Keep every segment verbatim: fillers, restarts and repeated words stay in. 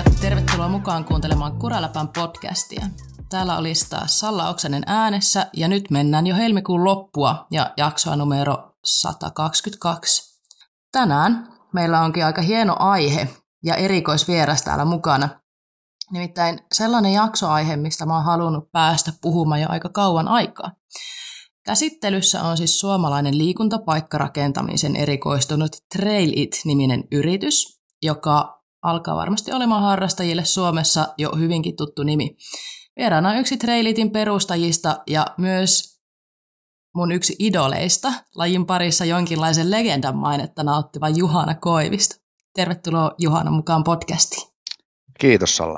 ja tervetuloa mukaan kuuntelemaan Kuraläpän podcastia. Täällä olisi taas Salla Oksanen äänessä ja nyt mennään jo helmikuun loppua ja jaksoa numero sata kaksikymmentäkaksi. Tänään meillä onkin aika hieno aihe ja erikoisvieras täällä mukana. Nimittäin sellainen jaksoaihe, mistä mä oon halunnut päästä puhumaan jo aika kauan aikaa. Käsittelyssä on siis suomalainen liikuntapaikkarakentamisen erikoistunut Trail It-niminen yritys, joka alkaa varmasti olemaan harrastajille Suomessa jo hyvinkin tuttu nimi. Vieraana on yksi Trail Itin perustajista ja myös mun yksi idoleista, lajin parissa jonkinlaisen legendan mainetta nauttiva Juhana Koivisto. Tervetuloa Juhana mukaan podcastiin. Kiitos Salla.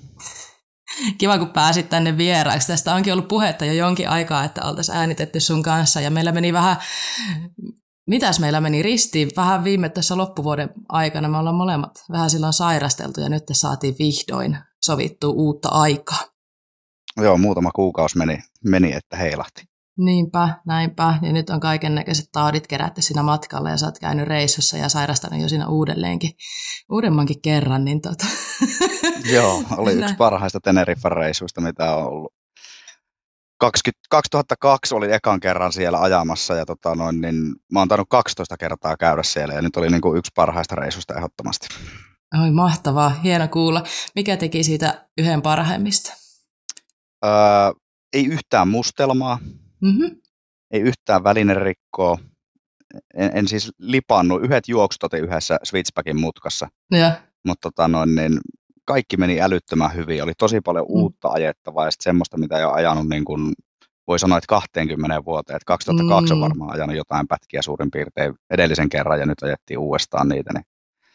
Kiva, kun pääsit tänne vieraaksi. Tästä onkin ollut puhetta jo jonkin aikaa, että oltaisiin äänitetty sun kanssa ja meillä meni vähän, mitäs meillä meni ristiin? Vähän viime tässä loppuvuoden aikana me ollaan molemmat vähän silloin sairasteltu ja nyt saatiin vihdoin sovittua uutta aikaa. Joo, muutama kuukausi meni, meni että heilahti. Niinpä, näinpä. Ja nyt on kaikennäköiset taudit kerätty siinä matkalla ja sä oot käynyt reissussa ja sairastanut jo siinä uudelleenkin, uudemmankin kerran. Niin tota. Joo, oli yksi parhaista Teneriffan reissuista, mitä on ollut. kaksituhattakaksi oli ekan kerran siellä ajamassa ja tota noin, niin mä oon tainnut kaksitoista kertaa käydä siellä ja nyt oli niin kuin yksi parhaista reissuista ehdottomasti. Oi mahtavaa, hieno kuulla. Mikä teki siitä yhden parhaimmista? Öö, ei yhtään mustelmaa. Mm-hmm. Ei yhtään välinerikkoa. En, en siis lipannut. Yhdet juoksut otin yhdessä Switchbackin mutkassa. Ja. Mutta tota noin, niin kaikki meni älyttömän hyvin. Oli tosi paljon mm. uutta ajettavaa ja sitten semmoista, mitä ei ole ajanut, niin kuin, voi sanoa, että kaksikymmentä vuoteen. Että kaksituhattakaksi mm. on varmaan ajanut jotain pätkiä suurin piirtein edellisen kerran ja nyt ajettiin uudestaan niitä. Niin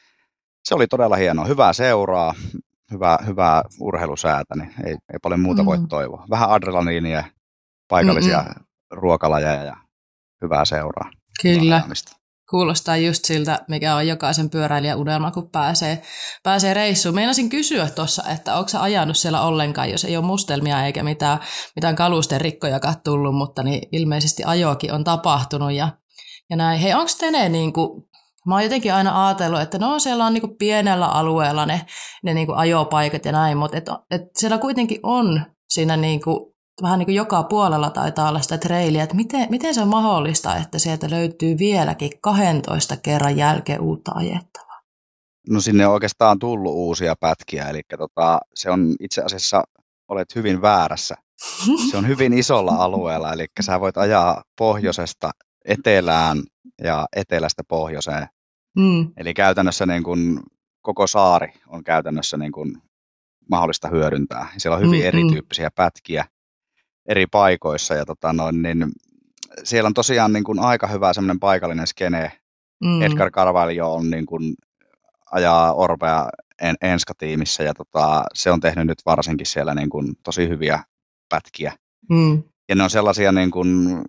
se oli todella hienoa. Hyvää seuraa, hyvää, hyvää urheilusäätä, niin ei, ei paljon muuta mm. voi toivoa. Vähän adrenaliinia, paikallisia Mm-mm. ruokalajeja ja hyvää seuraa. Kyllä, kuulostaa just siltä, mikä on jokaisen pyöräilijän unelma, kun pääsee, pääsee reissuun. Meinasin kysyä tuossa, että onko sä ajanut siellä ollenkaan, jos ei ole mustelmia eikä mitään, mitään kalusten rikkojakaan tullut, mutta niin ilmeisesti ajoakin on tapahtunut ja, ja näin. Hei, onko Tene niin kuin, mä oon jotenkin aina ajatellut, että no siellä on niin kuin pienellä alueella ne, ne niin kuin ajopaikat ja näin, mutta et, et siellä kuitenkin on siinä niin kuin vähän niin kuin joka puolella taitaa olla sitä trailia, että miten, miten se on mahdollista, että sieltä löytyy vieläkin kahdentoista kerran jälkeen uutta ajettavaa? No sinne on oikeastaan tullut uusia pätkiä, eli tota, se on itse asiassa, olet hyvin väärässä. Se on hyvin isolla alueella, eli sä voit ajaa pohjoisesta etelään ja etelästä pohjoiseen. Mm. Eli käytännössä niin kuin koko saari on käytännössä niin kuin mahdollista hyödyntää. Siellä on hyvin mm, erityyppisiä mm. pätkiä eri paikoissa ja tota noin, niin siellä on tosiaan niin kuin aika hyvä semmoinen paikallinen skene. Mm. Edgar Carvalho on niin kuin ajaa Orbea en, Enska-tiimissä ja tota, se on tehnyt nyt varsinkin siellä niin kuin tosi hyviä pätkiä. Mm. Ja ne on sellaisia niin kuin,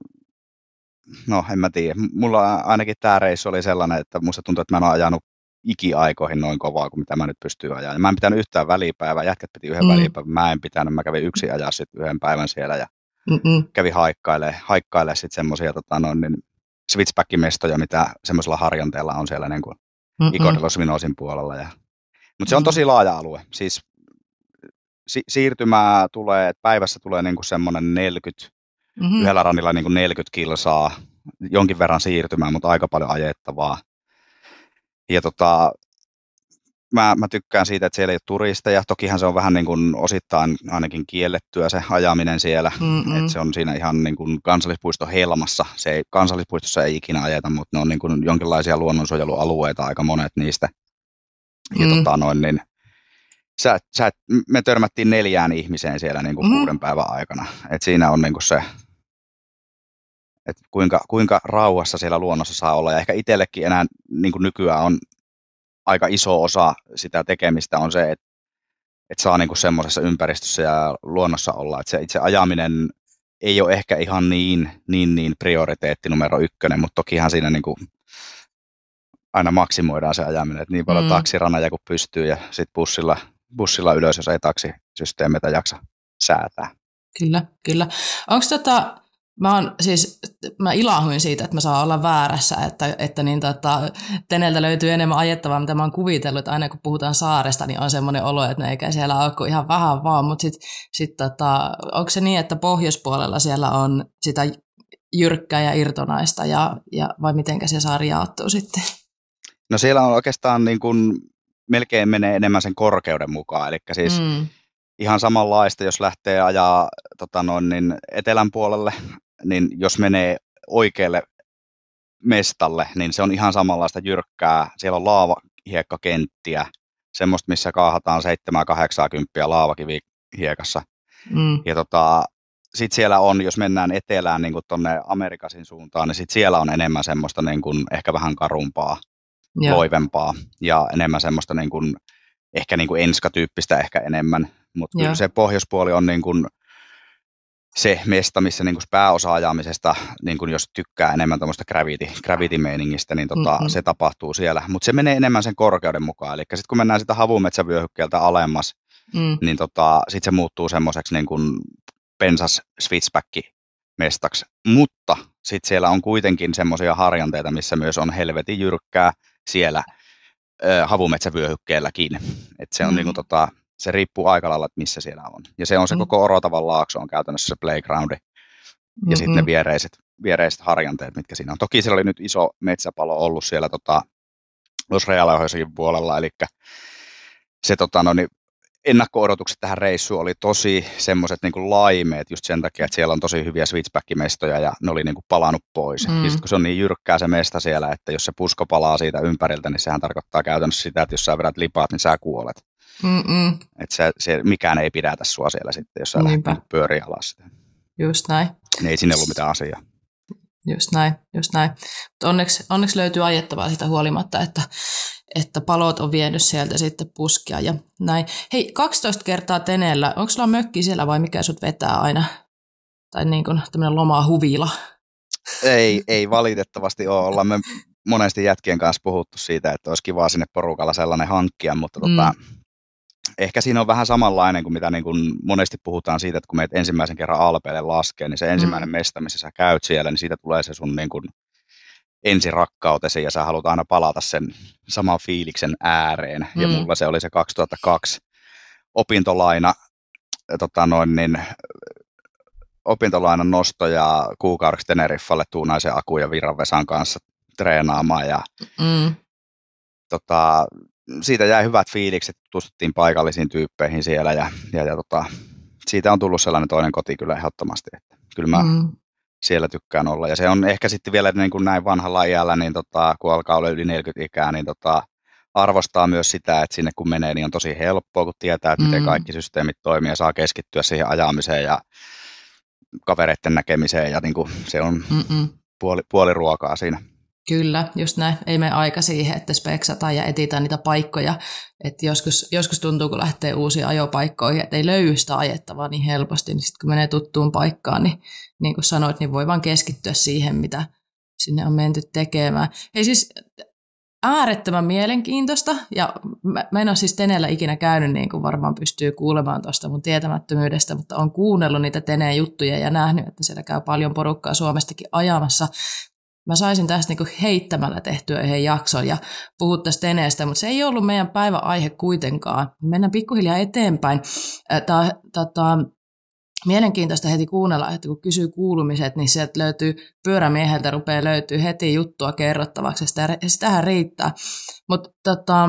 no en mä tiedä, mulla ainakin tämä reissu oli sellainen, että musta tuntuu, että mä en ole ajanut ikiaikoihin noin kovaa kuin mitä mä nyt pystyn ajaa. Ja mä en pitänyt yhtään välipäivää, jätkät piti yhden mm. välipäivän, mä en pitänyt, mä kävin yksin ajaa sitten yhden päivän siellä ja Mm-mm. kävin haikkailemaan, haikkailemaan sitten semmoisia tota, no, niin switchback-mestoja, mitä semmoisella harjanteella on siellä niin kuin Igor de los Vinosin puolella. Ja, mutta se on tosi laaja alue, siis si- siirtymää tulee, että päivässä tulee niin kuin semmoinen neljäkymmentä, mm-hmm. yhdellä rannilla niin kuin neljäkymmentä kilsaa, jonkin verran siirtymää, mutta aika paljon ajettavaa. Ja tota, mä, mä tykkään siitä, että siellä ei ole turisteja. Tokihan se on vähän niin kuin osittain ainakin kiellettyä se ajaminen siellä. Että se on siinä ihan niin kuin kansallispuiston helmassa. Se ei, kansallispuistossa ei ikinä ajeta, mutta ne on niin kuin jonkinlaisia luonnonsuojelualueita, aika monet niistä. Ja mm. tota noin, niin sä, sä, me törmättiin neljään ihmiseen siellä niin kuin mm. kuuden päivän aikana. Et siinä on niin kuin se, että kuinka, kuinka rauhassa siellä luonnossa saa olla. Ja ehkä itsellekin enää niin kuin nykyään on aika iso osa sitä tekemistä on se, että, että saa niin kuin semmoisessa ympäristössä ja luonnossa olla. Että se itse ajaminen ei ole ehkä ihan niin, niin, niin prioriteetti numero ykkönen, mutta tokihan siinä niin kuin aina maksimoidaan se ajaminen. Että niin paljon mm. taksiranaja kuin pystyy ja sitten bussilla, bussilla ylös, jos ei taksisysteemeitä jaksa säätää. Kyllä, kyllä. Onko tota... Mä, on, siis, mä ilahuin siitä, että mä saan olla väärässä, että, että niin tota, Teneeltä löytyy enemmän ajettavaa, mitä mä oon kuvitellut, että aina kun puhutaan saaresta, niin on semmoinen olo, että ne eikä siellä ole kuin ihan vähän vaan, mutta sitten sit, tota, onko se niin, että pohjoispuolella siellä on sitä jyrkkää ja irtonaista, ja, ja, vai mitenkä se saari jaottuu sitten? No siellä on oikeastaan niin kuin, melkein menee enemmän sen korkeuden mukaan, eli siis mm. ihan samanlaista, jos lähtee ajaa tota noin, niin etelän puolelle, niin jos menee oikealle mestalle, niin se on ihan samanlaista jyrkkää. Siellä on laavahiekkakenttiä, semmoista, missä kaahataan seitsemän kahdeksankymmentä laavakivihiekassa. Mm. Ja tota, sitten siellä on, jos mennään etelään niin tuonne Amerikasin suuntaan, niin sit siellä on enemmän semmoista niin kuin, ehkä vähän karumpaa, Joo. loivempaa ja enemmän semmoista niin kuin, ehkä niin kuin enskatyyppistä ehkä enemmän. Mutta kyllä se pohjoispuoli on niin kuin se mesta, missä niin kuin pääosa ajamisesta, niin kuin jos tykkää enemmän tuommoista gravity, gravity-meiningistä, niin tota, mm-hmm. se tapahtuu siellä. Mutta se menee enemmän sen korkeuden mukaan. Eli sitten kun mennään sitä havumetsävyöhykkeeltä alemmas, mm. niin tota, sitten se muuttuu semmoiseksi niin kuin pensas switchback-mestaksi. Mutta sitten siellä on kuitenkin semmoisia harjanteita, missä myös on helvetin jyrkkää siellä ö, havumetsävyöhykkeelläkin. Et se on mm. niin kuin tota, se riippuu aika lailla, että missä siellä on. Ja se on se mm. koko Orotavan laakso on käytännössä se playgroundi. Ja mm-hmm. sitten ne viereiset, viereiset harjanteet, mitkä siinä on. Toki siellä oli nyt iso metsäpalo ollut siellä tota, Los Realajoisakin puolella, eli se tota, no, niin ennakko-odotukset tähän reissuun oli tosi semmoiset niin kuin laimeet just sen takia, että siellä on tosi hyviä switchback-mestoja ja ne oli niin kuin palannut pois. Mm. Ja sitten kun se on niin jyrkkää se mesta siellä, että jos se pusko palaa siitä ympäriltä, niin sehän tarkoittaa käytännössä sitä, että jos sä vedät lipaat, niin sä kuolet. Että se, se, mikään ei pidätä sua siellä sitten, jos sä lähdet pyöriä alas. Just näin. Niin ei sinne ollut mitään asiaa. Just näin, just näin. Mutta onneksi, onneksi löytyy ajettavaa sitä huolimatta, että, että palot on vienyt sieltä sitten puskia ja näin. Hei, kaksitoista kertaa Teneellä, onko sulla mökki siellä vai mikä sut vetää aina? Tai niin kuin tämmöinen lomahuvila? Ei, ei valitettavasti ole. Ollaan me monesti jätkien kanssa puhuttu siitä, että olisi kiva sinne porukalla sellainen hankkia, mutta mm. tota, ehkä siinä on vähän samanlainen kuin mitä niin kuin monesti puhutaan siitä, että kun meet ensimmäisen kerran Alpeille laskee, niin se ensimmäinen mm. mesta, missä sä käyt siellä, niin siitä tulee se sun niin kuin ensirakkautesi ja sä haluat aina palata sen saman fiiliksen ääreen. Mm. Ja mulla se oli se kaksituhattakaksi opintolaina, tota noin, niin, opintolainan nosto ja kuukaudeksi Teneriffalle Tuunaisen Aku ja Virranvesan kanssa treenaamaan ja mm. tota, siitä jäi hyvät fiilikset, tutustuttiin paikallisiin tyyppeihin siellä ja, ja, ja tota, siitä on tullut sellainen toinen koti kyllä ehdottomasti, että kyllä mä mm. siellä tykkään olla. Ja se on ehkä sitten vielä niin kuin näin vanhalla iällä, niin tota, kun alkaa olla yli neljäkymmentä ikää, niin tota, arvostaa myös sitä, että sinne kun menee, niin on tosi helppoa, kun tietää, että miten kaikki systeemit toimii ja saa keskittyä siihen ajamiseen ja kavereiden näkemiseen ja niin kuin se on puoli, puoli ruokaa siinä. Kyllä, just näin. Ei mene aika siihen, että speksataan ja etsitään niitä paikkoja. Että joskus, joskus tuntuu, kun lähtee uusiin ajopaikkoihin, että ei löydy sitä ajettavaa niin helposti. Niin sitten kun menee tuttuun paikkaan, niin niin kuin sanoit, niin voi vaan keskittyä siihen, mitä sinne on menty tekemään. Hei siis äärettömän mielenkiintoista. Ja mä, mä en ole siis Teneellä ikinä käynyt, niin kuin varmaan pystyy kuulemaan tuosta mun tietämättömyydestä, mutta olen kuunnellut niitä Teneen juttuja ja nähnyt, että siellä käy paljon porukkaa Suomestakin ajamassa. Mä saisin tästä niinku heittämällä tehtyä yhden jakson ja puhua tästä Teneestä, mutta se ei ollut meidän päivän aihe kuitenkaan. Mennään pikkuhiljaa eteenpäin. Tämä on mielenkiintoista heti kuunnella, että kun kysyy kuulumiset, niin sieltä löytyy, pyörämieheltä rupeaa löytyy heti juttua kerrottavaksi, ja sitähän riittää. Mutta tota,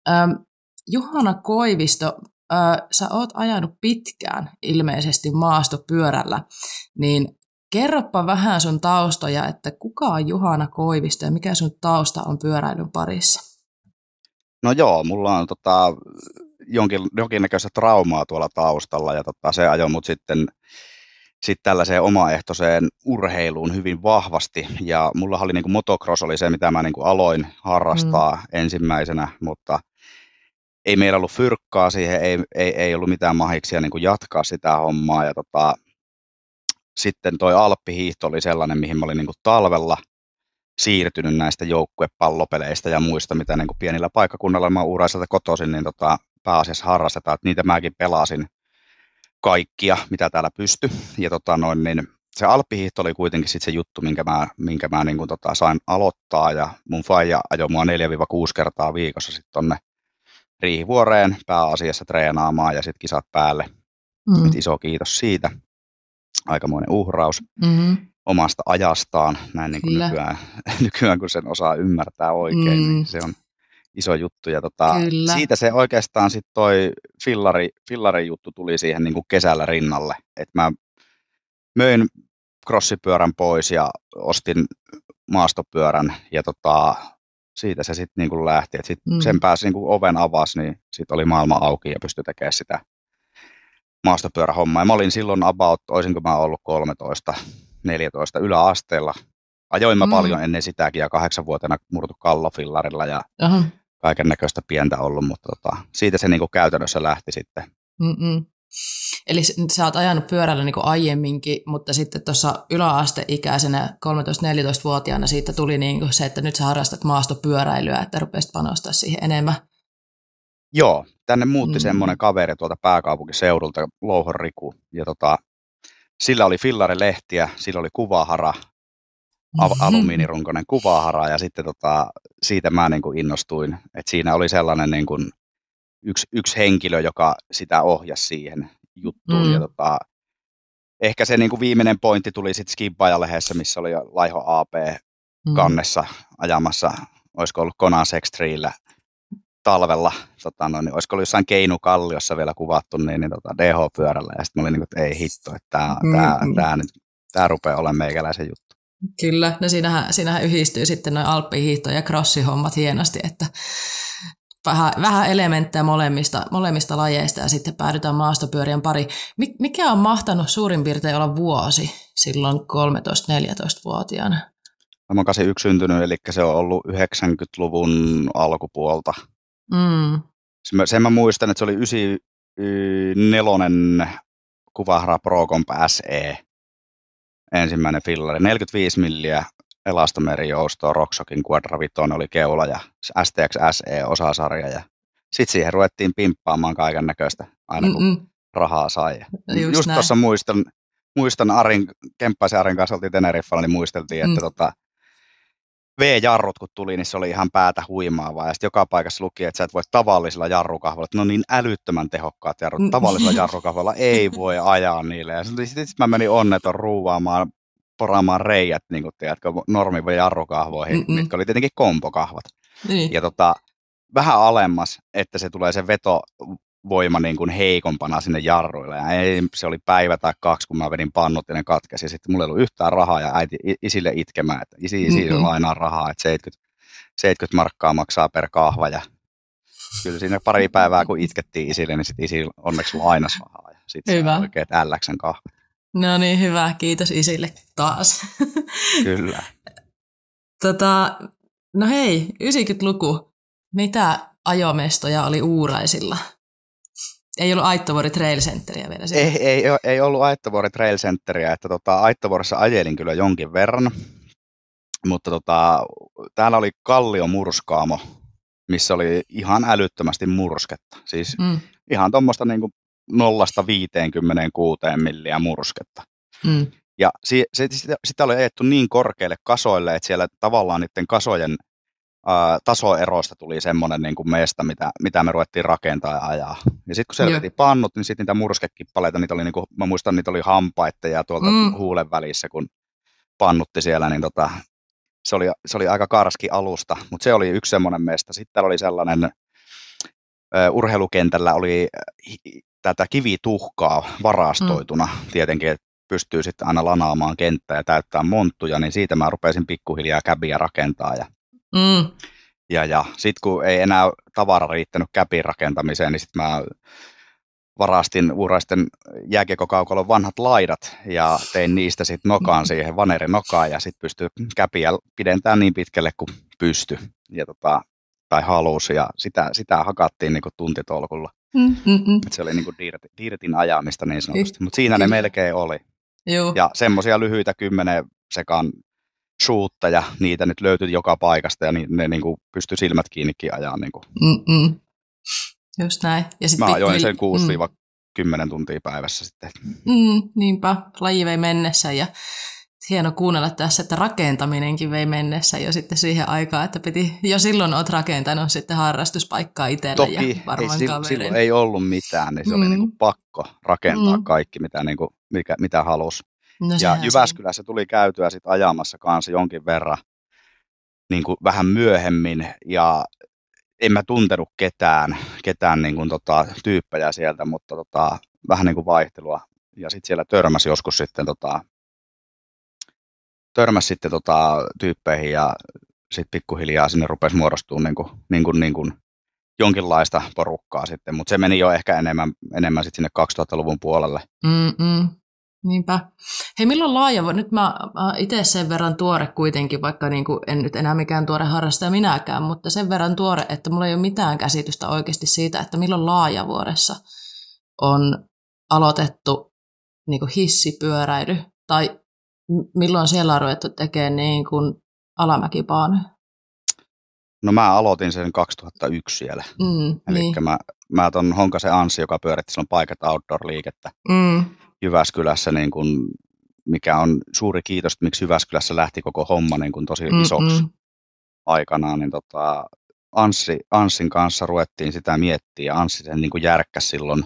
Juhana Koivisto, sä oot ajanut pitkään ilmeisesti maastopyörällä, niin kerropa vähän sun taustoja, että kuka on Juhana Koivisto ja mikä sun tausta on pyöräilyn parissa? No joo, mulla on tota, jonkin, jonkinnäköistä traumaa tuolla taustalla ja tota, se ajoi mut sitten sit tällaiseen omaehtoiseen urheiluun hyvin vahvasti ja mulla oli niinku motocross oli se, mitä mä niinku aloin harrastaa mm. ensimmäisenä, mutta ei meillä ollut fyrkkaa siihen, ei, ei, ei ollut mitään mahiksia niinku jatkaa sitä hommaa ja tota, sitten toi alppihiihto oli sellainen, mihin mä olin niin kuin talvella siirtynyt näistä joukkuepallopeleistä ja muista, mitä niin kuin pienillä paikkakunnalla mä Uuraiselta kotoisin, niin tota, pääasiassa harrastetaan, että niitä mäkin pelasin kaikkia, mitä täällä pystyi. Ja tota noin, niin se alppihiihto oli kuitenkin sit se juttu, minkä mä, minkä mä niin kuin, tota, sain aloittaa, ja mun faija ajoi mua neljä kuusi kertaa viikossa sitten tonne Riihivuoreen pääasiassa treenaamaan ja sitten kisat päälle. Mm. Et iso kiitos siitä. Aikamoinen uhraus mm-hmm. omasta ajastaan, näin niin kuin nykyään, nykyään, kun sen osaa ymmärtää oikein, mm. niin se on iso juttu. Ja tota, siitä se oikeastaan sitten toi fillari, fillari juttu tuli siihen niin kuin kesällä rinnalle. Et mä möin crossipyörän pois ja ostin maastopyörän ja tota, siitä se sitten niin lähti. Et sit mm. sen pääsi niin kuin oven avasi, niin sitten oli maailma auki ja pystyi tekemään sitä maastopyörähommaa. Ja mä olin silloin about, olisinko mä ollut kolmetoista neljätoista yläasteella. Ajoin mä mm. paljon ennen sitäkin ja kahdeksanvuotena murtu kallofillarilla ja uh-huh. kaiken näköistä pientä ollut, mutta tota, siitä se niinku käytännössä lähti sitten. Mm-mm. Eli sä oot ajanut pyörällä niinku aiemminkin, mutta sitten tuossa yläasteikäisenä kolmetoista-neljätoista-vuotiaana siitä tuli niinku se, että nyt sä harrastat maastopyöräilyä, että rupesit panostaa siihen enemmän. Joo, tänne muutti mm. semmoinen kaveri tuolta pääkaupunkiseudulta, Louhon Riku, ja tota, sillä oli fillarilehtiä, sillä oli kuvahara, mm-hmm. alumiinirunkoinen kuvahara, ja sitten tota, siitä mä niin kuin innostuin, että siinä oli sellainen niin kuin yksi, yksi henkilö, joka sitä ohjasi siihen juttuun, mm. ja tota, ehkä se niin kuin viimeinen pointti tuli sitten Skibbaja-lehdessä, missä oli Laiho A P kannessa mm. ajamassa, olisiko ollut Conan Sextreellä talvella, tota, no, niin olisiko ollut jossain Keinukalliossa vielä kuvattu, niin, niin tota, D H-pyörällä, ja sitten mä olin niin kuin, että ei hitto, että tämä mm-hmm. tää, tää, tää rupeaa olemaan meikäläisen juttu. Kyllä, no siinähän, siinähän yhdistyy sitten noin alppihiihto- ja crossihommat hienosti, että vähän, vähän elementtejä molemmista, molemmista lajeista, ja sitten päädytään maastopyörien pari. Mikä on mahtanut suurin piirtein olla vuosi silloin kolmetoista-neljätoista-vuotiaana? Mä oon kahdeksankymmentäyksi syntynyt, eli se on ollut yhdeksänkymmentäluvun alkupuolta. Mm. Sen mä muistan, että se oli yhdeksänkymmentäneljä Kuvahara Pro Comp S E, ensimmäinen fillari. neljäkymmentäviisi milliä elastomerinjoustoa, RockShoxin Quadra Vitoinen oli keula ja S T X S E osasarja. Ja sitten siihen ruvettiin pimppaamaan kaiken näköistä, aina kun Mm-mm. rahaa sai. Just, Just tuossa muistan, muistan Arin, Kemppaisen Arin kanssa oltiin Teneriffalla, niin muisteltiin, että mm. tota, V-jarrut kun tuli, niin se oli ihan päätä huimaavaa. Ja sitten joka paikassa luki, että sä et voi tavallisilla jarrukahvoilla, että ne on niin älyttömän tehokkaat jarrut. Tavallisilla jarrukahvoilla ei voi ajaa niille. Ja sitten sit mä menin onneton ruuvaamaan, poraamaan reijät, niin kuin tiedätkö, normiin jarrukahvoihin, Mm-mm. mitkä oli tietenkin kompokahvat. Niin. Ja tota, vähän alemmas, että se tulee se vetovoima niin kuin heikompana sinne jarruille. Ja ei, se oli päivä tai kaksi, kun mä vedin pannut ja ne katkesi. Sitten mulla ei ollut yhtään rahaa ja äiti isille itkemään, että isi, isi mm-hmm. lainaa rahaa, että seitsemänkymmentä, seitsemänkymmentä markkaa maksaa per kahva. Ja kyllä siinä pari päivää, kun itkettiin isille, niin sitten isi onneksi lainasi rahaa. Ja sitten se oikein älläksän kahva. No niin, hyvä. Kiitos isille taas. Kyllä. Tota, no hei, yhdeksänkymmentäluku. Mitä ajomestoja oli Uuraisilla? Ei ollut Aittovuori Trail Centeriä vielä siellä. Ei, ei, ei ollut Aittovuori Trail Centeriä, että tota, Aittovuoressa ajelin kyllä jonkin verran, mutta tota, täällä oli Kalliomurskaamo, missä oli ihan älyttömästi mursketta. Siis mm. ihan tuommoista niinku nollasta viiteenkymmeneenkuusi milliä mursketta. Mm. Ja si, se, sitä, sitä oli ajettu niin korkeille kasoille, että siellä tavallaan niiden kasojen ää, tasoeroista tuli semmoinen niin kuin meistä, mitä, mitä me ruvettiin rakentaa ja ajaa. Ja sitten kun siellä veti pannut, niin sitten niitä murskekippaleita, niitä oli, niin kuin, mä muistan, niitä oli hampaitteja tuolta mm. huulen välissä, kun pannutti siellä, niin tota, se, oli, se oli aika karski alusta, mutta se oli yksi semmoinen mesta. Sitten täällä oli sellainen, ä, urheilukentällä oli tätä kivituhkaa varastoituna mm. tietenkin, että pystyy sitten aina lanaamaan kenttää ja täyttää monttuja, niin siitä mä rupesin pikkuhiljaa käbiä rakentaa. Ja, mm. ja, ja sitten kun ei enää tavara riittänyt käbin rakentamiseen, niin sitten mä varastin Uuraisten jääkiekokaukalon vanhat laidat ja tein niistä sitten nokaan siihen, vanerin nokaan, ja sitten pystyi käpiä pidentämään niin pitkälle kuin pystyi ja tota, tai halusi, ja sitä, sitä hakattiin niin kuin tuntitolkulla. Mm-mm. Se oli niin kuin dirt, dirtin ajamista niin sanotusti, mutta siinä ne melkein oli. Joo. Ja semmoisia lyhyitä kymmenen sekan shootteja, niitä nyt löytyi joka paikasta, ja ne, ne niin kuin pystyi silmät kiinnikin ajaa. Niin kuin. Mm-mm. Just näin. Ja sit mä ajoin sen kuusi kymmenen tuntia päivässä sitten. Mm, niinpä, laji vei mennessä ja hieno kuunnella tässä, että rakentaminenkin vei mennessä jo sitten siihen aikaan, että piti, jo silloin olet rakentanut sitten harrastuspaikkaa itselle. Toki, ja varmaan ei, silloin ei ollut mitään, niin se mm. oli niin kuin pakko rakentaa mm. kaikki, mitä, niin kuin, mikä, mitä halusi. No, ja Jyväskylässä tuli käytyä sitten ajamassa kanssa jonkin verran niin kuin vähän myöhemmin, ja en mä tuntenut ketään, ketään niin kuin, tota, tyyppejä sieltä, mutta tota, vähän niin kuin vaihtelua. Ja sitten siellä törmäsi joskus sitten, tota, törmäsi sitten tota, tyyppeihin, ja sitten pikkuhiljaa sinne rupesi muodostumaan niin kuin, niin kuin, niin kuin jonkinlaista porukkaa sitten, mutta se meni jo ehkä enemmän, enemmän sitten sinne kaksituhattaluvun puolelle. Mm-mm. Niinpä. Hei, milloin laaja, nyt mä, mä itse sen verran tuore kuitenkin, vaikka niin kuin en nyt enää mikään tuore harrastaja minäkään, mutta sen verran tuore, että mulla ei ole mitään käsitystä oikeasti siitä, että milloin Laajavuoressa on aloitettu niin kuin hissipyöräily, tai milloin siellä on ruvettu tekemään niin kuin alamäkipaanoja? No mä aloitin sen kaksituhattayksi siellä. Mm, Eli niin. mä, mä ton Honkasen Anssi, joka pyöritti silloin Paikat Outdoor-liikettä mm. Jyväskylässä, niin kun, mikä on suuri kiitos, että miksi Jyväskylässä lähti koko homma niin kun tosi Mm-mm. isoksi aikanaan. Niin tota, Anssi, Anssin kanssa ruvettiin sitä miettiä, ja Anssi sen niin kun järkkäsi silloin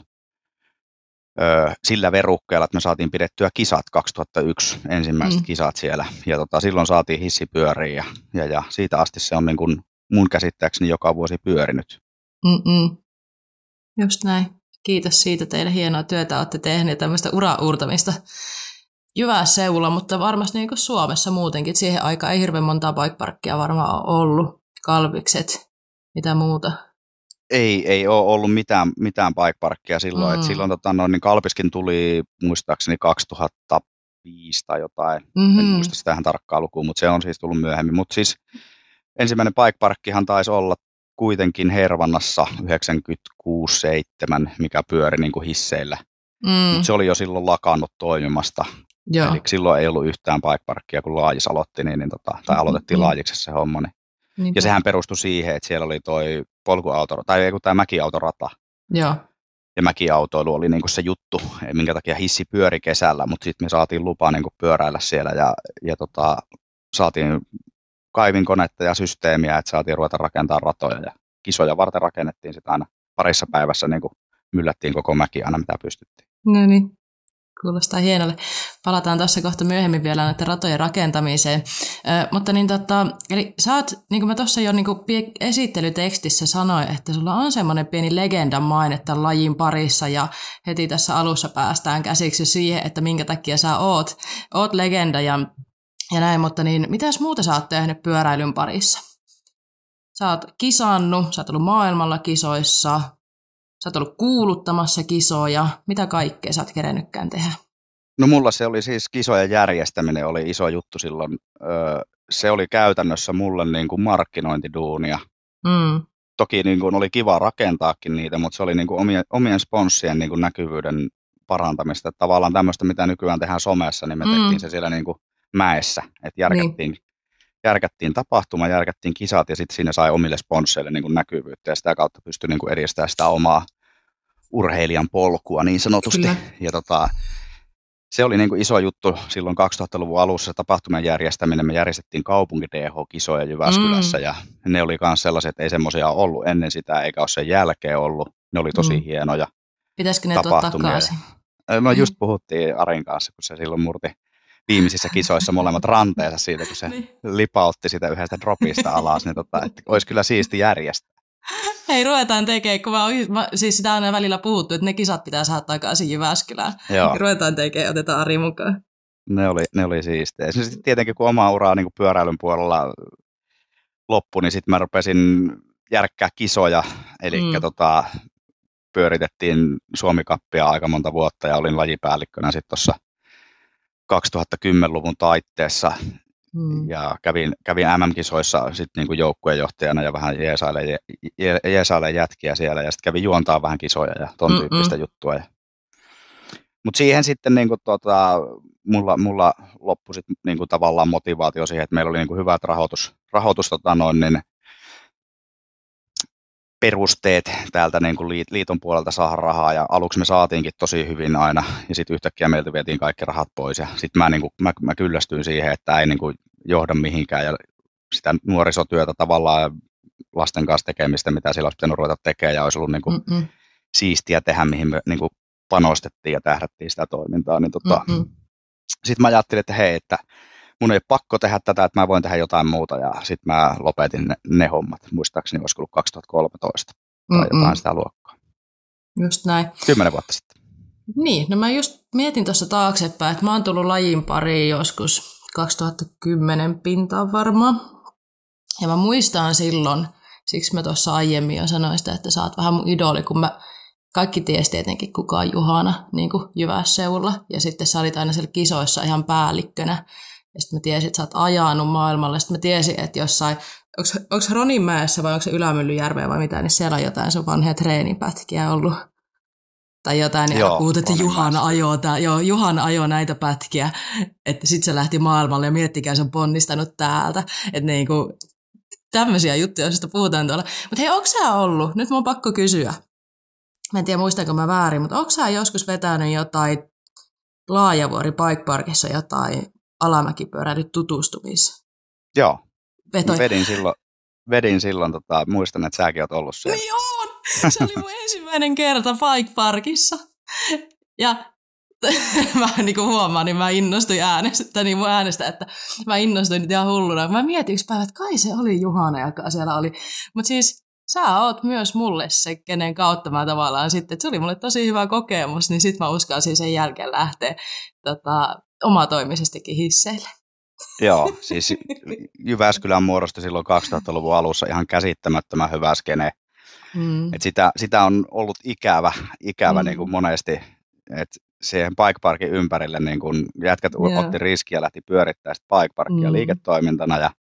ö, sillä verukkeella, että me saatiin pidettyä kisat kaksituhattayksi, ensimmäiset mm. kisat siellä. Ja tota, silloin saatiin hissipyöriä, ja, ja, ja siitä asti se on niin kun mun käsittääkseni joka vuosi pyörinyt. Mm-mm. Just näin. Kiitos siitä, teille hienoa työtä olette tehneet, tämmöistä ura-uurtamista Jyvässeudulla, mutta varmasti niin kuin Suomessa muutenkin. Siihen aikaan ei hirveän montaa bikeparkkia varmaan ole ollut, kalvikset, mitä muuta. Ei, ei ole ollut mitään, mitään bikeparkkia silloin. Mm. Et silloin tota, no, niin Kalpiskin tuli muistaakseni kaksituhattaviisi tai jotain, mm-hmm. en muista sitä ihan tarkkaa lukua, mutta se on siis tullut myöhemmin. Mutta siis ensimmäinen bikeparkkihan taisi olla kuitenkin Hervannassa yhdeksänkymmentäkuusi seitsemän, mikä pyöri niin kuin hisseillä. Mm. Mutta se oli jo silloin lakannut toimimasta. Joo. Eli silloin ei ollut yhtään bikeparkkia, kun Laajis aloitti, niin, niin tota, tai aloitettiin mm. Laajiksessa se homma. Niin. Niin ja sehän perustui siihen, että siellä oli toi polkuauto, tai ei kun tämä mäkiautorata. Joo. Ja mäkiautoilu oli niin kuin se juttu, minkä takia hissi pyöri kesällä, mutta sitten me saatiin lupa niin kuin pyöräillä siellä ja, ja tota, saatiin kaivinkonetta ja systeemiä, että saatiin ruveta rakentamaan ratoja ja kisoja varten rakennettiin sitä aina parissa päivässä, niin kuin myllättiin koko mäki aina mitä pystyttiin. No niin, kuulostaa hienolle. Palataan tuossa kohta myöhemmin vielä näiden ratojen rakentamiseen. Ö, mutta niin tota, eli sä oot, niin kuin mä tuossa jo niin kuin esittelytekstissä sanoin, että sulla on semmoinen pieni legendan maine tämän lajin parissa ja heti tässä alussa päästään käsiksi siihen, että minkä takia sä oot, oot legenda ja Ja näin, mutta niin, mitäs muuta sä oot tehnyt pyöräilyn parissa? Sä oot kisannut, sä oot ollut maailmalla kisoissa, sä oot ollut kuuluttamassa kisoja. Mitä kaikkea sä oot kerennytkään tehdä? No mulla se oli siis kisojen järjestäminen oli iso juttu silloin. Se oli käytännössä mulle niin kuin markkinointiduunia. Mm. Toki niin kuin oli kiva rakentaakin niitä, mutta se oli niin kuin omien, omien sponssien niin kuin näkyvyyden parantamista. Että tavallaan tämmöistä, mitä nykyään tehdään somessa, niin me mm. tehtiin se siellä niin kuin mäessä, että järkättiin, niin. järkättiin tapahtuma, järkättiin kisat ja sitten siinä sai omille sponsseille niin kuin näkyvyyttä ja sitä kautta pystyi niin kuin edistämään sitä omaa urheilijan polkua niin sanotusti. Kyllä. Ja tota, se oli niin kuin iso juttu silloin kaksituhattaluvun alussa tapahtumien järjestäminen. Me järjestettiin kaupunki D H-kisoja Jyväskylässä mm. ja ne oli myös sellaiset, että ei semmoisia ollut ennen sitä eikä ole sen jälkeen ollut. Ne oli tosi mm. hienoja. Pitäisikö ne tuottaa takaisin? No just puhuttiin Arin kanssa, kun se silloin murti viimeisissä kisoissa molemmat ranteensa siitä, kun se niin. lipautti sitä yhdestä dropista alas, niin tota, että olisi kyllä siisti järjestää. Hei, ruvetaan tekemään, kun mä, mä, siis sitä on aina välillä puhuttu, että ne kisat pitää saada takaisin Jyväskylään. Joo. Ruvetaan tekemään, otetaan Ari mukaan. Ne oli, ne oli siistejä. Sitten tietenkin, kun oma uraa niin kuin pyöräilyn puolella loppui, niin sitten mä rupesin järkkää kisoja, eli mm. tota, pyöritettiin Suomi-kappia aika monta vuotta ja olin lajipäällikkönä sitten tuossa kaksituhattakymmenluvun taitteessa mm. ja kävin, kävin M M-kisoissa sitten niinku joukkueenjohtajana ja vähän jeesailemaan je, jeesaile jätkiä siellä ja sitten kävin juontaa vähän kisoja ja ton Mm-mm. tyyppistä juttua. Mutta siihen sitten niinku tota, mulla, mulla loppui sit niinku tavallaan motivaatio siihen, että meillä oli niinku hyvät rahoitus, rahoitus tota noin, niin perusteet täältä niin kuin liiton puolelta saada rahaa, ja aluksi me saatiinkin tosi hyvin aina, ja sitten yhtäkkiä meiltä vietiin kaikki rahat pois, ja sitten mä, niin kuin, mä, mä kyllästyin siihen, että ei niin kuin johda mihinkään, ja sitä nuorisotyötä tavallaan lasten kanssa tekemistä, mitä siellä olisi pitänyt ruveta tekemään, ja olisi ollut niin kuin siistiä tehdä, mihin me niin kuin panostettiin ja tähdättiin sitä toimintaa, niin tota, sitten mä ajattelin, että hei, että mun ei ole pakko tehdä tätä, että mä voin tehdä jotain muuta, ja sitten mä lopetin ne, ne hommat, muistaakseni olisiko ollut kaksituhattakolmetoista tai Mm-mm. jotain sitä luokkaa. Just näin. Kymmenen vuotta sitten. Niin, no mä just mietin tuossa taaksepäin, että mä oon tullut lajin pariin joskus kaksituhattakymmenen pintaan varmaan, ja mä muistan silloin, siksi mä tuossa aiemmin jo sanoin sitä, että sä oot vähän mun idoli, kun mä kaikki tiesi tietenkin kuka on Juhana niin kuin Jyvässeudulla, ja sitten sä olit aina siellä kisoissa ihan päällikkönä. Ja sitten mä tiesin, että sä oot ajanut maailmalle. Sitten mä tiesin, että jossain, onko Roninmäessä vai onko se Ylämyllyjärveä vai mitä, niin siellä on jotain sun vanhoja treenipätkiä ollut. Tai jotain, niin puhut, että Juhana ajoo, tää, joo, Juhana ajoo näitä pätkiä. Että sitten se lähti maailmalle ja miettikää, se on ponnistanut täältä. Että niinku, tämmöisiä juttuja, joista puhutaan tuolla. Mutta hei, onko sä ollut, nyt mun on pakko kysyä. Mä en tiedä muistanko mä väärin, mutta onko sä joskus vetänyt jotain Laajavuori Bike Parkissa jotain alamäkipyöräily tutustumissa? Joo, Vetoit. vedin silloin, vedin silloin tota, muistan, että säkin oot ollut siellä. Niin on! Se oli mun ensimmäinen kerta Bike Parkissa. Ja mä niin kuin huomaan, niin mä innostuin äänestä, niin mun äänestä, että mä innostuin nyt ihan hulluna. Mä mietin yksi päivä, että kai se oli Juhana, joka siellä oli. Mutta siis sä oot myös mulle se, kenen kautta mä tavallaan sitten, että se oli mulle tosi hyvä kokemus, niin sit mä uskalsin sen jälkeen lähteä tota, omatoimisestikin hisseille. Joo, siis Jyväskylän muodostui silloin kaksituhattaluvun alussa ihan käsittämättömän hyvä skene. Mm. Et sitä, sitä on ollut ikävä, ikävä mm. niin kuin monesti, että siihen bike parkin ympärille niin kuin jätkät yeah. otti riskiä ja lähti pyörittämään bike parkia mm. liiketoimintana, ja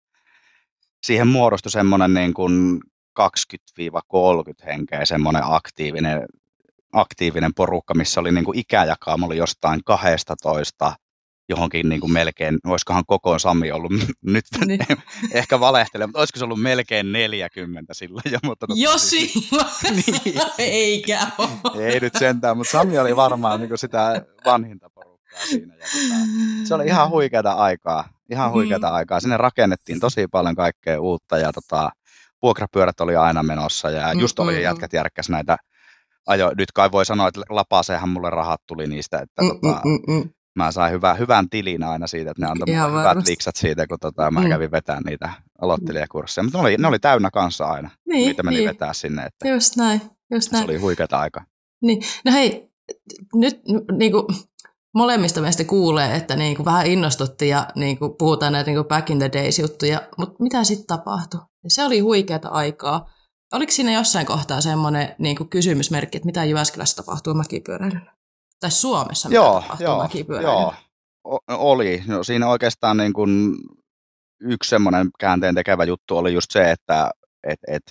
siihen muodostui semmoinen niin kuin kaksikymmentä kolmekymmentä henkeä semmoinen aktiivinen, aktiivinen porukka, missä oli niin kuin ikäjakauma oli jostain kaksitoista johonkin niin kuin melkein, olisikohan koko Sami ollut, nyt niin. ehkä valehtelen, mutta olisiko se ollut melkein neljäkymmentä silloin jo. Mutta jo silloin, niin. Eikä ole. Ei nyt sentään, mutta Sami oli varmaan niin kuin sitä vanhinta porukkaa siinä. Ja tota, se oli ihan huikeata aikaa, ihan huikeata mm. aikaa. Sinne rakennettiin tosi paljon kaikkea uutta, ja tota, vuokrapyörät oli aina menossa, ja just oli mm-hmm. jätkät järkkäs näitä ajo. Nyt kai voi sanoa, että Lapaseenhan mulle rahat tuli niistä, että tota, mä sain hyvä, hyvän tilin aina siitä, että ne antoi mulle hyvät varmasti. liksat siitä, kun tota, mä mm. kävin vetämään niitä aloittelijakursseja. Mutta ne oli, ne oli täynnä kanssa aina, niin, mitä meni niin. vetää sinne. Että just näin, just näin. Se oli huikeata aikaa. Niin. No hei, nyt niin kuin molemmista meistä kuulee, että niin kuin vähän innostuttiin ja niin kuin puhutaan näitä niin kuin back in the days juttuja, mutta mitä sitten tapahtui? Se oli huikeata aikaa. Oliko siinä jossain kohtaa semmoinen niin kuin kysymysmerkki, että mitä Jyväskylässä tapahtuu mäkipyöräilyllä? Tai Suomessa mitä joo, tapahtuu joo, mäkipyöräilyllä? Joo, o- oli. No, siinä oikeastaan niin kuin yksi semmoinen käänteen tekevä juttu oli just se, että et, et,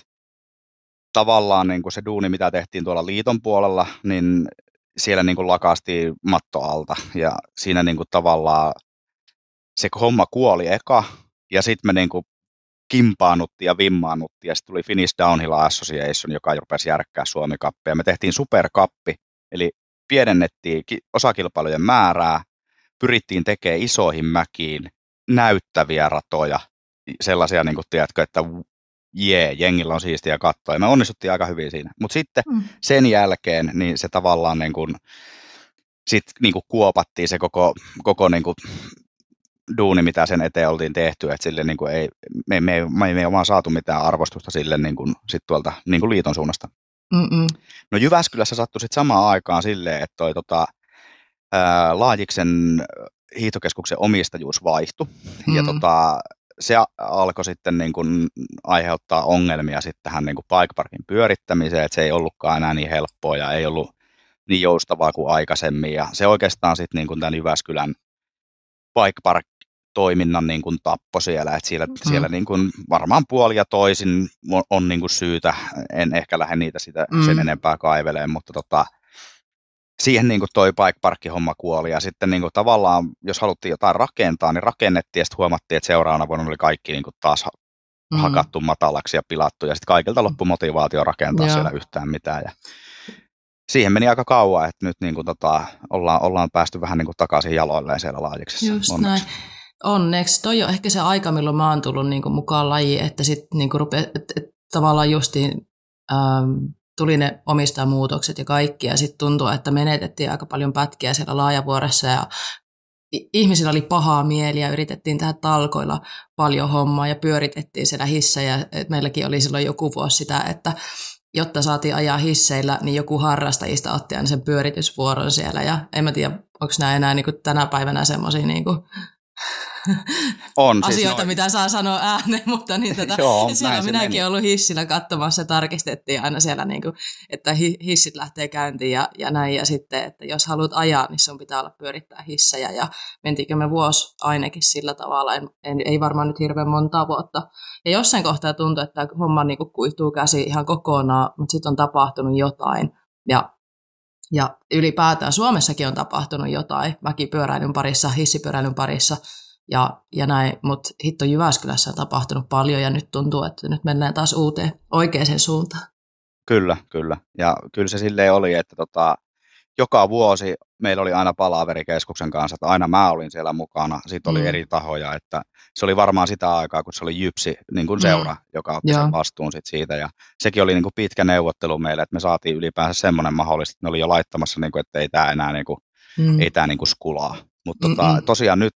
tavallaan niin kuin se duuni, mitä tehtiin tuolla liiton puolella, niin siellä niin kuin lakastiin matto alta, ja siinä niin kuin tavallaan se homma kuoli eka, ja sitten me niin kuin kimpaannuttiin ja vimmaannuttiin, ja sitten tuli Finnish Downhill Association, joka rupesi järkkää Suomi-kappia. Me tehtiin superkappi, eli pienennettiin osakilpailujen määrää, pyrittiin tekemään isoihin mäkiin näyttäviä ratoja, sellaisia, niin kuin tiedätkö, että jee, jengillä on siistiä katsoa, ja me onnistuttiin aika hyvin siinä. Mutta sitten mm. sen jälkeen, niin se tavallaan niin kuin, sit, niin kuin kuopattiin se koko, koko niin kuin duuni, mitä sen eteen oltiin tehty, että sille niin kuin ei, me, me, me ei ole vaan saatu mitään arvostusta sille niin kuin, sit tuolta niin kuin liiton suunnasta. Mm-mm. No Jyväskylässä sattui sitten samaan aikaan silleen, että toi tota, ää, Laajiksen hiihtokeskuksen omistajuus vaihtui, mm. ja tota, se alkoi sitten niin kuin aiheuttaa ongelmia sitten tähän niin kuin bike parkin pyörittämiseen, että se ei ollutkaan enää niin helppoa ja ei ollut niin joustavaa kuin aikaisemmin, ja se oikeastaan sitten niin kuin tämän Jyväskylän bike park toiminnan niin kuin tappo siellä, että siellä, mm. siellä niin kuin varmaan puoli ja toisin on, on niin kuin syytä, en ehkä lähde niitä sitä mm. sen enempää kaivelemaan, mutta tota, siihen niin kuin toi bike parkki homma kuoli, ja sitten niin kuin tavallaan, jos haluttiin jotain rakentaa, niin rakennettiin, ja sitten huomattiin, että seuraavana vuonna oli kaikki niin kuin taas mm. hakattu matalaksi ja pilattu, ja sitten kaikilta loppui motivaatio rakentaa Joo. siellä yhtään mitään. Ja siihen meni aika kauan, että nyt niin kuin, tota, ollaan, ollaan päästy vähän niin kuin takaisin jaloilleen siellä Laajiksessa. Just onneksi. näin. Onneksi. Toi on ehkä se aika, milloin mä oon tullut niin kuin mukaan lajiin, että sitten niin rupe, et, et, tavallaan justiin ähm, tuli ne omistajamuutokset ja kaikki, ja sitten tuntuu, että menetettiin aika paljon pätkiä siellä Laajavuoressa, ja ihmisillä oli pahaa mieliä, yritettiin tehdä talkoilla paljon hommaa, ja pyöritettiin siellä hissejä. Et meilläkin oli silloin joku vuosi sitä, että jotta saatiin ajaa hisseillä, niin joku harrastajista otti aina sen pyöritysvuoron siellä, ja en mä tiedä, onko nämä enää niin kuin tänä päivänä semmoisia niin kuin on, asioita, siis mitä saa sanoa ääneen, mutta niin tätä, Joo, siellä minäkin ollut hissillä katsomassa, tarkistettiin aina siellä, niin kuin, että hissit lähtee käyntiin ja, ja näin, ja sitten, että jos haluat ajaa, niin sun pitää olla pyörittää hissejä, ja mentiinkö me vuosi ainakin sillä tavalla, en, en, ei varmaan nyt hirveän monta vuotta, ja jossain kohtaa tuntuu, että homma niin kuin kuihtuu käsi ihan kokonaan, mutta sitten on tapahtunut jotain, ja Ja ylipäätään Suomessakin on tapahtunut jotain mäkipyöräilyn parissa, hissipyöräilyn parissa ja, ja näin, mutta hitto Jyväskylässä on tapahtunut paljon ja nyt tuntuu, että nyt mennään taas uuteen oikeaan suuntaan. Kyllä, kyllä. Ja kyllä se silleen oli, että tota, joka vuosi meillä oli aina palaverikeskuksen kanssa, että aina mä olin siellä mukana. Sitten oli mm. eri tahoja, että se oli varmaan sitä aikaa, kun se oli Jypsi niin kuin seura, mm. joka otti sen vastuun sit siitä. Ja sekin oli niin kuin pitkä neuvottelu meille, että me saatiin ylipäänsä semmoinen mahdollista, että ne oli jo laittamassa, niin kuin, että ei tämä enää niin kuin, mm. ei tämä niin kuin skulaa. Mutta tota, tosiaan nyt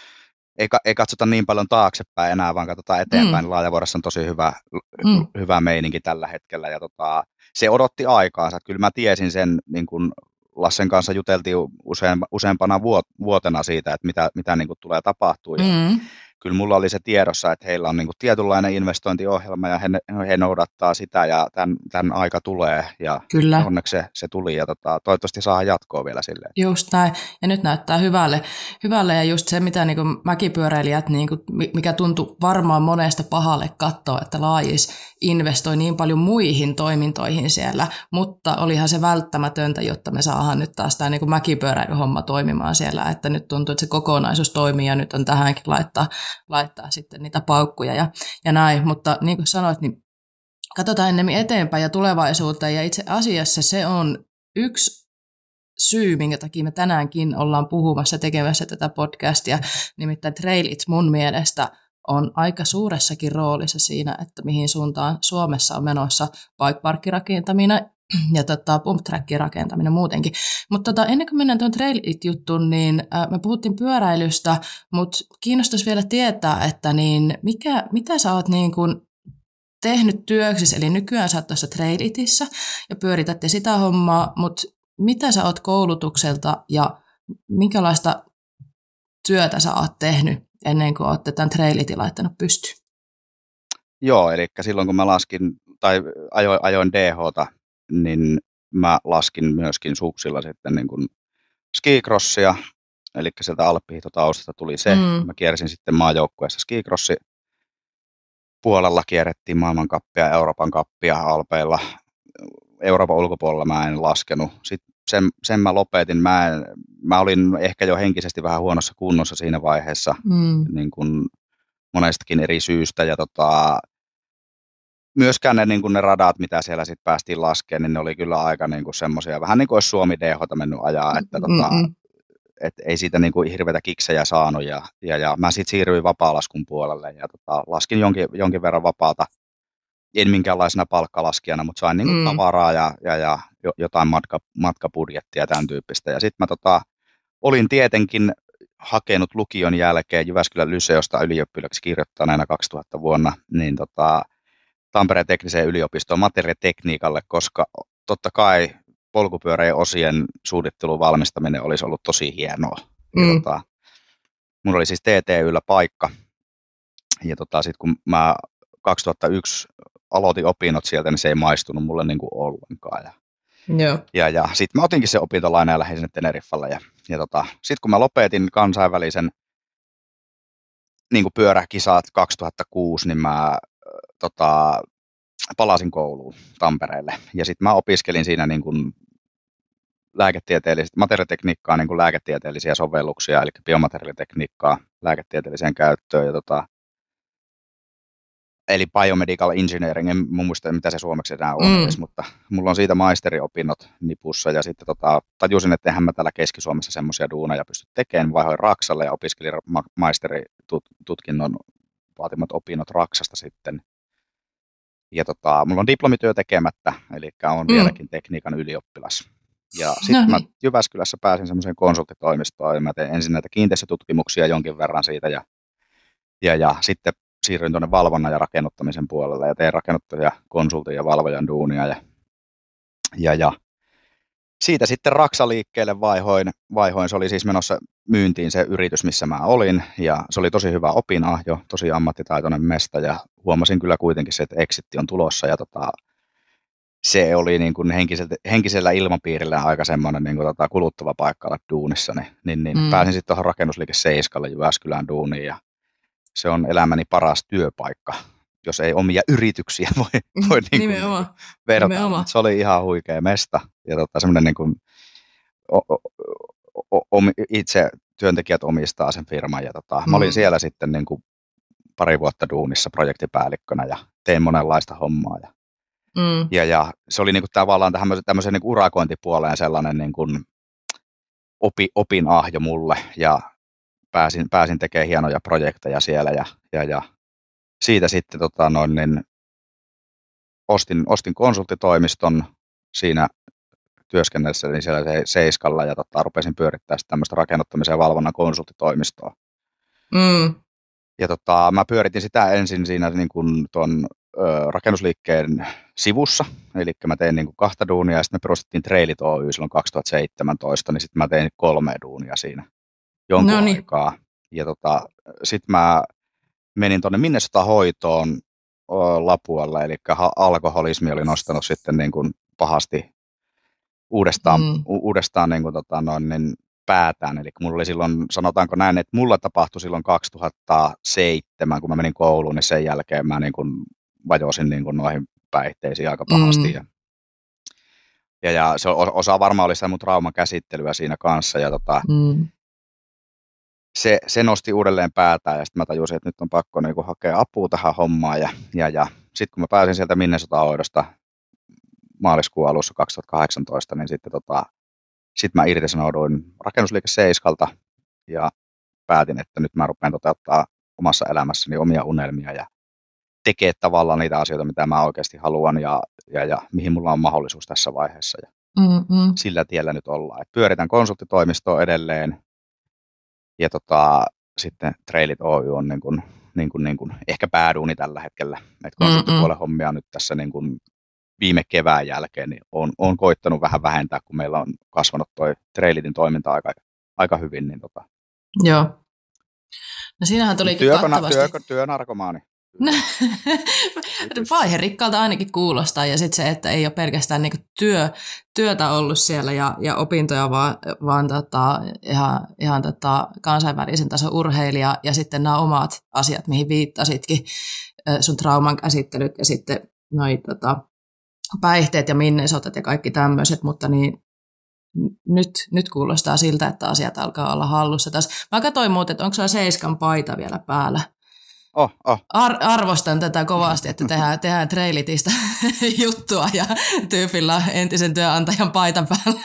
ei, ei katsota niin paljon taaksepäin enää, vaan katsotaan eteenpäin. Mm. Laajavuoressa on tosi hyvä, mm. hyvä meininki tällä hetkellä. Ja tota, se odotti aikaansa. Kyllä mä tiesin sen, niin kuin Lassen kanssa juteltiin usein, useampana vuotena siitä, että mitä, mitä niin kuin tulee tapahtua. Mm. Kyllä mulla oli se tiedossa, että heillä on niin kuin tietynlainen investointiohjelma ja he, he noudattaa sitä ja tämän, tämän aika tulee. Ja Kyllä. onneksi se, se tuli ja tota, toivottavasti saa jatkoa vielä silleen. Just näin. Ja nyt näyttää hyvälle. hyvälle ja just se, mitä niin kuin mäkipyöräilijät, niin kuin, mikä tuntui varmaan monesta pahalle katsoa, että Laajis investoi niin paljon muihin toimintoihin siellä, mutta olihan se välttämätöntä, jotta me saadaan nyt taas tämä niin kuin mäkipyöräilyhomma toimimaan siellä, että nyt tuntuu, että se kokonaisuus toimii ja nyt on tähänkin laittaa laittaa sitten niitä paukkuja ja, ja näin, mutta niin kuin sanoit, niin katsotaan ennemmin eteenpäin ja tulevaisuuteen ja itse asiassa se on yksi syy, minkä takia me tänäänkin ollaan puhumassa tekemässä tätä podcastia, nimittäin trailit mun mielestä on aika suuressakin roolissa siinä, että mihin suuntaan Suomessa on menossa bike-parkkirakentaminen ja tota, pump-trackin rakentaminen muutenkin. Mutta tota, ennen kuin mennään tuon trail-it-juttuun, niin äh, me puhuttiin pyöräilystä, mutta kiinnostaisi vielä tietää, että niin, mikä, mitä sä oot niin kun tehnyt työksisi, eli nykyään sä oot tuossa trail-itissä ja pyöritätte sitä hommaa, mutta mitä sä oot koulutukselta ja minkälaista työtä sä oot tehnyt ennen kuin ootte tämän trail-itin laittanut pystyyn? Joo, eli silloin kun mä laskin tai ajoin, ajoin D H:ta, niin mä laskin myöskin suksilla sitten niin kuin skicrossia, eli sieltä alppihiihtotaustasta tuli se. Mm. Mä kiersin sitten maajoukkueessa skicrossi puolella, kierrettiin maailmankappia, Euroopan kappia alpeilla. Euroopan ulkopuolella mä en laskenut. Sitten sen, sen mä lopetin. Mä, en, mä olin ehkä jo henkisesti vähän huonossa kunnossa siinä vaiheessa, mm. niin kuin monestakin eri syystä. Ja tota, myöskään ne, niin kuin ne radat, mitä siellä sitten päästiin laskemaan, niin ne oli kyllä aika niin kuin semmoisia, vähän niin kuin olisi Suomi D H:ta mennyt ajaa, että tota, et ei siitä niin kuin hirveätä kiksejä saanut. Ja, ja, ja mä sitten siirryin vapaalaskun puolelle ja tota, laskin jonkin, jonkin verran vapaata. En minkäänlaisena palkkalaskijana, mutta sain niin kuin mm. tavaraa ja, ja, ja jotain matka, matkabudjettia ja tämän tyyppistä. Ja sitten mä tota, olin tietenkin hakenut lukion jälkeen Jyväskylän Lyseosta ylioppilaksi kirjoittaneena kaksituhatta vuonna, niin tota, Tampereen tekniseen yliopistoon materiaalitekniikalle, koska totta kai polkupyöräjien osien suunnittelun valmistaminen olisi ollut tosi hienoa. Mm. Ja tota, mulla oli siis T T Y:llä paikka, ja tota, sitten kun mä kaksituhattayksi aloitin opinnot sieltä, niin se ei maistunut mulle niin kuin ollenkaan. Ja, Joo. ja, ja sitten mä otinkin se opintolaina ja lähdin sinne Teneriffalle. Ja, ja tota, sitten kun mä lopetin kansainvälisen niin kuin pyöräkisat kaksituhattakuusi, niin mä tota, palasin kouluun Tampereelle. Ja sitten mä opiskelin siinä niin kuin lääketieteellistä, materiaalitekniikkaa, niin kuin lääketieteellisiä sovelluksia, eli biomateriaalitekniikkaa lääketieteelliseen käyttöön. Ja tota, eli biomedical engineering, en muista mitä se suomeksi enää on Mm. edes, mutta mulla on siitä maisteriopinnot nipussa ja sitten tota, tajusin, että eihän mä täällä Keski-Suomessa semmoisia duuneja pysty tekemään, vaihoin Raksalle ja opiskelin ma- maisteritutkinnon vaatimat opinnot Raksasta sitten. Ja tota, mulla on diplomityö tekemättä, eli on Mm. vieläkin tekniikan ylioppilas. Ja sitten No mä niin. Jyväskylässä pääsin semmoiseen konsulttitoimistoon ja mä tein ensin näitä kiinteistötutkimuksia jonkin verran siitä ja, ja, ja sitten siirryin tuonne valvonnan ja rakennuttamisen puolelle ja tein rakennuttaja, konsultin ja valvojan duunia ja, ja, ja siitä sitten Raksa-liikkeelle vaihoin, vaihoin, se oli siis menossa myyntiin se yritys, missä mä olin ja se oli tosi hyvä opinahjo, tosi ammattitaitoinen mesta ja huomasin kyllä kuitenkin se, että exitti on tulossa ja tota, se oli niin kuin henkisellä, henkisellä ilmapiirillä aika semmoinen niin kuin tota kuluttava paikka olla duunissa, niin, niin, niin Mm. pääsin sitten tuohon rakennusliike Seiskalle Jyväskylään duuniin ja se on elämäni paras työpaikka, jos ei omia yrityksiä voi, voi niin kuin, Nimenomaan. niin kuin vertailla. Nimenomaan. Se oli ihan huikea mesta ja tota, semmoinen niin kuin, o, o, o, o, itse työntekijät omistaa sen firman ja tota, Mm. mä olin siellä sitten niin kuin pari vuotta duunissa projektipäällikkönä ja tein monenlaista hommaa ja Mm. Ja, ja se oli niinku tavallaan tämmöisen, tämmöisen niinku urakointipuoleen sellainen niinku opi, opinahjo mulle ja pääsin, pääsin tekemään hienoja projekteja siellä ja, ja, ja siitä sitten tota noin, niin ostin, ostin konsulttitoimiston siinä työskennellessä niin siellä se- Seiskalla ja tota, rupesin pyörittämään sitten tämmöistä rakennuttamisen ja valvonnan konsulttitoimistoa. Mm. Ja tota, mä pyöritin sitä ensin siinä niin kuin ton ö, rakennusliikkeen sivussa, eli mä tein niin kuin kahta duunia ja sitten me perustettiin Trailit Oy silloin kaksituhattaseitsemäntoista, niin sitten mä tein kolme duunia siinä jonkun Noniin. aikaa. Ja tota, sitten mä menin tuonne Minnesota-hoitoon ö, Lapualla, eli ha- alkoholismi oli nostanut sitten niin kuin pahasti uudestaan, Mm. u- uudestaan niin kuin, tota, noin, niin päätään. Eli mulla oli silloin, sanotaanko näin, että mulla tapahtui silloin kaksituhattaseitsemän, kun mä menin kouluun, niin sen jälkeen mä niin kuin vajosin niin kuin noihin päihteisiin aika pahasti. Mm. Ja, ja, ja se o- osa varmaan oli sitä mun trauman käsittelyä siinä kanssa. Ja tota, Mm. se, se nosti uudelleen päätään ja sitten mä tajusin, että nyt on pakko niin kuin hakea apua tähän hommaan. Ja, ja, ja sitten kun mä pääsin sieltä Minnesota-hoidosta maaliskuun alussa kaksituhattakahdeksantoista, niin sitten tota, sitten mä irtisanouduin rakennusliike Seiskalta ja päätin, että nyt mä rupean toteuttaa omassa elämässäni omia unelmia ja tekee tavallaan niitä asioita, mitä mä oikeasti haluan ja, ja, ja mihin mulla on mahdollisuus tässä vaiheessa. Ja Mm-mm. sillä tiellä nyt ollaan. Et pyöritän konsulttitoimistoa edelleen ja tota, sitten Trailit Oy on niin kuin, niin kuin, niin kuin, ehkä pääduuni tällä hetkellä. Et konsulttipuolen hommia nyt tässä niin kuin viime kevään jälkeen niin on, on koittanut vähän vähentää, kun meillä on kasvanut toi Trailitin toiminta aika, aika hyvin. Niin tota. Joo. No siinähän tulikin Työkona, kattavasti. työ, työnarkomaani. Vaiherikkaalta ainakin kuulostaa ja sitten se, että ei ole pelkästään niinku työ, työtä ollut siellä ja, ja opintoja, vaan, vaan tota, ihan, ihan tota kansainvälisen tason urheilija ja sitten nämä omat asiat, mihin viittasitkin, sun trauman käsittelyt ja sitten noi, tota, päihteet ja minnesotat ja kaikki tämmöiset, mutta niin nyt, nyt kuulostaa siltä, että asiat alkaa olla hallussa taas. Mä katsoin muuten, että onko sulla Seiskan paita vielä päällä. Oh, oh. Ar- arvostan tätä kovasti, että tehdään, tehdään Trailitistä juttua ja tyypillä on entisen työnantajan paitan päällä.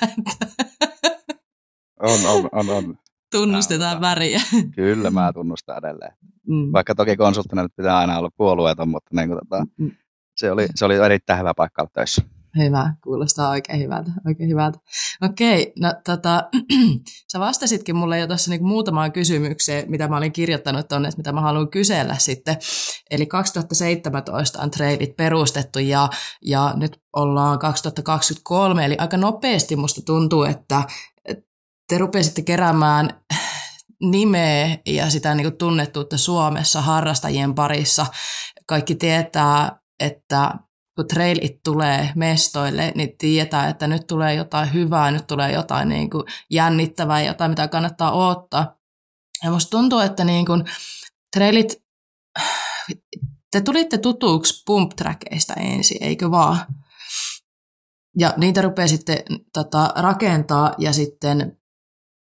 On, on, on, on. Tunnustetaan väriä. Kyllä, mä tunnustan edelleen. Mm. Vaikka toki konsulttina nyt pitää aina olla puolueeton, mutta niin kuin, tota, Mm. se, oli, se oli erittäin hyvä paikka olla töissä. Hyvä, kuulostaa oikein hyvältä. Oikein hyvältä. Okei, no tota, sä vastasitkin mulle jo tuossa niinku muutamaan kysymykseen, mitä mä olin kirjoittanut tuonne, mitä mä haluan kysellä sitten. Eli kaksituhattaseitsemäntoista on Trailit perustettu ja, ja nyt ollaan kaksituhattakaksikymmentäkolme, eli aika nopeasti musta tuntuu, että te rupesitte keräämään nimeä ja sitä niinku tunnettuutta Suomessa harrastajien parissa. Kaikki tietää, että kun Trailit tulee mestoille, niin tietää, että nyt tulee jotain hyvää, nyt tulee jotain niin kuin jännittävää, jotain, mitä kannattaa odottaa. Ja musta tuntuu, että niin kuin Trailit, te tulitte tutuksi pump-trackeista ensin, eikö vaan? Ja niitä rupesitte tota, rakentaa ja sitten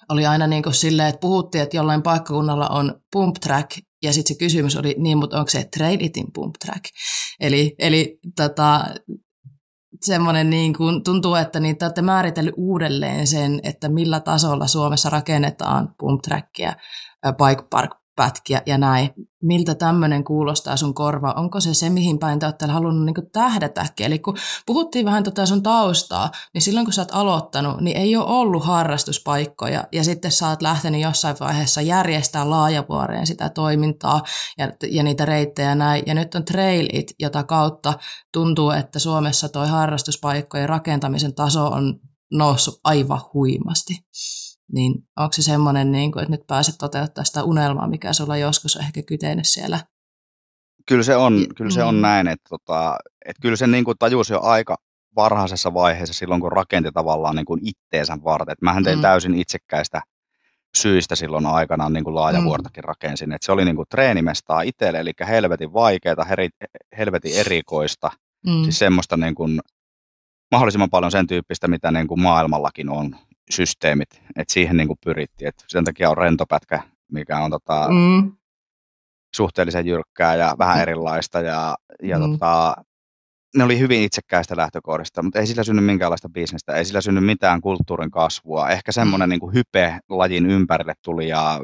oli aina niin kuin silleen, että puhuttiin, että jollain paikkakunnalla on pump track, ja sitten se kysymys oli, niin, mutta onko se trail itin pump track? Eli, eli tota, semmoinen niin kuin, tuntuu, että niin te olette määritellyt uudelleen sen, että millä tasolla Suomessa rakennetaan pump trackia, bike park pätkiä ja näin. Miltä tämmöinen kuulostaa sun korva? Onko se se, mihin päin te olette halunnut niin kuin tähdätäkin? Eli kun puhuttiin vähän tota sun taustaa, niin silloin kun sä oot aloittanut, niin ei ole ollut harrastuspaikkoja. Ja sitten sä oot lähtenyt jossain vaiheessa järjestää Laajavuoreen sitä toimintaa ja, ja niitä reittejä näin. Ja nyt on Trail It, jota kautta tuntuu, että Suomessa toi harrastuspaikkojen rakentamisen taso on noussut aivan huimasti. Niin onko se semmoinen, niin kuin, että nyt pääset toteuttamaan sitä unelmaa, mikä sulla joskus on ehkä kytenyt siellä? Kyllä se on, kyllä se on näin, että, tota, että kyllä se niin kuin tajusi jo aika varhaisessa vaiheessa silloin, kun rakenti tavallaan niin kuin itteensä varten. Että mähän tein mm. täysin itsekkäistä syistä silloin aikanaan niin kuin Laajavuortakin mm. rakensin. Että se oli niin kuin treenimestaa itselle, eli helvetin vaikeaa, helvetin erikoista. Mm. Siis semmoista niin kuin, mahdollisimman paljon sen tyyppistä, mitä niin kuin maailmallakin on. Systeemit, että siihen niin kuin pyrittiin. Et sen takia on rentopätkä, mikä on tota, mm. suhteellisen jyrkkää ja vähän erilaista. Ja, ja mm. tota, ne oli hyvin itsekkäistä lähtökohdista, mutta ei sillä synny minkäänlaista bisnestä, ei sillä synny mitään kulttuurin kasvua. Ehkä semmoinen mm. niin kuin hype lajin ympärille tuli ja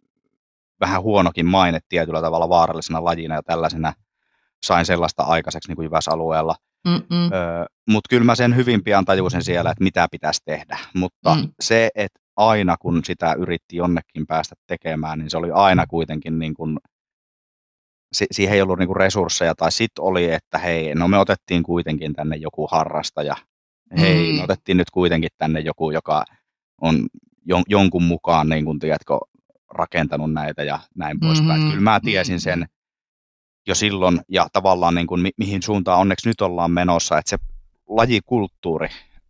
vähän huonokin maine tietyllä tavalla vaarallisena lajina ja tällaisena sain sellaista aikaiseksi niin kuin Jyväs-alueella. Öö, mutta kyllä mä sen hyvin pian tajusin siellä, että mitä pitäisi tehdä. Mutta mm. se, että aina kun sitä yritti jonnekin päästä tekemään, niin se oli aina kuitenkin, niin kuin, si- siihen ei ollut niin kuin resursseja. Tai sitten oli, että hei, no me otettiin kuitenkin tänne joku harrastaja. Hei, mm. me otettiin nyt kuitenkin tänne joku, joka on jon- jonkun mukaan, niin kuin, tiedätkö, rakentanut näitä ja näin mm-hmm. poispäin. Kyllä mä tiesin sen jo silloin ja tavallaan niin kuin mi- mihin suuntaan onneksi nyt ollaan menossa, että se lajikulttuuri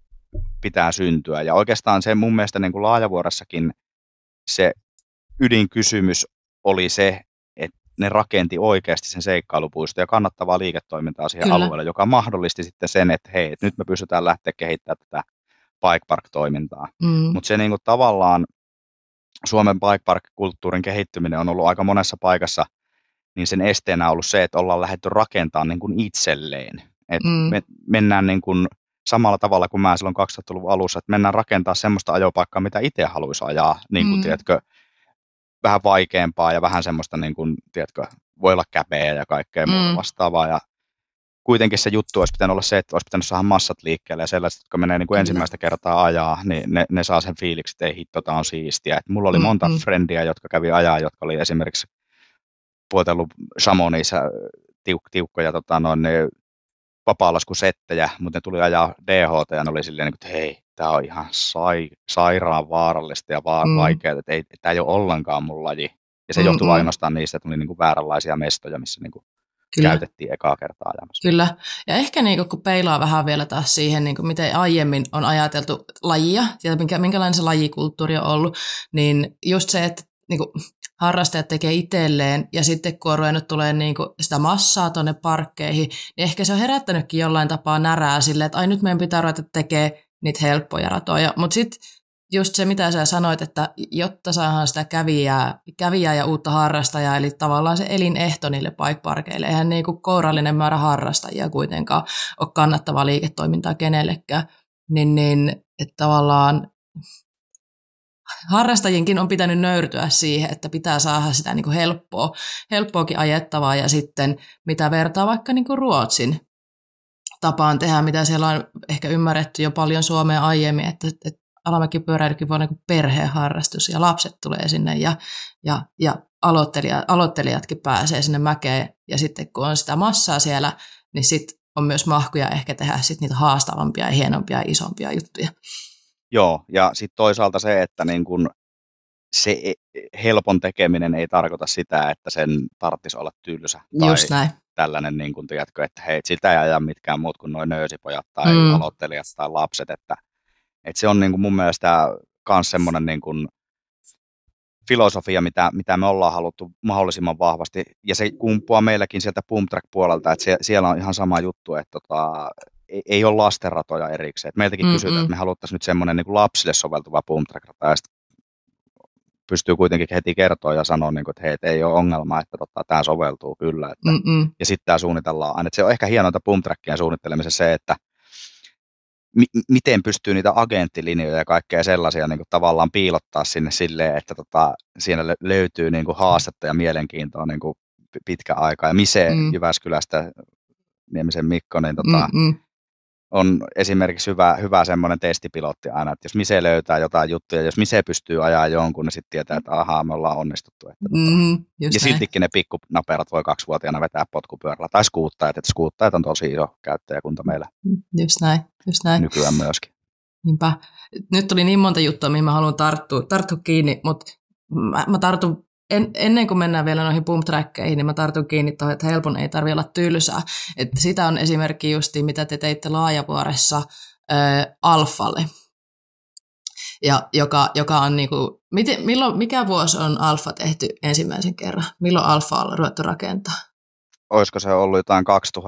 pitää syntyä ja oikeastaan se mun mielestä niin kuin Laajavuoressakin se ydinkysymys oli se, että ne rakenti oikeasti sen seikkailupuisto ja kannattavaa liiketoimintaa siihen Kyllä. alueelle, joka mahdollisti sitten sen, että hei, että nyt me pystytään lähteä kehittämään tätä bike park-toimintaa, mm. mutta se niin kuin tavallaan Suomen bike park-kulttuurin kehittyminen on ollut aika monessa paikassa niin sen esteenä on ollut se, että ollaan lähdetty rakentamaan niin kuin itselleen. Et mm. me mennään niin kuin samalla tavalla kuin mä silloin kaksituhattaluvun alussa, että mennään rakentamaan semmoista ajopaikkaa, mitä itse haluaisi ajaa, niin kuin, mm. tiedätkö, vähän vaikeampaa ja vähän semmoista, niin kuin, tiedätkö, voi olla käpeä ja kaikkea mm. muuta vastaavaa. Ja kuitenkin se juttu olisi pitänyt olla se, että olisi pitänyt saada massat liikkeelle ja sellaiset, jotka menee niin kuin ensimmäistä kertaa ajaa, niin ne, ne saa sen fiiliksi, että ei hitto, tämä on siistiä. Et mulla oli mm. monta mm. frendiä, jotka kävi ajaa, jotka oli esimerkiksi puotellut Chamonixissa tiuk, tiukkoja tota, noin, vapaalaskusettejä, mutta ne tuli ajaa D H T ja ne oli silleen, että hei, tämä on ihan sai, sairaan vaarallista ja va- mm. vaikeaa, että ei, tämä ei ole ollenkaan mun laji. Ja se mm-hmm. johtui ainoastaan niistä, että oli niinku vääränlaisia mestoja, missä niinku käytettiin ekaa kertaa ajamassa. Kyllä, ja ehkä niinku, kun peilaa vähän vielä taas siihen, niinku, miten aiemmin on ajateltu lajia ja minkä, minkälainen se lajikulttuuri on ollut, niin just se, että niinku, harrastajat tekee itselleen ja sitten kun on ruvennut tulee niinku sitä massaa tuonne parkkeihin, niin ehkä se on herättänytkin jollain tapaa närää silleen, että ai nyt meidän pitää ruveta tekemään niitä helppoja ratoja. Mutta sitten just se, mitä sä sanoit, että jotta saadaan sitä kävijää, kävijää ja uutta harrastajaa, eli tavallaan se elinehto niille bike-parkeille, eihän niinku kourallinen määrä harrastajia kuitenkaan ole kannattavaa liiketoimintaa kenellekään, niin, niin että tavallaan harrastajienkin on pitänyt nöyrtyä siihen, että pitää saada sitä niin kuin helppoa, helppoakin ajettavaa ja sitten mitä vertaa vaikka niin kuin Ruotsin tapaan tehdä, mitä siellä on ehkä ymmärretty jo paljon Suomea aiemmin, että, että alamäkipyöräilykin voi olla niin kuin perheharrastus ja lapset tulee sinne ja, ja, ja aloittelijat, aloittelijatkin pääsee sinne mäkeen ja sitten kun on sitä massaa siellä, niin sitten on myös mahkuja ehkä tehdä sit niitä haastavampia ja hienompia ja isompia juttuja. Joo, ja sitten toisaalta se, että niin kun se helpon tekeminen ei tarkoita sitä, että sen tarvitsisi olla tylsä. Just tai näin. tällainen, niin kun, tiedätkö, että hei, siltä ei aja mitkään muut kuin noin nöysipojat tai mm. aloittelijat tai lapset. Että, että se on niin kun mun mielestä myös semmoinen niin kun filosofia, mitä, mitä me ollaan haluttu mahdollisimman vahvasti. Ja se kumpuaa meilläkin sieltä Pump Track-puolelta, että se, siellä on ihan sama juttu, että tota, ei, ei ole lastenratoja erikseen. Et meiltäkin Mm-mm. kysytään, että me haluttaisiin nyt semmoinen niin kuin lapsille soveltuva Pump Track-rata. Ja pystyy kuitenkin heti kertoa ja sanoa, niin kuin, että hei, et ei ole ongelma, että tota, tämä soveltuu kyllä. Että, ja sitten tämä suunnitellaan aina. Että se on ehkä hienointa pumptrackien suunnittelemisessa se, että mi- miten pystyy niitä agenttilinjoja ja kaikkea sellaisia niin kuin, tavallaan piilottaa sinne silleen, että tota, siinä löytyy niin kuin, haastetta ja mielenkiintoa niin kuin, pitkä aika. Ja Mise mm. Jyväskylästä, Niemisen Mikko, niin tota, on esimerkiksi hyvä, hyvä semmoinen testipilotti aina, että jos Mise löytää jotain juttuja, jos Mise pystyy ajaa jonkun, niin sitten tietää, että ahaa, me ollaan onnistuttu. Että, mm, tota, ja näin. Siltikin ne pikkunaperat voi kaksivuotiaana vetää potkupyörällä, tai skuuttajat, että skuuttajat on tosi iso käyttäjäkunta meillä. Just näin, just näin. Nykyään myöskin. Niinpä. Nyt tuli niin monta juttua, mihin mä haluan tarttua, tarttua kiinni, mutta mä, mä tartun, en, ennen kuin mennään vielä noihin pumptrackkeihin, niin mä tartun kiinni tuohon, että helpon ei tarvitse olla tylsää. Että sitä on esimerkki justiin, mitä te teitte Laajavuoressa ää, Alfalle. Ja joka, joka on niinku, miten, milloin, mikä vuosi on Alfa tehty ensimmäisen kerran? Milloin Alfa on ruvettu rakentaa? Olisiko se ollut jotain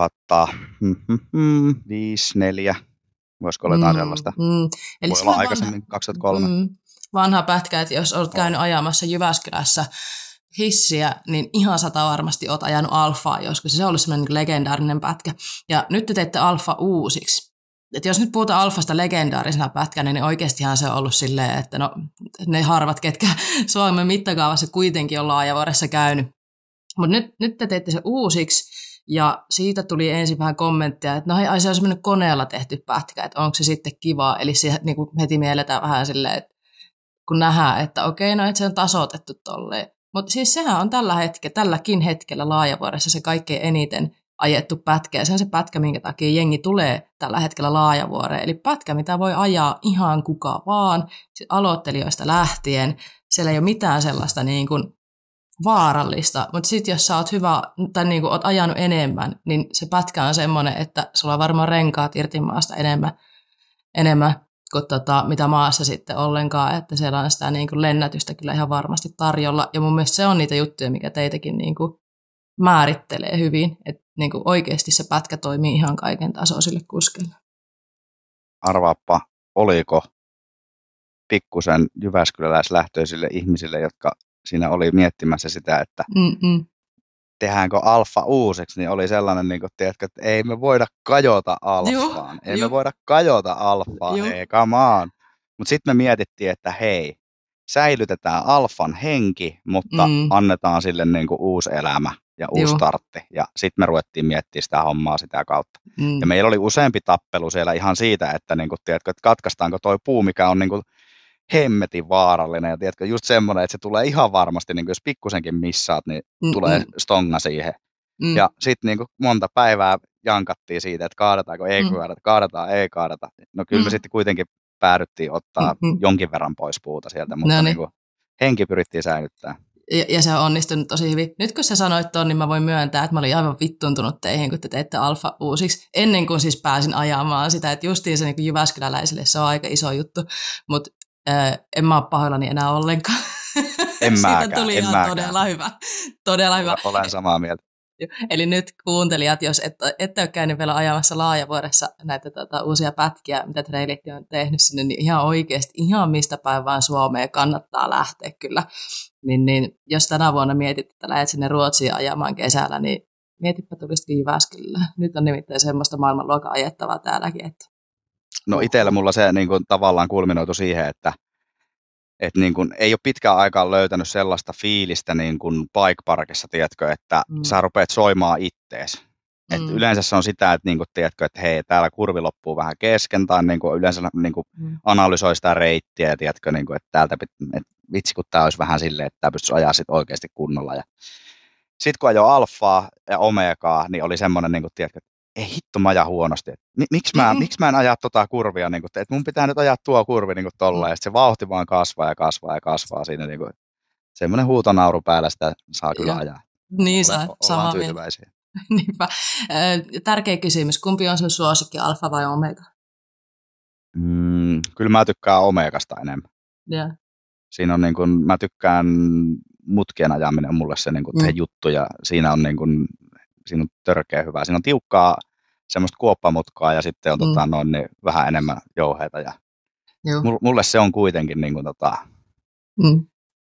kaksituhattaviisi neljä Voisiko olla jotain mm, sellaista? Mm. Eli voi olla aikaisemmin vanha, kaksituhattakolme Mm, vanha pätkä, että jos olet käynyt ajamassa Jyväskylässä hissiä, niin ihan sata varmasti olet ajanut Alfaa joskus. Se on ollut sellainen legendaarinen pätkä. Ja nyt te teette Alfa uusiksi. Et jos nyt puhutaan Alfasta legendaarisena pätkänä, niin oikeastihan se on ollut silleen, että no, ne harvat, ketkä Suomen mittakaavassa kuitenkin on Laajavuoressa käynyt. Mutta nyt, nyt te teette se uusiksi. Ja siitä tuli ensin vähän kommenttia, että no hei, se on semmoinen koneella tehty pätkä, että onko se sitten kivaa. Eli se, niin kuin heti mielletään vähän silleen, että kun nähdään, että okei, no että se on tasoitettu tolleen. Mutta siis sehän on tällä hetkellä, tälläkin hetkellä Laajavuoressa se kaikkein eniten ajettu pätkä. Ja se on se pätkä, minkä takia jengi tulee tällä hetkellä Laajavuoreen. Eli pätkä, mitä voi ajaa ihan kuka vaan, aloittelijoista lähtien. Siellä ei ole mitään sellaista niin kuin vaarallista, mutta sitten jos sä oot hyvä tai niin kuin oot ajanut enemmän, niin se pätkä on semmoinen, että sulla on varmaan renkaat irti maasta enemmän, enemmän kuin tota, mitä maassa sitten ollenkaan, että siellä on sitä niin kuin lennätystä kyllä ihan varmasti tarjolla. Ja mun mielestä se on niitä juttuja, mikä teitäkin niin kuin määrittelee hyvin, että niin kuin oikeasti se pätkä toimii ihan kaiken tasoisille kuskeille. Arvaappa, oliko pikkusen jyväskyläläislähtöisille ihmisille, jotka siinä oli miettimässä sitä, että Mm-mm. tehdäänkö Alfa uusiksi, niin oli sellainen, niin kuin, tiedätkö, että ei me voida kajota Alfaan. Juh, ei juh. me voida kajota Alfaan, juh. ei, come on. Mutta sitten me mietittiin, että hei, säilytetään Alfan henki, mutta mm. annetaan sille niin kuin uusi elämä ja uusi juh. startti. Ja sitten me ruvettiin miettimään sitä hommaa sitä kautta. Mm. Ja meillä oli useampi tappelu siellä ihan siitä, että, niin kuin, tiedätkö, että katkaistaanko toi puu, mikä on niin kuin hemmetin vaarallinen ja tiedätkö, just semmoinen, että se tulee ihan varmasti, niin jos pikkusenkin missaat, niin Mm-mm. tulee stonga siihen. Mm. Ja sitten niin monta päivää jankattiin siitä, että kaadetaanko, ei mm. kaadata, kaadetaan, ei kaadata. No kyllä mm. me sitten kuitenkin päädyttiin ottaa Mm-mm. jonkin verran pois puuta sieltä, mutta no niin. niin henki pyrittiin säilyttämään. Ja, ja se on onnistunut tosi hyvin. Nyt kun sä sanoit ton, niin mä voin myöntää, että mä olin aivan vittuuntunut teihin, kun te teitte Alfa uusiksi. Ennen kuin siis pääsin ajamaan sitä, että justiin se niin jyväskyläläisille se on aika iso juttu, mutta Äh, en mä ole pahoillani enää ollenkaan. En mäkään. Siitä tuli en ihan mäkään. todella hyvä. Todella hyvä. Olen samaa mieltä. Eli nyt kuuntelijat, jos et, ette ole käynyt vielä ajamassa Laajavuoressa näitä tota, uusia pätkiä, mitä Trailit on tehnyt sinne, niin ihan oikeasti, ihan mistä päin vaan Suomeen kannattaa lähteä kyllä. Niin, niin, jos tänä vuonna mietit, että lähdet sinne Ruotsiin ajamaan kesällä, niin mietipä tulisitkin Jyväskylään. Nyt on nimittäin semmoista maailmanluokan ajettavaa täälläkin, että No itsellä mulla se niin kuin, tavallaan kulminoitu siihen, että et, niin kuin, ei ole pitkään aikaan löytänyt sellaista fiilistä niin kuin bike parkissa, tiedätkö, että mm. sä rupeat soimaan ittees. Mm. Et yleensä se on sitä, että, niin kuin, tiedätkö, että hei, täällä kurvi loppuu vähän kesken, tai niin kuin, yleensä niin kuin, mm. analysoi sitä reittiä, ja tiedätkö, niin kuin, että täältä, et, vitsi kun tää olisi vähän silleen, että tää pystyisi ajaa sit oikeasti kunnolla. Sitten kun ajoi Alfaa ja Omegaa, niin oli semmoinen, niin kuin, tiedätkö, ei hitto, mä ajan huonosti. Miksi mä, mm-hmm. miksi mä en aja tota kurvia, niin kuin, että mun pitää nyt ajaa tuo kurvi niin tolleen, ja se vauhti vaan kasvaa ja kasvaa ja kasvaa siinä. Niin kuin, semmoinen huutonauru päällä sitä saa kyllä ajaa. Niin saa, samaa mieltä. Niinpä. Tärkeä kysymys, kumpi on sun suosikki, Alfa vai Omega? Mm, kyllä mä tykkään Omegasta enemmän. Yeah. Siinä on niin kuin, mä tykkään mutkien ajaminen on mulle se niin kuin, mm. juttu, ja siinä on niin kuin, siinä on törkeä hyvää. Siinä on tiukkaa semmoista kuoppamutkaa ja sitten on mm. tota, noin, niin vähän enemmän jouheita. Ja mulle se on kuitenkin niin kuin, tota, mm.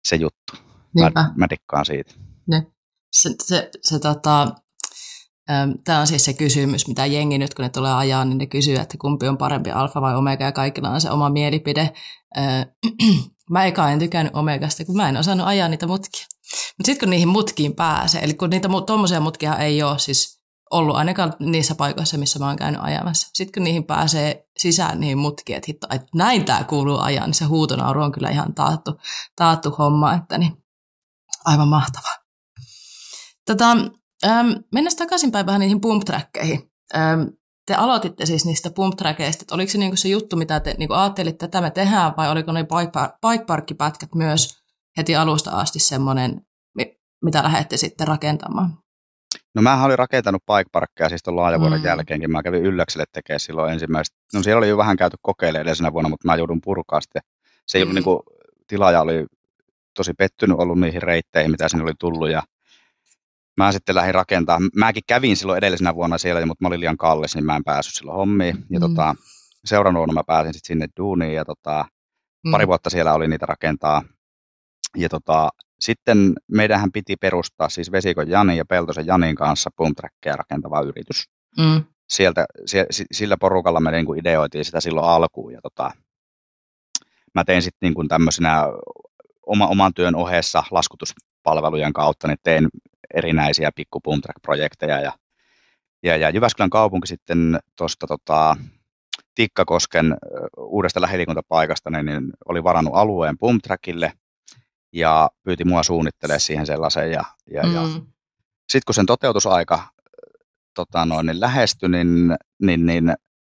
se juttu. Mä, mä dikkaan siitä. Ne. Se, se, se, tota, tämä on siis se kysymys, mitä jengi nyt kun ne tulee ajaa, niin ne kysyy, että kumpi on parempi, alfa vai omega, ja kaikilla on se oma mielipide. Mä eka en tykännyt omegasta, kun mä en osannut ajaa niitä mutkia. Mutta sitten kun niihin mutkiin pääsee, eli kun niitä tuommoisia mutkia ei ole siis ollut ainakaan niissä paikoissa, missä mä oon käynyt ajamassa. Sitten kun niihin pääsee sisään niihin mutkiin, että hitto, että näin tää kuuluu ajaa, niin se huutonauru on kyllä ihan taattu, taattu homma, että niin aivan mahtavaa. Tota, ähm, mennään takaisinpäin vähän niihin pump-trackkeihin. Ähm, te aloititte siis niistä pump-trackeista, että oliko se niinku se juttu, mitä te niinku ajattelitte, että tätä me tehdään, vai oliko ne bike parkkipätkät myös heti alusta asti semmoinen, mitä lähdette sitten rakentamaan? No mähän olin rakentanut bike parkkeja siis tuon laajavuoden mm. jälkeenkin. Mä kävin Ylläkselle tekemään silloin ensimmäistä. No siellä oli jo vähän käyty kokeilemaan edellisenä vuonna, mutta mä joudun purkaa sitten. Se ei mm. ollut niin kuin, tilaaja oli tosi pettynyt ollut niihin reitteihin, mitä sinne oli tullut. Ja mä sitten lähdin rakentamaan. Mäkin kävin silloin edellisenä vuonna siellä, mutta mä olin liian kallis, niin mä en päässyt silloin hommiin. Ja mm. tota, seuraavana vuonna mä pääsin sitten sinne duuniin ja tota, mm. pari vuotta siellä oli niitä rakentaa. Ja tota, sitten meidänhän piti perustaa siis Vesikon Janin ja Peltosen Janin kanssa pump-trackia rakentava yritys. Mm. Sieltä, sie, sillä porukalla me niin kuin ideoitiin sitä silloin alkuun. Ja tota, mä tein sitten niin kuin tämmöisenä oma, oman työn ohessa laskutuspalvelujen kautta, niin tein erinäisiä pikku pump-track-projekteja. Ja, ja, ja Jyväskylän kaupunki sitten tuosta tota, Tikkakosken uudesta lähiliikuntapaikasta niin, niin oli varannut alueen pump-trackille. Ja pyyti mua suunnittelemaan siihen sellaisen. Ja, ja, mm. ja. Sitten kun sen toteutusaika tota noin, niin lähestyi, niin, niin, niin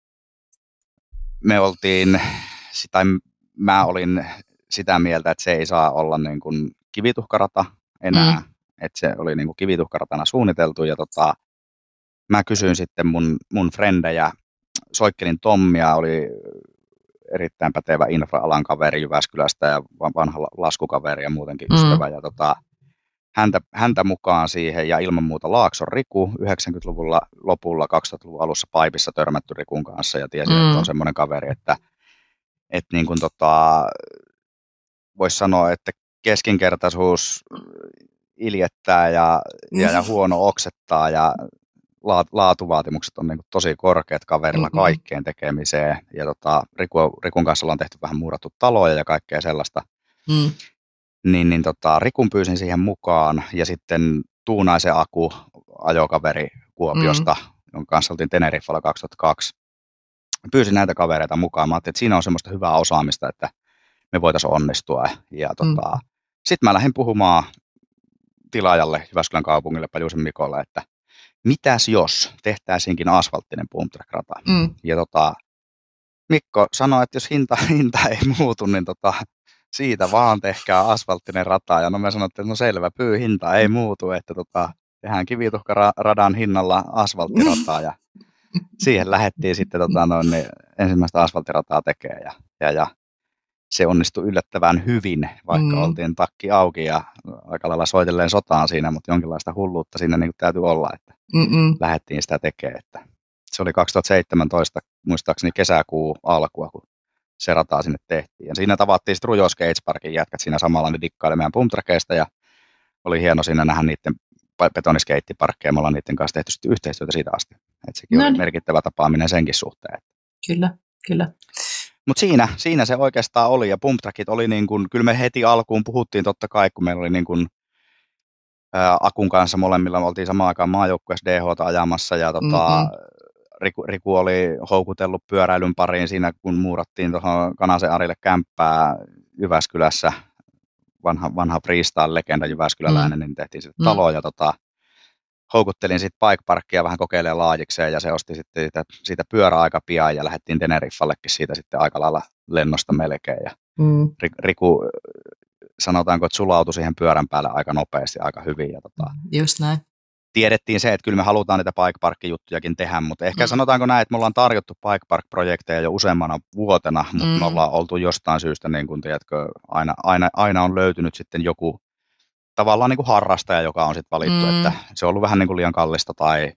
me oltiin, tai mä olin sitä mieltä, että se ei saa olla niin kuin kivituhkarata enää. Mm. Että se oli niin kuin kivituhkaratana suunniteltu. Ja tota, mä kysyin sitten mun, mun frendejä, soikkelin Tommia, oli erittäin pätevä infra-alan kaveri Jyväskylästä ja vanha laskukaveri ja muutenkin mm. ystävä. Ja tota, häntä, häntä mukaan siihen ja ilman muuta Laakson Riku, yhdeksänkymmentäluvulla lopulla, kaksituhattaluvun alussa Paipissa törmätty Rikun kanssa ja tiesin, mm. että on semmoinen kaveri, että, että niin kuin tota, voisi sanoa, että keskinkertaisuus iljettää ja, mm. ja, ja huono oksettaa ja laatuvaatimukset on niin kuin tosi korkeat kaverilla mm-hmm. kaikkeen tekemiseen. Ja tota, Riku, Rikun kanssa ollaan tehty vähän muurattu taloja ja kaikkea sellaista. Mm. Niin, niin tota, Rikun pyysin siihen mukaan ja sitten Tuunaisen Aku, ajokaveri Kuopiosta, mm. jonka kanssa oltiin Teneriffalla kaksituhattakaksi. Pyysin näitä kavereita mukaan. Mä ajattelin, että siinä on semmoista hyvää osaamista, että me voitaisiin onnistua. Ja tota, mm. sitten mä lähdin puhumaan tilaajalle, Jyväskylän kaupungille, Pajusen Mikolle, että mitäs jos tehtäisiinkin asfalttinen pump-track-rata? Mm. Ja tota, Mikko sanoi, että jos hinta, hinta ei muutu, niin tota, siitä vaan tehkää asfalttinen rata. Ja no me sanottiin, että no selvä, pyy hinta ei muutu, että tota, tehdään kivituhkaradan hinnalla asfalttirataa. Ja siihen lähdettiin sitten tota, noin, niin ensimmäistä asfalttirataa tekemään. Ja, ja, ja se onnistui yllättävän hyvin, vaikka mm. oltiin takki auki ja aika lailla soitelleen sotaan siinä, mutta jonkinlaista hulluutta siinä niin täytyy olla, että Mm-mm. lähdettiin sitä tekemään. Että se oli kaksituhattaseitsemäntoista, muistaakseni kesäkuu alkua, kun se rataa sinne tehtiin. Ja siinä tavattiin sitten Rujo Skateparkin jätkät siinä samalla, ne dikkaili meidän pump-trackeista ja oli hieno siinä nähdä niiden betoniskeittiparkkeja. Me ollaan niiden kanssa tehty sitten yhteistyötä siitä asti. Että sekin no. oli merkittävä tapaaminen senkin suhteen. Kyllä, kyllä. Mutta siinä, siinä se oikeastaan oli, ja pump-trackit oli niin kuin, kyllä me heti alkuun puhuttiin totta kai, kun meillä oli niin kuin, ää, Akun kanssa molemmilla, me oltiin samaan aikaan maajoukkueessa D H:ta ajamassa, ja tota, Riku, Riku oli houkutellut pyöräilyn pariin siinä, kun muurattiin tuohon Kanasen Arille kämppää Jyväskylässä, vanha, vanha freestyle-legenda jyväskyläläinen, mm. niin tehtiin sitten talo, ja tota, houkuttelin sitten bike parkkia vähän kokeilemaan laajikseen ja se osti sitten siitä, siitä pyörä aika pian ja lähdettiin Teneriffallekin siitä sitten aika lailla lennosta melkein. Ja mm. Riku, sanotaanko, että sulautui siihen pyörän päälle aika nopeasti, aika hyvin. Ja tota, just näin. Tiedettiin se, että kyllä me halutaan niitä bike park-juttujakin tehdä, mutta ehkä mm. sanotaanko näin, että me ollaan tarjottu bike park-projekteja jo useammana vuotena, mutta mm. me ollaan oltu jostain syystä, niin kuin tiedätkö, aina, aina, aina on löytynyt sitten joku tavallaan niin kuin harrastaja, joka on sitten valittu, mm. että se on ollut vähän niin kuin liian kallista tai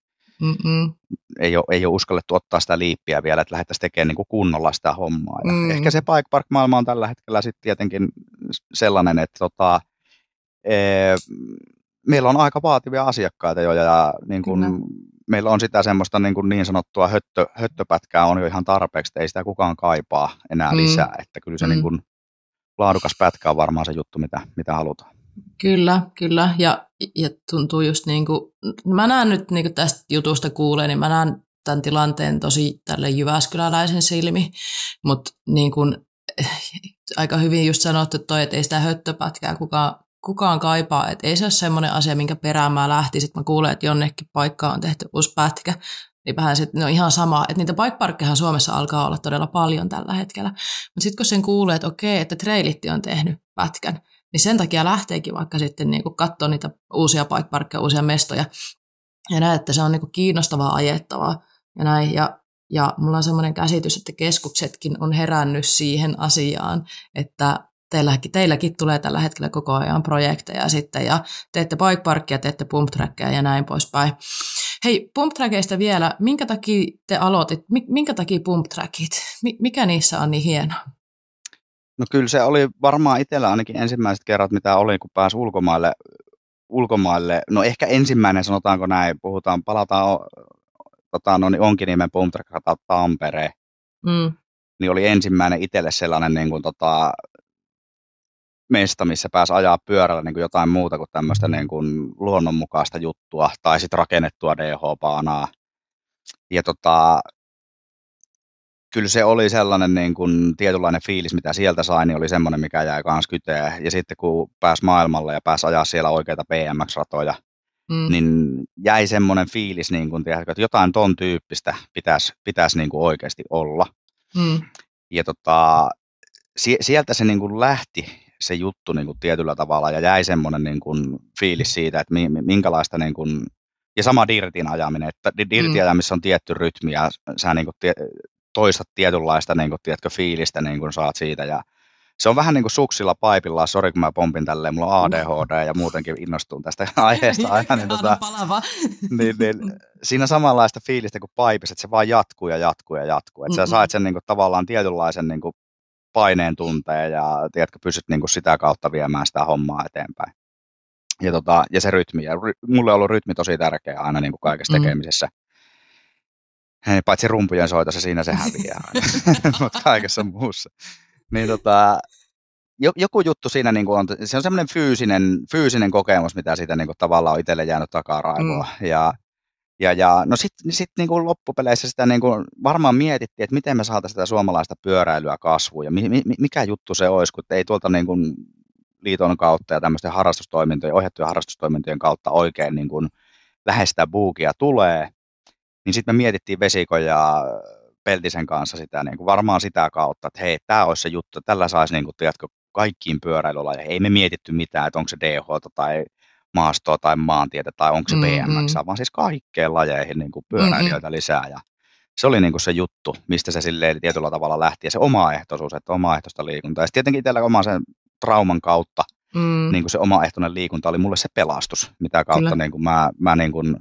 ei ole, ei ole uskallettu ottaa sitä liippiä vielä, että lähdettäisiin tekemään niin kuin kunnolla sitä hommaa. Ja mm. ehkä se bike park-maailma on tällä hetkellä sitten tietenkin sellainen, että tota, ee, meillä on aika vaativia asiakkaita jo, ja niin kun, meillä on sitä semmoista niin, kun niin sanottua höttö, höttöpätkää on jo ihan tarpeeksi, ei sitä kukaan kaipaa enää mm. lisää, että kyllä se mm. niin kun, laadukas pätkä on varmaan se juttu, mitä, mitä halutaan. Kyllä, kyllä, ja, ja tuntuu just niin kuin, mä näen nyt niin kuin tästä jutusta kuulee, niin mä näen tämän tilanteen tosi tälle jyväskyläläisen silmi, mutta niin kuin, aika hyvin just sanottu toi, että ei sitä höttöpätkää kukaan, kukaan kaipaa, että ei se ole semmoinen asia, minkä perään mä lähtisin, että mä kuulen, että jonnekin paikkaan on tehty uusi pätkä, niin vähän sitten, ne on ihan sama, että niitä bikeparkkeja Suomessa alkaa olla todella paljon tällä hetkellä, mutta sitten kun sen kuulee, että okei, että Trailitti on tehnyt pätkän, niin sen takia lähteekin vaikka sitten niin katsoa niitä uusia bikeparkkeja, uusia mestoja, ja näin, että se on niin kuin kiinnostavaa ajettavaa, ja näin, ja Ja mulla on semmoinen käsitys, että keskuksetkin on herännyt siihen asiaan, että teilläkin, teilläkin tulee tällä hetkellä koko ajan projekteja sitten, ja teette bikeparkkia, teette pumptrackia ja näin poispäin. Hei, pumptrackeista vielä, minkä takia te aloitit, minkä takia pumptrackit, mikä niissä on niin hienoa? No kyllä se oli varmaan itsellä ainakin ensimmäiset kerrat, mitä oli, kun pääsi ulkomaille, ulkomaille. No ehkä ensimmäinen, sanotaanko näin, puhutaan, palataan Tota, no, niin onkin nimen pumptrack-rata Tampere, mm. niin oli ensimmäinen itselle sellainen niin kuin, tota, mesta, missä pääsi ajaa pyörällä niin kuin jotain muuta kuin tämmöistä niin kuin luonnonmukaista juttua, tai sitten rakennettua D H-paanaa. Ja tota, kyllä se oli sellainen niin kuin tietynlainen fiilis, mitä sieltä sai, niin oli semmoinen, mikä jäi kans kyteen. Ja sitten kun pääsi maailmalle ja pääsi ajaa siellä oikeita B M X-ratoja, Mm. niin jäi semmoinen fiilis, niin kun, tiedätkö, että jotain ton tyyppistä pitäisi, pitäisi niin kuin oikeasti olla. Mm. Ja tota, sieltä se niin kuin lähti se juttu niin kuin tietyllä tavalla ja jäi semmoinen niin kuin fiilis siitä, että minkälaista, niin kuin, ja sama dirtin ajaminen, että dirtin ajamissa on tietty rytmi ja sä niin kuin tie, toistat tietynlaista niin kuin, tiedätkö, fiilistä niin kuin saat siitä ja se on vähän niin kuin suksilla paipillaan, sori kun mä pompin tälleen, mulla on A D H D ja muutenkin innostun tästä aiheesta aina. Niin, tota, niin, niin, siinä samanlaista fiilistä kuin paipissa, että se vaan jatkuu ja jatkuu ja jatkuu. Että sä saat sen niin kuin, tavallaan tietynlaisen niin kuin, paineen tunteen ja tiedätkö, pysyt niin kuin, sitä kautta viemään sitä hommaa eteenpäin. Ja, tota, ja se rytmi. Ja ry, mulle on ollut rytmi tosi tärkeä aina niin kuin kaikessa mm. tekemisessä. Paitsi rumpujen soita, se siinä se häviää aina, mutta kaikessa muussa. Niin tota, joku juttu siinä niin kuin on, se on semmoinen fyysinen, fyysinen kokemus, mitä siitä niin kuin tavallaan on itselle jäänyt takaraivoa. Mm. Ja, ja, ja no sitten sit niin kuin loppupeleissä sitä niin kuin varmaan mietittiin, että miten me saataisiin sitä suomalaista pyöräilyä kasvuun ja mi, mi, mikä juttu se olisi, kun ei tuolta niin kuin liiton kautta ja tämmöisten harrastustoimintojen, ohjattujen harrastustoimintojen kautta oikein niin kuin lähestä buukia tulee. Niin sitten me mietittiin Vesikon ja Peltisen kanssa sitä, niin kuin varmaan sitä kautta, että hei, tämä olisi se juttu, tällä saisi niin kuin, tiedätkö, kaikkiin pyöräilylajeihin. Ei me mietitty mitään, että onko se D H tai maastoa tai maantietä tai onko se mm-hmm. B M X, vaan siis kaikkeen lajeihin niin kuin pyöräilijöitä mm-hmm. lisää. Ja se oli niin kuin se juttu, mistä se silleen tietyllä tavalla lähti. Ja se omaehtoisuus, että omaehtoista liikuntaa. Ja sitten tietenkin itsellä oman sen trauman kautta, mm. niin kuin se omaehtoinen liikunta oli mulle se pelastus, mitä kautta niin kuin mä, mä niin kuin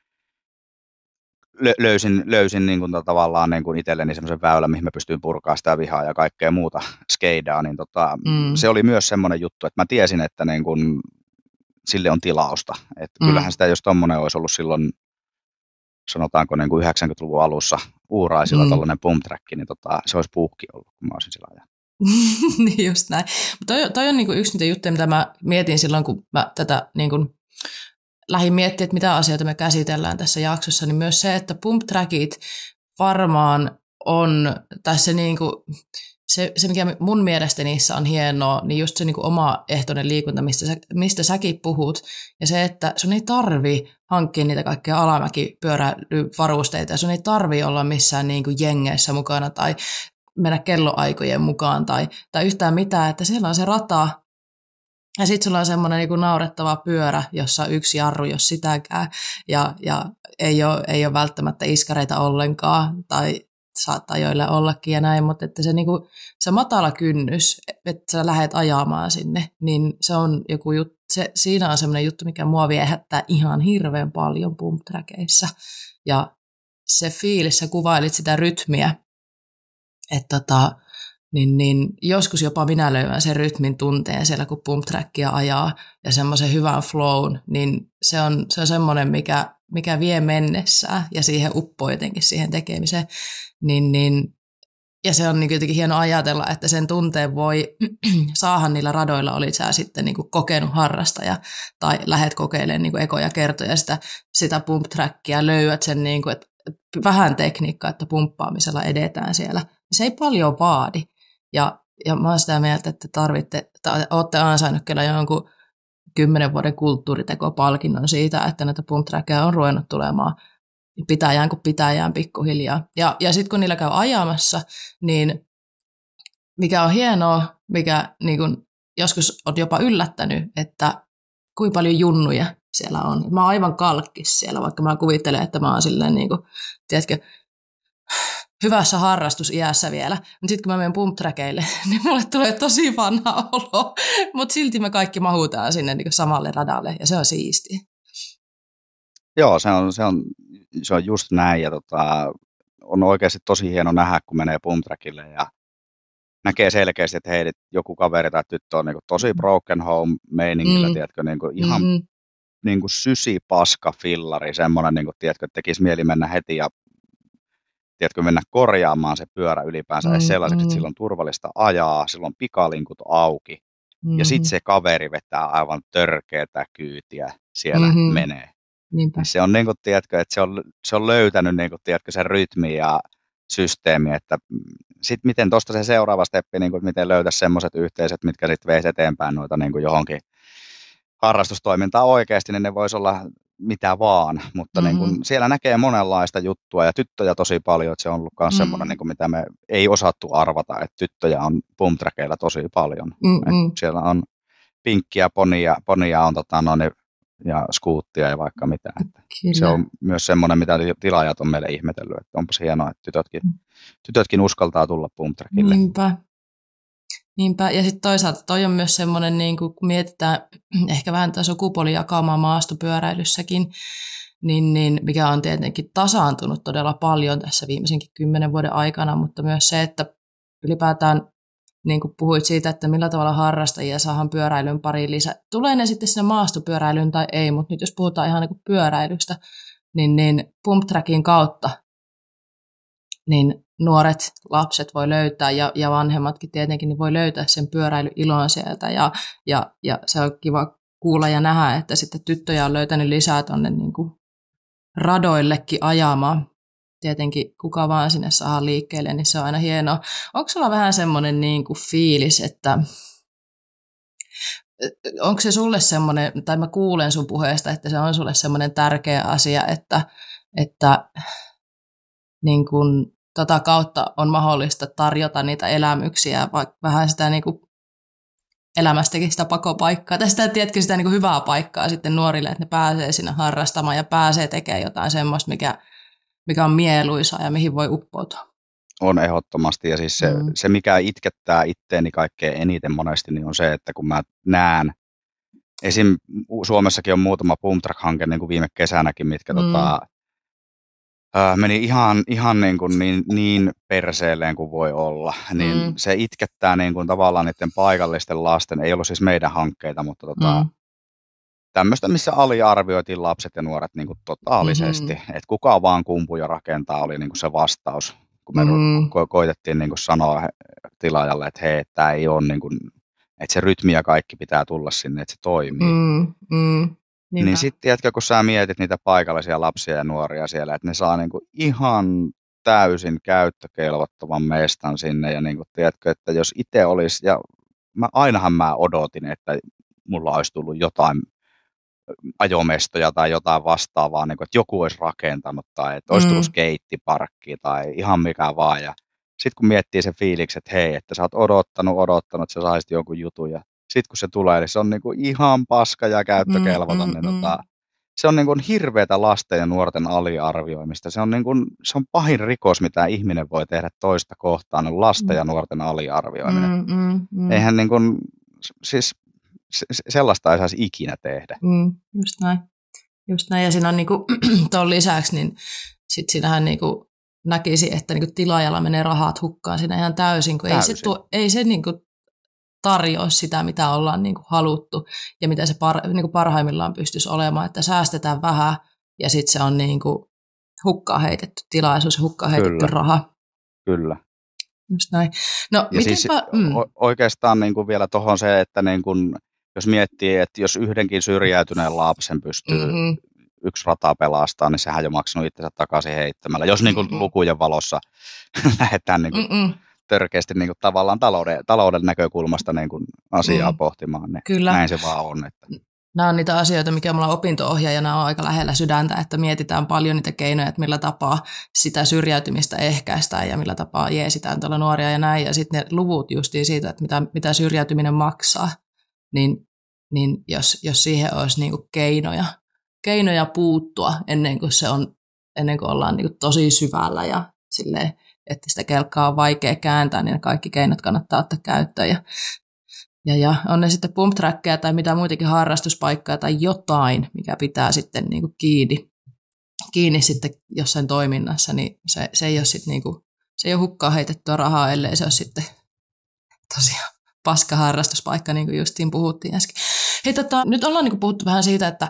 löysin, löysin niin kuin tavallaan niin kuin itselleni semmoisen väylän, mihin mä pystyin purkaa sitä vihaa ja kaikkea muuta skeidaa, niin tota, mm. se oli myös semmoinen juttu, että mä tiesin, että niin kuin sille on tilausta. Että mm. kyllähän sitä, jos tommoinen olisi ollut silloin, sanotaanko niin kuin yhdeksänkymmentäluvun alussa uuraisilla mm. tollainen pumptrack, niin tota, se olisi puhki ollut, kun mä olisin sillä ajan. Niin just näin. Mutta toi, toi on niin kuin yksi niitä juttuja, mitä mä mietin silloin, kun mä tätä niin kuin lähdin miettimään, että mitä asioita me käsitellään tässä jaksossa, niin myös se, että pumptrackit varmaan on tässä niin kuin, se, se, mikä mun mielestä niissä on hienoa, niin just se niin kuin omaehtoinen liikunta, mistä, sä, mistä säkin puhut, ja se, että sun ei tarvi hankkia niitä kaikkia alamäkipyöräilyvarusteita, ja sun ei tarvi olla missään niin kuin jengeissä mukana tai mennä kelloaikojen mukaan tai, tai yhtään mitään, että siellä on se rata, ja sitten sulla on semmoinen niinku naurettava pyörä, jossa on yksi jarru, jos sitäkään, ja, ja ei, ole, ei ole välttämättä iskareita ollenkaan, tai saattaa joille ollakin ja näin, mutta että se, niinku, se matala kynnys, että sä lähdet ajamaan sinne, niin se on joku juttu, se, siinä on semmoinen juttu, mikä mua viehättää ihan hirveän paljon pumptrackeissa, ja se fiilis, sä kuvailit sitä rytmiä, että tota, niin, niin joskus jopa minä löydän sen rytmin tunteen siellä, kun pump trackia ajaa ja semmoisen hyvän flown, niin se on, se on semmoinen, mikä, mikä vie mennessään ja siihen uppoo jotenkin siihen tekemiseen. Niin, niin, ja se on niin jotenkin hieno ajatella, että sen tunteen voi saada niillä radoilla, olit sä sitten niin kuin kokenut harrastaja tai lähet kokeilemaan niin kuin ekoja kertoja sitä, sitä pump trackia, löydät sen niin kuin, että vähän tekniikkaa, että pumppaamisella edetään siellä. Se ei paljon vaadi. Ja, ja mä oon sitä mieltä, että tarvitte, että olette ansainnut kyllä jonkun kymmenen vuoden kulttuuritekopalkinnon siitä, että näitä pump trackia on ruvennut tulemaan pitäjään kuin pitäjään pikkuhiljaa. Ja, ja sitten kun niillä käy ajamassa, niin mikä on hienoa, mikä niin kun joskus on jopa yllättänyt, että kuinka paljon junnuja siellä on. Mä oon aivan kalkkis siellä, vaikka mä kuvittelen, että mä oon silleen, niin kuin, tiedätkö, hyvässä harrastusiässä vielä. Mutta sitten kun mä menen pumptrakeille, niin mulle tulee tosi vanha olo. Mutta silti me kaikki mahutaan sinne niin kuin samalle radalle, ja se on siistiä. Joo, se on, se on, se on just näin. Ja tota, on oikeasti tosi hieno nähdä, kun menee pumptrakille ja näkee selkeästi, että hei, joku kaveri tai tyttö on niin kuin tosi broken home meiningillä, mm. tiedätkö, niin kuin ihan mm-hmm. niin kuin sysi paska fillari, semmoinen, niin kuin, tiedätkö, että tekisi mieli mennä heti ja tiedätkö, mennä korjaamaan se pyörä ylipäänsä mm-hmm. sellaiseksi, että sillä on turvallista ajaa, sillä on pikalinkut auki mm-hmm. ja sitten se kaveri vetää aivan törkeätä kyytiä siellä mm-hmm. menee. Niinpä. Se on niin kuin, tiedätkö, että se on, se on löytänyt niin kuin, tiedätkö, sen rytmin ja systeemi, että sitten miten tuosta se seuraava steppi, niin kuin, miten löytäisi semmoiset yhteisöt, mitkä sitten veisi eteenpäin noita niin kuin johonkin harrastustoimintaa oikeasti, niin ne voisi olla mitä vaan, mutta mm-hmm. niin kuin, siellä näkee monenlaista juttua ja tyttöjä tosi paljon, että se on ollut myös mm-hmm. semmoinen, niin kuin, mitä me ei osattu arvata, että tyttöjä on pumptrakeilla tosi paljon. Mm-hmm. Siellä on pinkkiä, ponia, ponia on tota, no, niin, ja skuuttia ja vaikka mitä. Että se on myös semmoinen, mitä tilaajat on meille ihmetellyt, että onpas hienoa, että tytötkin, tytötkin uskaltaa tulla pumptrakille. Niinpä. Niinpä. Ja sitten toisaalta toi on myös semmoinen, niin kun mietitään ehkä vähän tämä sukupuolijakaumaa maastopyöräilyssäkin, niin, niin mikä on tietenkin tasaantunut todella paljon tässä viimeisenkin kymmenen vuoden aikana, mutta myös se, että ylipäätään niin kuin puhuit siitä, että millä tavalla harrastajia saadaan pyöräilyn pariin lisää. Tulee ne sitten sinne maastopyöräilyyn tai ei, mutta nyt jos puhutaan ihan niin kuin pyöräilystä, niin, niin pumptrackin kautta niin nuoret lapset voi löytää ja, ja vanhemmatkin tietenkin niin voi löytää sen pyöräilyilon sieltä ja, ja, ja se on kiva kuulla ja nähdä, että sitten tyttöjä on löytänyt lisää tuonne niin kuin radoillekin ajamaan. Tietenkin kuka vaan sinne saa liikkeelle, niin se on aina hienoa. Onko sulla vähän semmoinen niin kuin fiilis, että onko se sulle semmoinen, tai mä kuulen sun puheesta, että se on sulle semmoinen tärkeä asia, että, että niin kuin tota kautta on mahdollista tarjota niitä elämyksiä, vaikka vähän sitä niin kuin elämästäkin sitä pakopaikkaa, tai sitä, tiedätkö, sitä niin kuin hyvää paikkaa sitten nuorille, että ne pääsee sinne harrastamaan ja pääsee tekemään jotain semmoista, mikä mikä on mieluisaa ja mihin voi uppoutua. On ehdottomasti, ja siis se, mm. se mikä itkettää itteeni kaikkein eniten monesti, niin on se, että kun mä näen, esim. Suomessakin on muutama pumptrack-hanke niin kuin viime kesänäkin, mitkä mm. tota, äh, meni ihan, ihan niin, kuin niin, niin perseelleen kuin voi olla, niin mm. se itkettää niin kuin tavallaan niiden paikallisten lasten, ei ollut siis meidän hankkeita, mutta tota, mm. tämmöistä, missä aliarvioitiin lapset ja nuoret niin kuin totaalisesti, mm-hmm. että kuka vaan kumpuja rakentaa oli niin kuin se vastaus, kun me mm-hmm. ko- koitettiin niin kuin sanoa tilaajalle, että hei, tämä ei ole, niin kuin, että se rytmi ja kaikki pitää tulla sinne, että se toimii. Mm-hmm. Niin sitten, tiedätkö, kun sä mietit niitä paikallisia lapsia ja nuoria siellä, että ne saa niin kuin ihan täysin käyttökelvottoman mestan sinne, ja niin kuin, tiedätkö, että jos itse olisi, ja mä, ainahan mä odotin, että mulla olisi tullut jotain ajomestoja tai jotain vastaavaa, niin kuin, että joku olisi rakentanut tai että olisi tullut mm. skeittiparkki tai ihan mikä vaan. Ja sitten kun miettii se fiiliksi, että hei, että sä oot odottanut, odottanut, että sä saisit jonkun jutun ja sitten kun se tulee, niin se on niin kuin ihan paska ja käyttökelvoton. Mm, mm, niin tota, se on niin kuin hirveätä lasten ja nuorten aliarvioimista. Se on, niin kuin, se on pahin rikos, mitä ihminen voi tehdä toista kohtaan, on lasten mm. ja nuorten aliarvioiminen. Mm, mm, mm. Eihän niin kuin, siis sellaista ei saisi ikinä tehdä. Mm, just näin. Just näin. Ja siinä on niinku, tuon lisäksi, niin sit siinähän niinku näkisi, että niin kuin tilaajalla menee rahat hukkaan siinä ihan täysin, kun täysin. ei se, tuo, ei se niin kuin tarjoa sitä, mitä ollaan niin kuin haluttu ja mitä se par, niin kuin parhaimmillaan pystyisi olemaan, että säästetään vähän ja sitten se on niin kuin hukkaan heitetty tilaisuus ja hukkaan heitetty Kyllä. raha. Kyllä. Just näin. No, ja mitenpä, siis mm. oikeastaan niin kuin vielä tuohon se, että niin kuin, jos miettii, että jos yhdenkin syrjäytyneen lapsen pystyy mm-hmm. yksi rata pelastaa, niin sehän jo maksanut itsensä takaisin heittämällä. Jos niin kuin lukujen valossa lähdetään niin kuin törkeästi niin kuin tavallaan talouden, talouden näkökulmasta niin kuin asiaa mm. pohtimaan, niin Kyllä. näin se vaan on. Että. Nämä on niitä asioita, mikä mulla opinto-ohjaajana on aika lähellä sydäntä, että mietitään paljon niitä keinoja, että millä tapaa sitä syrjäytymistä ehkäistään ja millä tapaa jeesitään tuolla nuoria ja näin. Ja sitten ne luvut justiin siitä, että mitä, mitä syrjäytyminen maksaa, niin, niin jos, jos siihen olisi niinku keinoja, keinoja puuttua ennen kuin, se on, ennen kuin ollaan niinku tosi syvällä ja silleen, että sitä kelkkaa on vaikea kääntää, niin kaikki keinot kannattaa ottaa käyttöön. Ja Ja, ja on ne sitten pump-trackeja tai mitä muitakin harrastuspaikkaa tai jotain, mikä pitää sitten niinku kiinni, kiinni sitten jossain toiminnassa, niin se, se ei ole sitten niinku, se ei ole hukkaan heitettyä rahaa, ellei se ole sitten tosiaan paska harrastuspaikka, niin kuin justiin puhuttiin äsken. Hei, tota, nyt ollaan niinku puhuttu vähän siitä, että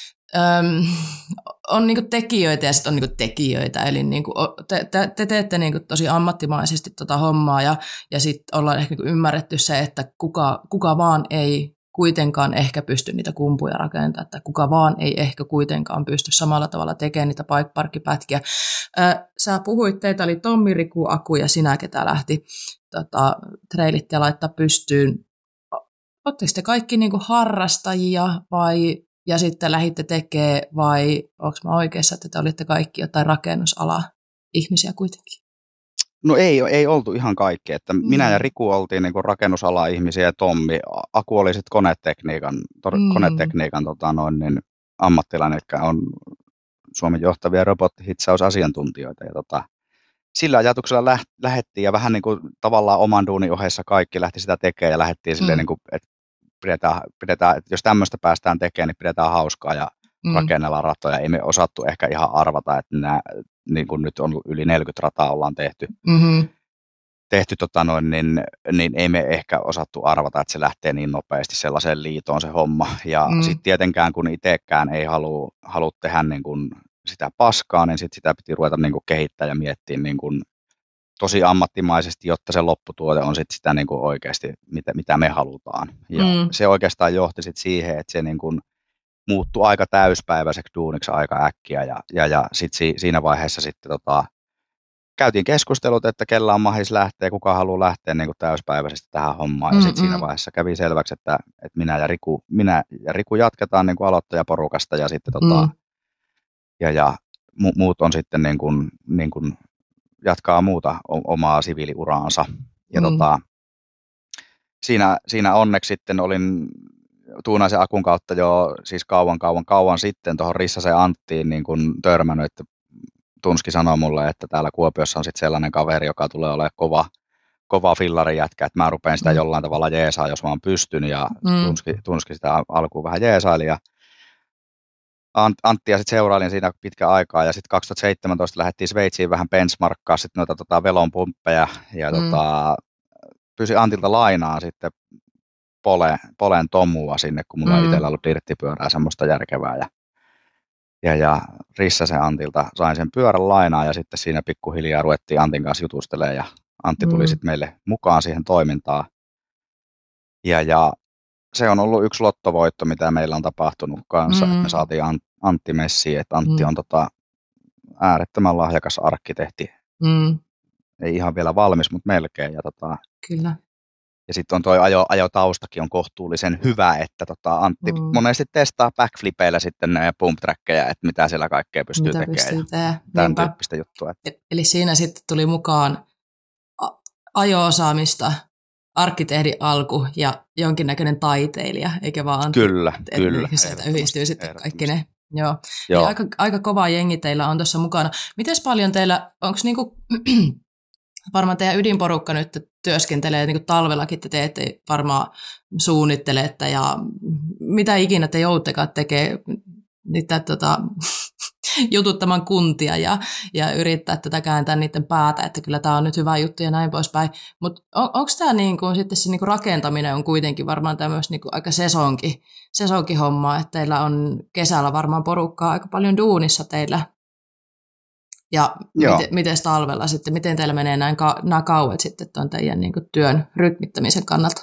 Öm, on niinku tekijöitä ja sitten on niinku tekijöitä, eli niinku te, te, te teette niinku tosi ammattimaisesti tota hommaa ja, ja sitten ollaan ehkä niinku ymmärretty se, että kuka, kuka vaan ei kuitenkaan ehkä pysty niitä kumpuja rakentamaan, että kuka vaan ei ehkä kuitenkaan pysty samalla tavalla tekemään niitä bike parkkipätkiä. Ö, sä puhuit, teitä oli Tommi, Riku, Aku ja sinä, ketä lähti tota, treilit ja laittaa pystyyn. Oletteko te kaikki niinku harrastajia vai ja sitten lähditte tekemään, vai onko mä oikeassa, että te olitte kaikki jotain rakennusala-ihmisiä kuitenkin? No ei, ei oltu ihan kaikki. Että mm. Minä ja Riku oltiin niin kuin rakennusala-ihmisiä ja Tommi. Aku oli sitten konetekniikan, to, mm. konetekniikan tota noin, niin ammattilainen, eli on Suomen johtavia robottihitsausasiantuntijoita. Ja tota, sillä ajatuksella läht, lähdettiin ja vähän niin kuin tavallaan oman duunin ohessa kaikki lähti sitä tekemään ja lähdettiin mm. silleen, niin kuin, että Pidetään, pidetään, että jos tämmöistä päästään tekemään, niin pidetään hauskaa ja mm. rakennellaan ratoja. Ei me osattu ehkä ihan arvata, että nämä, niin kuin nyt on yli neljäkymmentä rataa ollaan tehty, mm-hmm. tehty tota noin, niin, niin ei me ehkä osattu arvata, että se lähtee niin nopeasti sellaiseen liitoon se homma. Ja mm. sitten tietenkään, kun itsekään ei halua, halua tehdä niin kuin sitä paskaa, niin sit sitä piti ruveta niin kuin kehittää ja miettiä niin kuin tosi ammattimaisesti, jotta se lopputuote on sit sitä niin kuin oikeasti, mitä, mitä me halutaan. Ja mm. se oikeastaan johti sit siihen, että se niin kuin muuttui aika täyspäiväiseksi duuniksi aika äkkiä. Ja, ja, ja sit si, siinä vaiheessa sitten tota, käytiin keskustelut, että kellä on mahis lähteä, kuka haluaa lähteä niin kuin täyspäiväisesti tähän hommaan. Ja sitten siinä vaiheessa kävi selväksi, että, että minä, ja Riku, minä ja Riku jatketaan niin kuin aloittajaporukasta ja sitten tota, mm. ja, ja mu, muut on sitten niin kuin, niin kuin jatkaa muuta omaa siviiliuraansa. Ja mm. tota, siinä, siinä onneksi sitten olin Tuunaisen Akun kautta jo siis kauan, kauan, kauan sitten tuohon Rissasen Anttiin niin kun törmännyt, että Tunski sanoi mulle, että täällä Kuopiossa on sitten sellainen kaveri, joka tulee olemaan kova, kova fillarijätkä, että mä rupean sitä mm. jollain tavalla jeesaa, jos mä oon pystyn, ja mm. Tunski, Tunski sitä alkuun vähän jeesaili, ja Anttia sitten seurailin siinä pitkä aikaa, ja sitten kaksituhattaseitsemäntoista lähdettiin Sveitsiin vähän benchmarkkaa sitten noita tota velonpumppeja, ja mm. tota, pyysin Antilta lainaa sitten pole, Polen tomua sinne, kun mulla mm. itsellä ollut dirttipyörää semmoista järkevää, ja, ja, ja Rissasen Antilta sain sen pyörän lainaa, ja sitten siinä pikkuhiljaa ruvettiin Antin kanssa jutustelemaan, ja Antti tuli mm. sitten meille mukaan siihen toimintaan, ja, ja se on ollut yksi lottovoitto, mitä meillä on tapahtunut kanssa, mm. että me saatiin Antti messiin, että Antti mm. on tota äärettömän lahjakas arkkitehti. Mm. Ei ihan vielä valmis, mutta melkein. Ja, tota, Kyllä. ja sitten on tuo ajo, ajotaustakin on kohtuullisen hyvä, että tota Antti mm. monesti testaa backflipeillä sitten ne pump-trackeja, että mitä siellä kaikkea pystyy mitä tekemään. Pystyy tehdä. Tämän Niinpä. Tyyppistä juttua. Että. Eli siinä sitten tuli mukaan ajo-osaamista, arkkitehdin alku ja jonkinnäköinen taiteilija, eikä vaan kyllä, et, kyllä. Sieltä yhdistyy sitten kaikki ne. Joo. Joo. Aika, aika kova jengi teillä on tuossa mukana. Mites paljon teillä, onko niinku, varmaan teidän ydinporukka nyt työskentelee niinku talvellakin, te teette varmaan suunnittelette ja mitä ikinä te jouttekaan tekee niitä tota, jututtamaan kuntia ja, ja yrittää tätä kääntää niiden päätä, että kyllä tämä on nyt hyvä juttu ja näin poispäin. Mutta on, onko tämä niinku, sitten se niinku rakentaminen on kuitenkin varmaan tämmöistä niinku aika sesonki, sesonki hommaa, että teillä on kesällä varmaan porukkaa aika paljon duunissa teillä. Ja miten, miten talvella sitten, miten teillä menee näin ka- nämä kauet sitten tuon teidän niinku työn rytmittämisen kannalta?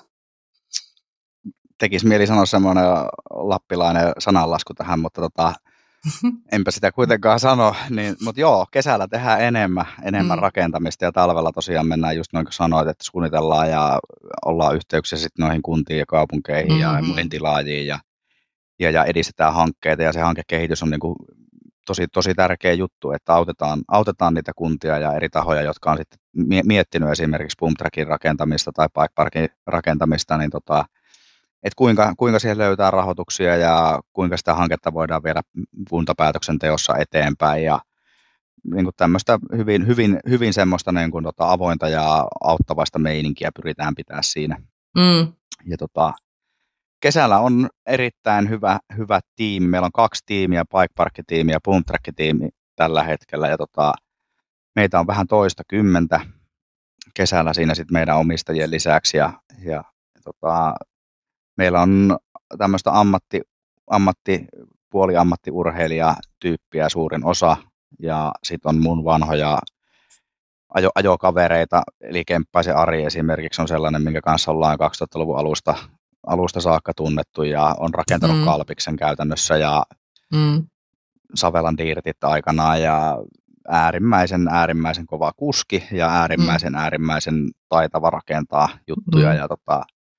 Tekisi mieli sanoa semmoinen lappilainen sananlasku tähän, mutta tota, enpä sitä kuitenkaan sano. Niin, mutta joo, kesällä tehdään enemmän, enemmän mm. rakentamista ja talvella tosiaan mennään just noin kuin sanoit, että suunnitellaan ja ollaan yhteyksissä sitten noihin kuntiin ja kaupunkeihin mm-hmm. ja muihin tilaajiin ja, ja, ja edistetään hankkeita ja se hankekehitys on niinku tosi, tosi tärkeä juttu, että autetaan, autetaan niitä kuntia ja eri tahoja, jotka on sitten miettinyt esimerkiksi pumptrackin rakentamista tai bike parkin rakentamista, niin tota, että kuinka, kuinka siihen löytää rahoituksia ja kuinka sitä hanketta voidaan viedä kuntapäätöksenteossa eteenpäin ja niin kuin tämmöistä hyvin, hyvin, hyvin semmoista niin kuin tota avointa ja auttavaista meininkiä pyritään pitää siinä. Mm. Ja tota, kesällä on erittäin hyvä, hyvä tiimi. Meillä on kaksi tiimiä, bike park-tiimi ja pumptrack-tiimi tällä hetkellä ja tota, meitä on vähän toista kymmentä kesällä siinä sitten meidän omistajien lisäksi ja, ja tota, meillä on tämmöistä ammatti, ammatti, puoliammattiurheilijatyyppiä suurin osa ja sitten on mun vanhoja ajo, ajokavereita, eli Kemppaisen Ari esimerkiksi on sellainen, minkä kanssa ollaan kaksituhattaluvun alusta, alusta saakka tunnettu ja on rakentanut mm. Kalpiksen käytännössä ja mm. Savelan Dirtit aikanaan ja äärimmäisen äärimmäisen kova kuski ja äärimmäisen mm. äärimmäisen taitava rakentaa juttuja mm. ja tota,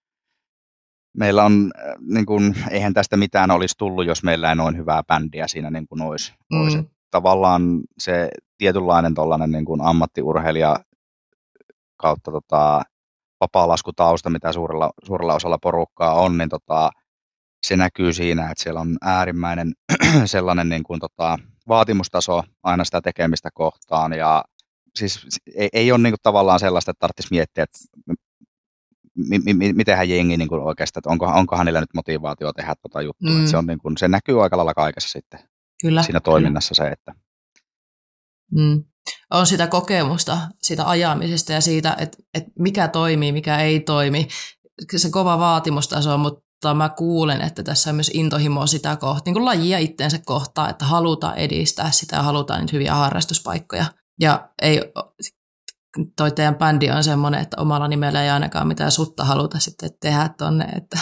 meillä on, niin kun, eihän tästä mitään olisi tullut, jos meillä ei noin hyvää bändiä siinä niin kuin olisi. Mm. olisi. Tavallaan se tietynlainen tollainen niin kuin ammattiurheilija kautta tota, vapaalaskutausta, mitä suurella, suurella osalla porukkaa on, niin tota, se näkyy siinä, että siellä on äärimmäinen sellainen niin kuin, tota, vaatimustaso aina sitä tekemistä kohtaan. Ja siis ei, ei ole niin kuin, tavallaan sellaista, että tarvitsisi miettiä, että M- m- mitenhän jengi niin kuin oikeastaan, että onko, onkohan niillä nyt motivaatio tehdä tuota juttua. Mm. Se, on niin kuin, se näkyy aika lailla kaikessa sitten kyllä, siinä toiminnassa kyllä. Se, että mm. on sitä kokemusta siitä ajamisesta ja siitä, että, että mikä toimii, mikä ei toimi. Se kova vaatimustaso, mutta mä kuulen, että tässä on myös intohimoa sitä kohtaa, niin kuin lajia itteensä kohtaa, että halutaan edistää sitä ja halutaan niitä hyviä harrastuspaikkoja. Ja ei toi teidän bändi on semmoinen, että omalla nimellä ei ainakaan mitään sutta haluta sitten tehdä tonne. Että.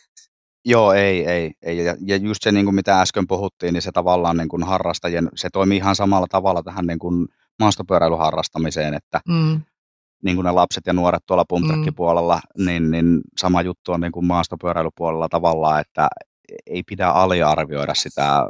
Joo, ei, ei. ei. Ja just se, niin kuin mitä äsken puhuttiin, niin se tavallaan niin kuin harrastajien, se toimii ihan samalla tavalla tähän niin kuin maastopyöräilyharrastamiseen, että mm. niin kuin ne lapset ja nuoret tuolla pumptrakkipuolella, mm. niin, niin sama juttu on niin kuin maastopyöräilypuolella tavallaan, että ei pidä aliarvioida sitä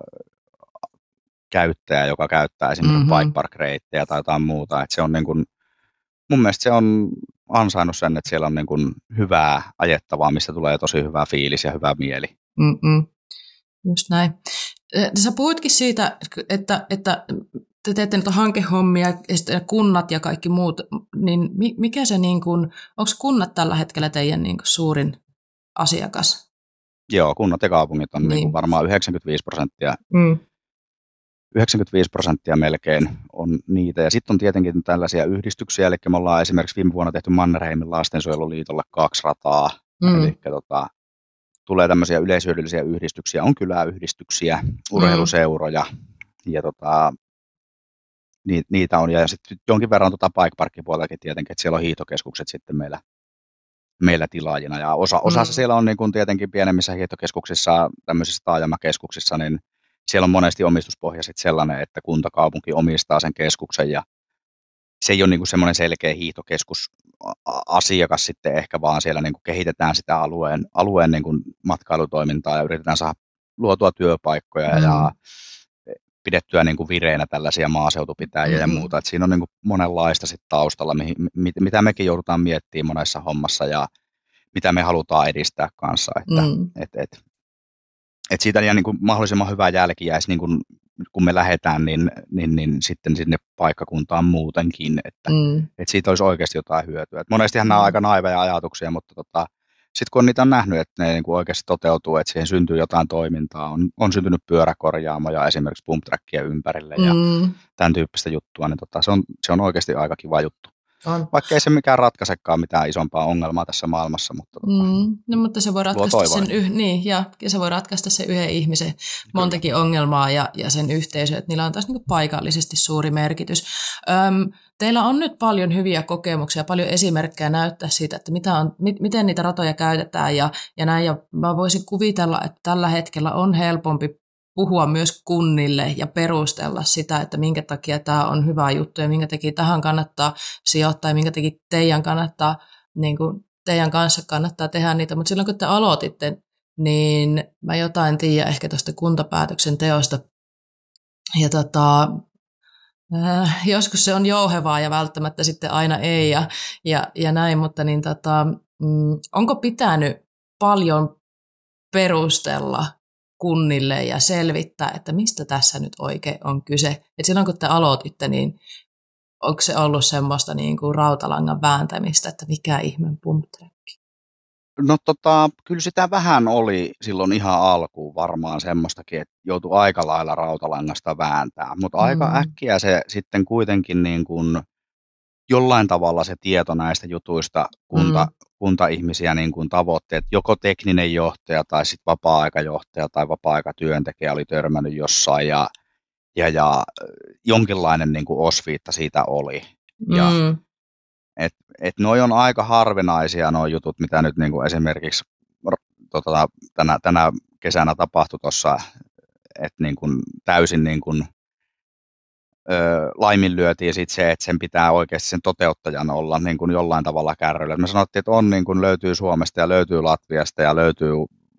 käyttäjää, joka käyttää esimerkiksi mm-hmm. bike park reittejä tai jotain muuta, että se on niin kuin mun mielestä se on ansainnut sen, että siellä on niin kuin hyvää ajettavaa, mistä tulee tosi hyvä fiilis ja hyvä mieli. Mm-mm. Just näin. Sä puhuitkin siitä, että, että te teette nyt hankehommia, ja kunnat ja kaikki muut, niin mikä se niin kuin, onko kunnat tällä hetkellä teidän niin kuin suurin asiakas? Joo, kunnat ja kaupungit on niin. Niin kuin varmaan yhdeksänkymmentäviisi prosenttia. Mm. yhdeksänkymmentäviisi prosenttia melkein on niitä. Ja sitten on tietenkin tällaisia yhdistyksiä, eli me ollaan esimerkiksi viime vuonna tehty Mannerheimin lastensuojeluliitolle kaksi rataa. Mm. Eli tota, tulee tämmöisiä yleishyödyllisiä yhdistyksiä, on kyläyhdistyksiä, urheiluseuroja, mm. ja tota, ni, niitä on. Ja sitten jonkin verran tota bike parkin puoleltakin tietenkin, että siellä on hiihtokeskukset sitten meillä, meillä tilaajina. Ja osa, osassa mm. siellä on niin kun tietenkin pienemmissä hiihtokeskuksissa, tämmöisissä taajamakeskuksissa, niin siellä on monesti omistuspohja sitten sellainen, että kuntakaupunki omistaa sen keskuksen ja se ei ole niin kuin semmoinen selkeä hiihtokeskusasiakas sitten ehkä, vaan siellä niin kuin kehitetään sitä alueen, alueen niin kuin matkailutoimintaa ja yritetään saada luotua työpaikkoja mm. ja pidettyä niin kuin vireinä tällaisia maaseutupitäjiä mm-hmm. ja muuta. Et siinä on niin kuin monenlaista sit taustalla, mihin, mitä mekin joudutaan miettimään monessa hommassa ja mitä me halutaan edistää kanssa. Että, mm. et, et, et siitä niin kuin mahdollisimman hyvä jälki jäisi, niin kuin, kun me lähdetään, niin, niin, niin sitten sinne paikkakuntaan muutenkin, että mm. et siitä olisi oikeasti jotain hyötyä. Et monestihan mm. nämä on aika naiveja ajatuksia, mutta tota, sitten kun on niitä on nähnyt, että ne niin kuin oikeasti toteutuu, että siihen syntyy jotain toimintaa, on, on syntynyt pyöräkorjaamoja esimerkiksi pumptrackien ympärille ja Mm. tämän tyyppistä juttua, niin tota, se, on, se on oikeasti aika kiva juttu. On. Vaikka ei se mikään ratkaisekaan mitään isompaa ongelmaa tässä maailmassa, mutta, tota, mm. no, mutta se voi ratkaista sen, yh, niin, ja, ja se voi ratkaista sen yhden ihmisen montakin Kyllä. ongelmaa ja, ja sen yhteisö, että niillä on taas niin kuin paikallisesti suuri merkitys. Öm, teillä on nyt paljon hyviä kokemuksia, paljon esimerkkejä näyttää siitä, että mitä on, mit, miten niitä ratoja käytetään ja, ja näin, ja mä voisin kuvitella, että tällä hetkellä on helpompi puhua myös kunnille ja perustella sitä, että minkä takia tämä on hyvä juttu ja minkä takia tähän kannattaa sijoittaa ja minkä takia teidän kannattaa, niin kuin teidän kanssa kannattaa tehdä niitä. Mutta silloin kun te aloititte, niin mä jotain tiedän ehkä tuosta kuntapäätöksen teosta. Ja tota, äh, joskus se on jouhevaa ja välttämättä sitten aina ei ja, ja, ja näin, mutta niin tota, mm, onko pitänyt paljon perustella kunnille ja selvittää, että mistä tässä nyt oikein on kyse. Et silloin kun te aloititte, niin onko se ollut semmoista niin kuin rautalangan vääntämistä, että mikä ihmeen pumptrack? No tota, kyllä sitä vähän oli silloin ihan alkuun varmaan semmoistakin, että joutui aika lailla rautalangasta vääntää, mutta mm. aika äkkiä se sitten kuitenkin niin kuin jollain tavalla se tieto näistä jutuista kunta, mm. kunta-ihmisiä niin kuin tavoitti, että joko tekninen johtaja tai sitten vapaa-aikajohtaja tai vapaa-aikatyöntekijä oli törmännyt jossain ja, ja, ja jonkinlainen niin kuin osviitta siitä oli. Ja, mm. et, et noi on aika harvinaisia nuo jutut, mitä nyt niin kuin esimerkiksi tota, tänä, tänä kesänä tapahtui tuossa, että niin kuin täysin niin kuin Öö, laiminlyötiin sit se, että sen pitää oikeasti sen toteuttajan olla niin kuin jollain tavalla kärryillä. Me sanottiin, että on, niin kuin löytyy Suomesta ja löytyy Latviasta ja löytyy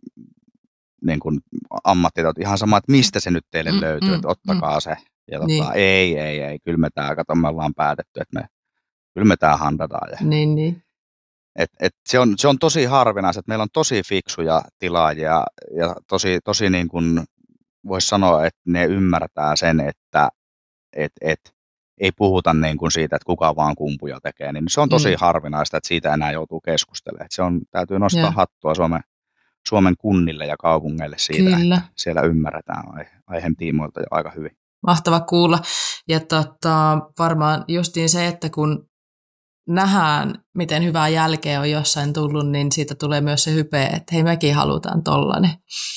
niin kuin ammattitaito. Ihan sama, että mistä se nyt teille mm, löytyy, mm, että ottakaa mm. se. Ja tota, niin. ei, ei, ei, kyllä me tämä, kato, me ollaan päätetty, että me, kyllä me tämä handataan. Ja, niin, niin. Et, et se, on, se on tosi harvinaista, että meillä on tosi fiksuja tilaajia ja tosi, tosi niin kuin voisi sanoa, että ne ymmärtää sen, että et, et, ei puhuta niin kuin siitä, että kuka vaan kumpuja tekee, niin se on tosi mm. harvinaista, että siitä enää joutuu keskustelemaan. Se on, täytyy nostaa ja. hattua Suomen, Suomen kunnille ja kaupungeille siitä, Kyllä. että siellä ymmärretään aiheen tiimoilta jo aika hyvin. Mahtava kuulla. Ja tota, varmaan justiin se, että kun nähdään, miten hyvää jälkeä on jossain tullut, niin siitä tulee myös se hype, että hei, mekin halutaan tollainen.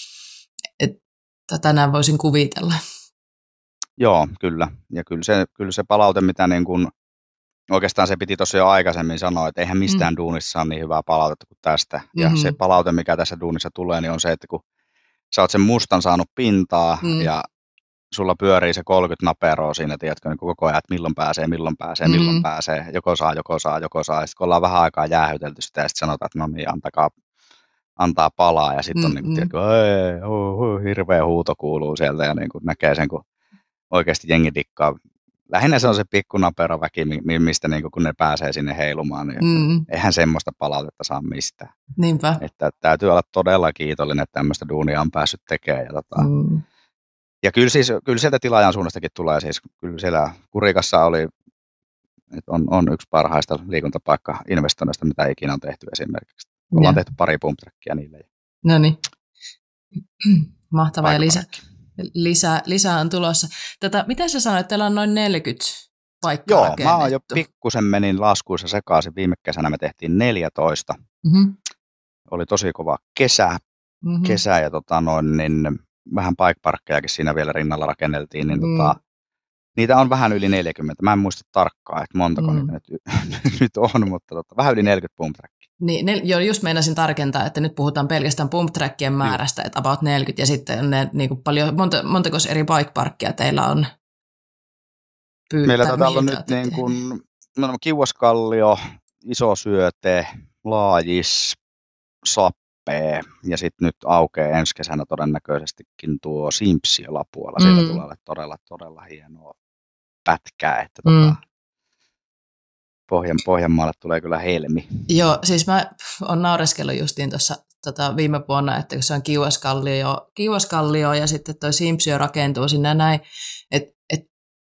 Että tänään voisin kuvitella. Joo, kyllä. Ja kyllä se, kyllä se palaute, mitä niin kuin, oikeastaan se piti tuossa jo aikaisemmin sanoa, että eihän mistään mm. duunissa ole niin hyvää palautetta kuin tästä. Ja mm-hmm. se palaute, mikä tässä duunissa tulee, niin on se, että kun sä oot sen mustan saanut pintaa mm. ja sulla pyörii se kolmekymmentä naperoa siinä, tiedätkö, niin koko ajan, että milloin pääsee, milloin pääsee, mm. milloin pääsee, joko saa, joko saa, joko saa. Ja sitten kun ollaan vähän aikaa jäähytelty sitä ja sitten sanotaan, että no niin, antakaa, antaa palaa. Ja sitten on niin kuin, tiedätkö, ei, hu, hu, hirveä huuto kuuluu sieltä ja niin kuin näkee sen, kun oikeasti jengi dikkaa. Lähinnä se on se pikkunaperoväki, mistä niin kuin, kun ne pääsee sinne heilumaan, niin mm. eihän semmoista palautetta saa mistään. Niinpä. Että täytyy olla todella kiitollinen, että tämmöistä duunia on päässyt tekemään. Ja, tota, mm. ja kyllä, siis, kyllä sieltä tilaajan suunnastakin tulee. Siis, kyllä siellä Kurikassa oli, että on, on yksi parhaista liikuntapaikka-investoinneista, mitä ikinä on tehty esimerkiksi. Ollaan ja. tehty pari pumptrackia niille. No niin. Mahtavaa ja lisä. Lisää, lisää on tulossa. Tätä, mitä sä sanoit, teillä on noin neljäkymmentä paikkaa Joo, rakennettu. Mä oon jo pikkusen menin laskuissa sekaisin. Viime kesänä me tehtiin neljätoista. Mm-hmm. Oli tosi kova kesä, mm-hmm. kesä ja tota noin, niin vähän bike-parkkejakin siinä vielä rinnalla rakenneltiin. Niin mm. tota, niitä on vähän yli neljäkymmentä. Mä en muista tarkkaan, että montako mm. niitä nyt, nyt on, mutta tota, vähän yli neljäkymmentä pumptrackia. Niin, ne, jo, just meinasin tarkentaa, että nyt puhutaan pelkästään pumptrackien määrästä, että about neljäkymmentä, ja sitten ne niin kuin paljon, monta, montako eri bike-parkkia teillä on pyytää? Meillä täällä on nyt niin kuin, no, Kiuaskallio, Iso Syöte, Laajis, Sappee, ja sitten nyt aukeaa ensi kesänä todennäköisestikin tuo Simpsi alapuolella. Mm. Siellä tulee todella, todella hienoa pätkää, että mm. tota, Pohjan, Pohjanmaalle tulee kyllä helmi. Joo, siis mä oon naureskellut justiin tuossa tota, viime vuonna, että kun se on Kiuaskallio, Kiuaskallio ja sitten toi Simpsio rakentuu sinne näin, että et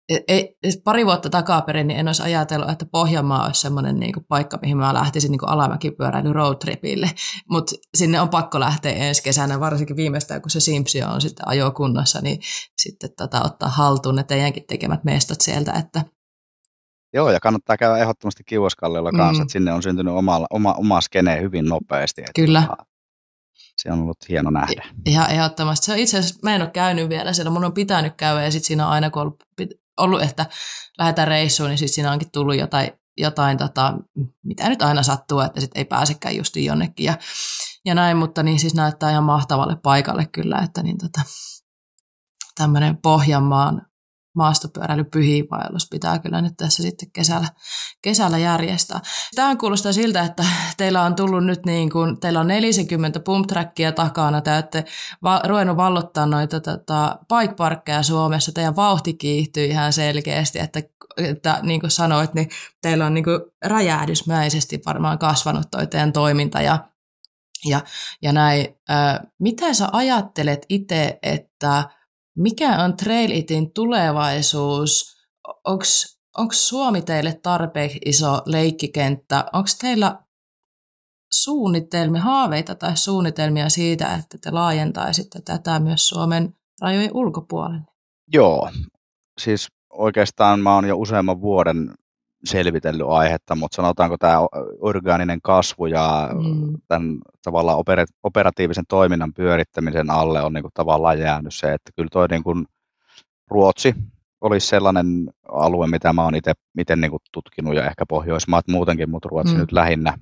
ei, pari vuotta takaperin niin en olisi ajatellut, että Pohjanmaa olisi semmoinen niin kuin paikka, mihin mä lähtisin niin kuin alamäkipyöräily roadtripille, mutta sinne on pakko lähteä ensi kesänä, varsinkin viimeistään, kun se Simpsio on sitten ajokunnossa, niin sitten tätä ottaa haltuun ne teidänkin tekemät mestot sieltä, että Joo, ja kannattaa käydä ehdottomasti Kiuaskalliolla kanssa, Mm. että sinne on syntynyt oma, oma, oma skene hyvin nopeasti. Että Kyllä. tota, se on ollut hieno nähdä. Ihan ehdottomasti. Se on itse asiassa, mä en ole käynyt vielä siellä, mun on pitänyt käydä ja sitten siinä on aina, kun on ollut, ollut että lähdetään reissuun, niin sitten siinä onkin tullut jotain, jotain tota, mitä nyt aina sattuu, että sitten ei pääsekään justiin jonnekin ja, ja näin, mutta niin siis näyttää ihan mahtavalle paikalle kyllä, että niin tota, tämmöinen Pohjanmaan maastopyöräilypyhiinvaellus pitää kyllä nyt tässä sitten kesällä, kesällä järjestää. Tämä kuulostaa siltä, että teillä on tullut nyt niin kuin, teillä on neljäkymmentä pump-trackia takana, te olette va- ruvennut vallottaa noita tota, bike-parkkeja Suomessa, teidän vauhti kiihtyy ihan selkeästi, että, että niin kuin sanoit, niin teillä on niin kuin räjähdysmäisesti varmaan kasvanut toi teidän toiminta ja, ja, ja näin. Ö, miten sä ajattelet itse, että mikä on Trail Itin tulevaisuus? Onko Suomi teille tarpeeksi iso leikkikenttä? Onko teillä suunnitelmia, haaveita tai suunnitelmia siitä, että te laajentaisitte tätä myös Suomen rajojen ulkopuolelle? Joo, siis oikeastaan mä oon jo useamman vuoden selvitellyt aihetta, mutta sanotaanko tämä orgaaninen kasvu ja mm. tämän tavallaan opera- operatiivisen toiminnan pyörittämisen alle on niin kuin tavallaan jäänyt se, että kyllä toi niin kuin Ruotsi olisi sellainen alue, mitä mä oon itse niin kuin tutkinut ja ehkä Pohjoismaat muutenkin, mutta Ruotsi mm. nyt lähinnä.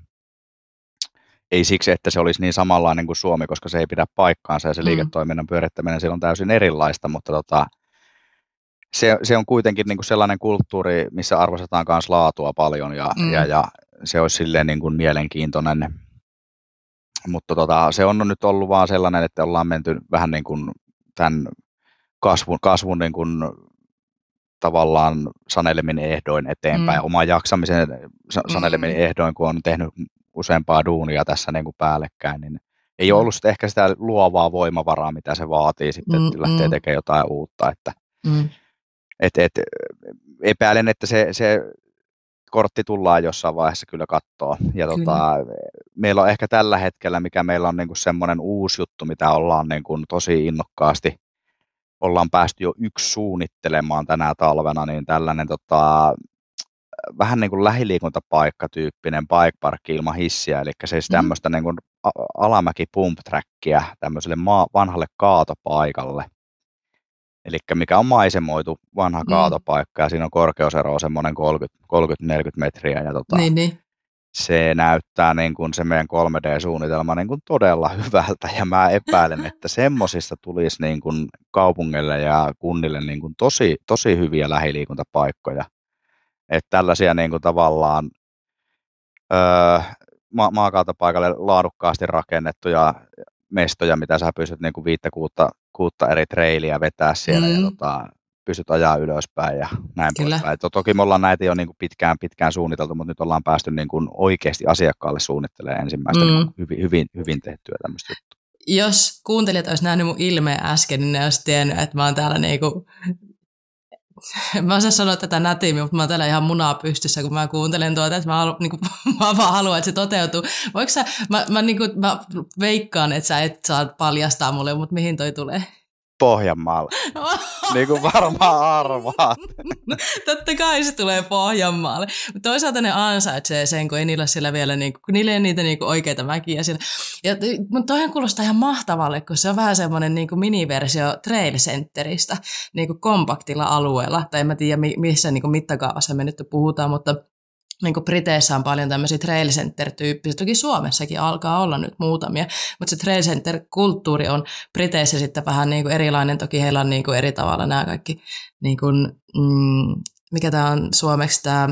Ei siksi, että se olisi niin samanlainen kuin Suomi, koska se ei pidä paikkaansa ja se mm. liiketoiminnan pyörittäminen siellä on täysin erilaista, mutta tota, Se, se on kuitenkin niin kuin sellainen kulttuuri, missä arvostetaan myös laatua paljon ja, mm. ja, ja se olisi silleen niin kuin mielenkiintoinen. Mutta tota, se on nyt ollut vaan sellainen, että ollaan menty vähän niin kuin tämän kasvun, kasvun niin kuin tavallaan sanelemin ehdoin eteenpäin. Mm. Oma jaksamisen sanelemin mm. ehdoin, kun on tehnyt useampaa duunia tässä niin kuin päällekkäin, niin ei ole ollut sit ehkä sitä luovaa voimavaraa, mitä se vaatii sitten, että mm. lähtee tekemään jotain uutta. Että mm. Et, et, epäilen, että se, se kortti tullaan jossain vaiheessa kyllä katsoa. Ja kyllä. Tota, meillä on ehkä tällä hetkellä, mikä meillä on niinku semmoinen uusi juttu, mitä ollaan niinku tosi innokkaasti, ollaan päästy jo yksi suunnittelemaan tänä talvena, niin tällainen tota, vähän niin kuin lähiliikuntapaikkatyyppinen bike park ilman hissiä, eli siis tämmöistä mm. niin kuin alamäki pump trackia tämmöiselle maa, vanhalle kaatopaikalle. Eli mikä on maisemoitu vanha kaatopaikka, ja siinä on korkeusero semmoinen kolmekymmentä neljäkymmentä metriä, ja tota, niin, niin. se näyttää niin kuin se meidän kolme D-suunnitelma niin kuin todella hyvältä, ja mä epäilen, että semmosista tulisi niin kuin kaupungille ja kunnille niin kuin tosi, tosi hyviä lähiliikuntapaikkoja. Että tällaisia niin kuin tavallaan öö, ma- maakaatopaikalle laadukkaasti rakennettuja mestoja, mitä sä pystyt niin kuin viittä kuutta, kuutta eri treiliä vetää siellä mm. ja tota, pystyt ajaa ylöspäin ja näin poispäin. Toki me ollaan näitä jo niin kuin pitkään, pitkään suunniteltu, mutta nyt ollaan päästy niin kuin oikeasti asiakkaalle suunnittelemaan ensimmäistä mm. niin kuin hyvin, hyvin, hyvin tehtyä tämmöistä juttua. Jos kuuntelijat olisi nähnyt mun ilmeen äsken, niin ne olisi tiennyt, että mä oon täällä niinku mä osaan sanoa tätä nätimmin, mutta mä oon täällä ihan munaa pystyssä, kun mä kuuntelen tuota, että mä, halu, niin kuin, mä vaan haluan, että se toteutuu. Voinko sä, mä, mä, niin kuin, mä veikkaan, että sä et saa paljastaa mulle, mutta mihin toi tulee? Pohjanmaalle. Niin kuin varmaan arvaat. Totta kai se tulee Pohjanmaalle. Mutta toisaalta ne ansaitsee sen, kun ei niillä ole siellä vielä, niin kuin, kun niillä ei ole niitä niin kuin oikeita mäkiä siellä. Ja, mutta toihan kuulostaa ihan mahtavalle, kun se on vähän semmoinen niin kuin miniversio Trail Centeristä niin kuin kompaktilla alueella. Tai en mä tiedä, missä niin kuin mittakaavassa me nyt puhutaan, mutta niin kuin Briteissä on paljon tämmöisiä trail center-tyyppisiä. Toki Suomessakin alkaa olla nyt muutamia, mutta se trail center-kulttuuri on Briteissä sitten vähän niin kuin erilainen. Toki heillä on niin kuin eri tavalla nämä kaikki, niin kuin, mm, mikä tämä on suomeksi tämä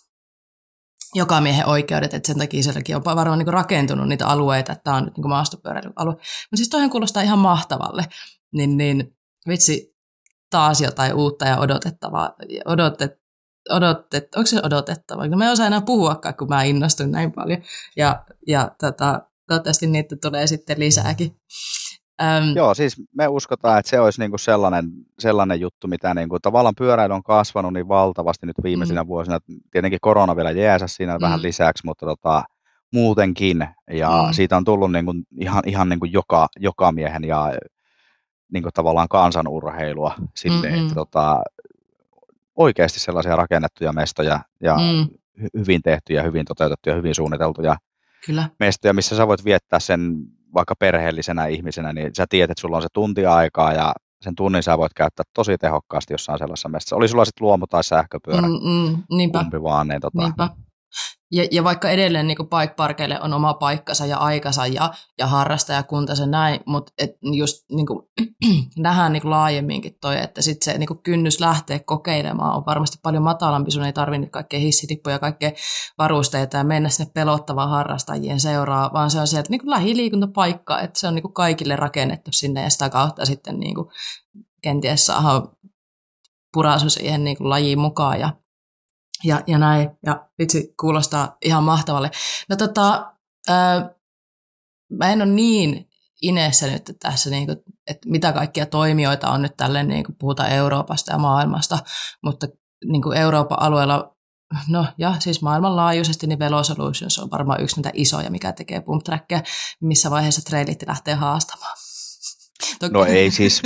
jokamiehen oikeudet, että sen takia sielläkin on varmaan niin kuin rakentunut niitä alueita, että tämä on nyt niin kuin maastopyöräilyalue. Mutta siis toihan kuulostaa ihan mahtavalle. Niin, niin vitsi, taas jotain uutta ja odotettavaa, odotet, odotet, onko se odotettavaa? Mä en osaa enää puhuakaan, kun mä innostun näin paljon. Ja, ja tota, toivottavasti niitä tulee sitten lisääkin. Ähm, Joo, siis me uskotaan, että se olisi niinku sellainen, sellainen juttu, mitä niinku, tavallaan pyöräily on kasvanut niin valtavasti nyt viimeisinä mm, vuosina. Tietenkin korona vielä jeesasi siinä vähän mm, lisäksi, mutta tota, muutenkin. Ja mm, siitä on tullut niinku ihan, ihan niinku joka, joka miehen ja niinku tavallaan kansanurheilua mm, silleen, että mm, tota, oikeasti sellaisia rakennettuja mestoja ja mm, hy- hyvin tehtyjä, hyvin toteutettuja, hyvin suunniteltuja kyllä. mestoja, missä sä voit viettää sen vaikka perheellisenä ihmisenä, niin sä tiedät, että sulla on se tunti aikaa ja sen tunnin sä voit käyttää tosi tehokkaasti jossain sellaisessa mestassa. Oli sulla sitten luomu- tai Mm, sähköpyörä, mm, niinpä, kumpi vaan, niin tota, niinpä. Ja, ja vaikka edelleen niin bike parkeille on oma paikkansa ja aikansa ja, ja harrastajakunta se näin, mutta et just niin kuin, nähdään niin kuin laajemminkin toi, että sit se niin kuin kynnys lähteä kokeilemaan on varmasti paljon matalampi, sun ei tarvitse kaikkea hissitippuja ja kaikkea varusteita ja mennä sinne pelottavaan harrastajien seuraa, vaan se on sieltä niin kuin lähiliikuntapaikka, että se on niin kuin kaikille rakennettu sinne ja sitä kautta sitten niin kuin kenties saadaan puraisu siihen niin kuin lajiin mukaan ja Ja, ja näin, ja vitsi, kuulostaa ihan mahtavalle. No tota, ää, mä en ole niin ineessä nyt tässä, niin kuin, että mitä kaikkia toimijoita on nyt tälleen, niin kuin puhutaan Euroopasta ja maailmasta, mutta niin kuin Euroopan alueella, no ja siis maailmanlaajuisesti, niin Velo Solutions on varmaan yksi niitä isoja, mikä tekee pump trackia, missä vaiheessa trailit lähtee haastamaan. Toki. no ei siis,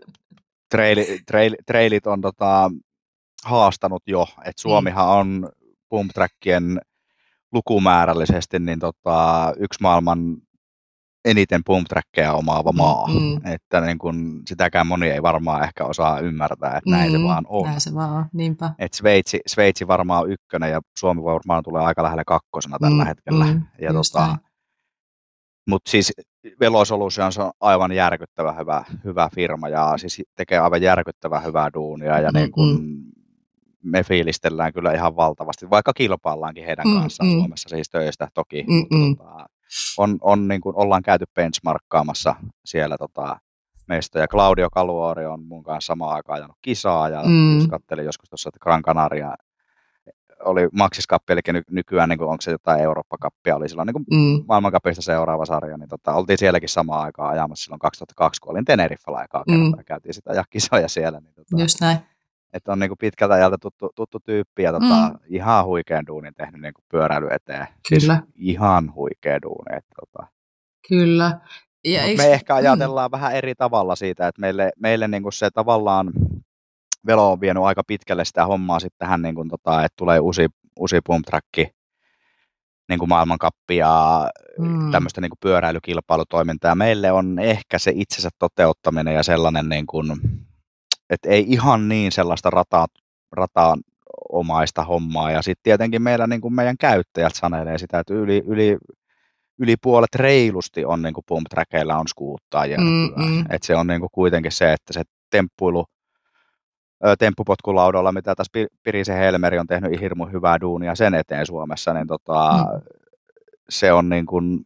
traili, trail, trailit on tota, haastanut jo, että niin. Suomihan on pump trackien lukumäärällisesti niin tota, yksi maailman eniten pump-trackeja omaava Mm, maa. mm, Että niin kun, sitäkään moni ei varmaan ehkä osaa ymmärtää, että näin se mm, vaan on. näin se vaan on, niinpä. Et Sveitsi, Sveitsi varmaan on ykkönen ja Suomi varmaan tulee aika lähelle kakkosena tällä Mm, hetkellä. mm, Ja just tota, näin. mutta siis Velo Solutions on aivan järkyttävä hyvä, hyvä firma ja siis tekee aivan järkyttävän hyvää duunia ja Mm, niin kun mm, me fiilistellään kyllä ihan valtavasti, vaikka kilpaillaankin heidän mm, kanssaan mm. Suomessa siis töistä toki, Mm, mutta mm, tota, on, on niin kuin ollaan käyty benchmarkkaamassa siellä tota, meistä ja Claudio Caluori on mun kanssa samaan aikaan ajanut kisaa ja just mm, katselin joskus tuossa, että Gran Canaria oli Maxis Cup, eli ny- nykyään niin kuin, onko se jotain Eurooppa-kappia, oli silloin niin kuin mm, maailmankapista seuraava sarja, niin tota, oltiin sielläkin samaan aikaan ajamassa silloin kaksituhattakaksi, kun olin Teneriffalla ekaa kertaa mm, ja käytiin sitä ja kisoja siellä, niin tota, just näin. että on niinku pitkältä ajalta tuttu, tuttu tyyppi ja tota, Mm, ihan huikean duunin tehnyt niinku pyöräily eteen. Siis kyllä, ihan huikea duuni. Et, tota. kyllä. Ja Mutta eiks, me ehkä mm, ajatellaan vähän eri tavalla siitä, että meille, meille niinku se tavallaan Velo on vienyt aika pitkälle sitä hommaa sitten tähän, niinku, tota, että tulee uusi, uusi pump track, niinku maailmankappi ja mm, tämmöistä niinku pyöräilykilpailutoimintaa. Meille on ehkä se itsensä toteuttaminen ja sellainen, niinku, että ei ihan niin sellaista rataa, rataa omaista hommaa. Ja sitten tietenkin meillä, niin kuin meidän käyttäjät sanelee sitä, että yli, yli, yli puolet reilusti on niin kuin pump trackeilla on skuuttajia mm, nykyään. mm, Et se on niin kuin kuitenkin se, että se temppuilu, ö, temppupotkulaudalla, mitä tässä Pi- Pirisen Helmeri on tehnyt hirmu hyvää duunia sen eteen Suomessa, niin tota, mm, se on niin kuin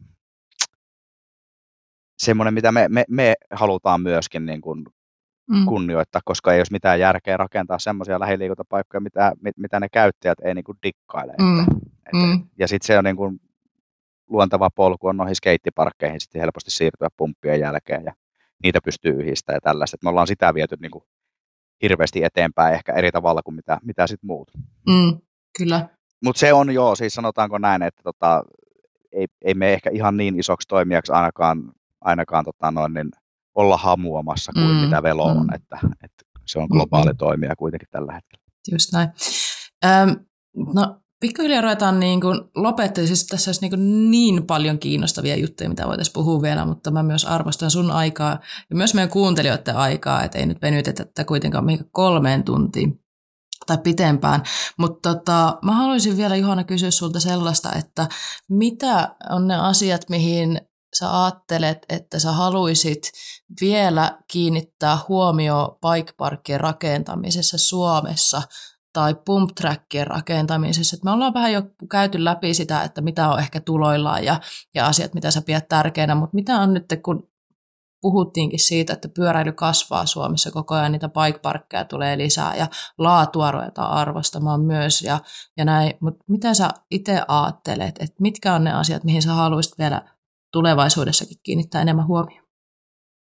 semmoinen, mitä me, me, me halutaan myöskin niin kuin mm, kunnioittaa, koska ei olisi mitään järkeä rakentaa semmoisia lähiliikuntapaikkoja, mitä, mit- mitä ne käyttäjät ei niin kuin dikkaile. Että, mm, et, mm, ja sitten se on niin kuin luonteva polku on noihin skeittiparkkeihin sitten helposti siirtyä pumppien jälkeen ja niitä pystyy yhdistämään ja tällaiset. Me ollaan sitä viety niin kuin hirveästi eteenpäin ehkä eri tavalla kuin mitä, mitä sitten muut. mm, kyllä. Mutta se on joo, siis sanotaanko näin, että tota, ei, ei me ehkä ihan niin isoksi toimijaksi ainakaan, ainakaan tota noin, niin olla hamuamassa kuin Mm, mitä Velo on, mm, että, että se on mm, globaali mm, toimija kuitenkin tällä hetkellä. just näin. Öm, no, pikkuhiljaa ruvetaan niin kuin lopettaa. Siis tässä olisi niin, kuin niin paljon kiinnostavia juttuja, mitä voitaisiin puhua vielä, mutta mä myös arvostan sun aikaa ja myös meidän kuuntelijoiden aikaa, että ei nyt venytetä tätä kuitenkaan mihinkään kolmeen tuntiin tai pitempään. Mutta tota, mä haluaisin vielä, Juhana, kysyä sulta sellaista, että mitä on ne asiat, mihin sä ajattelet, että sä haluaisit vielä kiinnittää huomioon bikeparkkien rakentamisessa Suomessa tai pump trackien rakentamisessa. Et me ollaan vähän jo käyty läpi sitä, että mitä on ehkä tuloillaan ja, ja asiat, mitä sä pidät tärkeänä, mutta mitä on nyt, kun puhuttiinkin siitä, että pyöräily kasvaa Suomessa koko ajan, niitä bike-parkkeja tulee lisää ja laatua ruvetaan arvostamaan myös ja, ja näin. Mutta mitä sä itse ajattelet, että mitkä on ne asiat, mihin sä haluaisit vielä tulevaisuudessakin kiinnittää enemmän huomioon?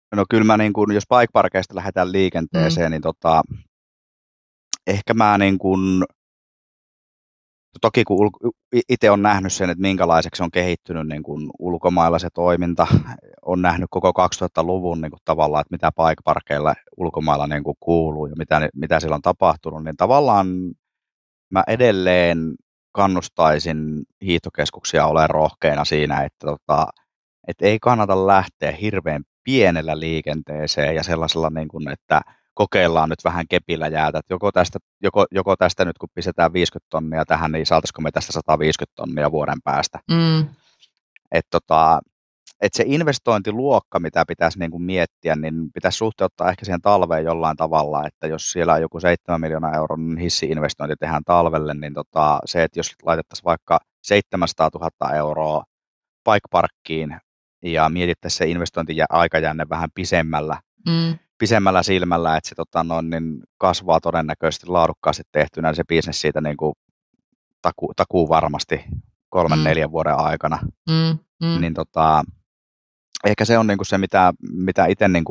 No kyllä mä niin kun, jos bikeparkeista lähdetään liikenteeseen, mm. niin tota, ehkä mä niin kun, toki kun itse on nähnyt sen, että minkälaiseksi on kehittynyt niin kun ulkomailla se toiminta, on nähnyt koko kaksituhattaluvun niin kun tavallaan, että mitä bikeparkeilla ulkomailla niin kun kuuluu ja mitä, mitä siellä on tapahtunut, niin tavallaan mä edelleen kannustaisin hiihtokeskuksia olemaan rohkeina siinä, että, tota, että ei kannata lähteä hirveän pienellä liikenteeseen ja sellaisella, niin kuin, että kokeillaan nyt vähän kepillä jäätä, että joko tästä, joko, joko tästä nyt kun pistetään viisikymmentä tonnia tähän, niin saataisiko me tästä sata viisikymmentä tonnia vuoden päästä. Mm. Että tota, et se investointiluokka, mitä pitäisi niin kuin miettiä, niin pitäisi suhteuttaa ehkä siihen talveen jollain tavalla, että jos siellä on joku seitsemän miljoonaa euron hissi-investointi tehdään talvelle, niin tota, se, että jos laitettaisiin vaikka seitsemänsataatuhatta euroa bikeparkkiin ja mietittäisiin se investointi-aikajänne vähän pisemmällä, mm. pisemmällä silmällä, että se tota, no, niin kasvaa todennäköisesti laadukkaasti tehtynä, niin se bisnes siitä niin kuin takuu, takuu varmasti kolmen, mm. neljän vuoden aikana, mm. Mm. niin tota, ehkä se on niinku se, mitä, mitä itse niinku,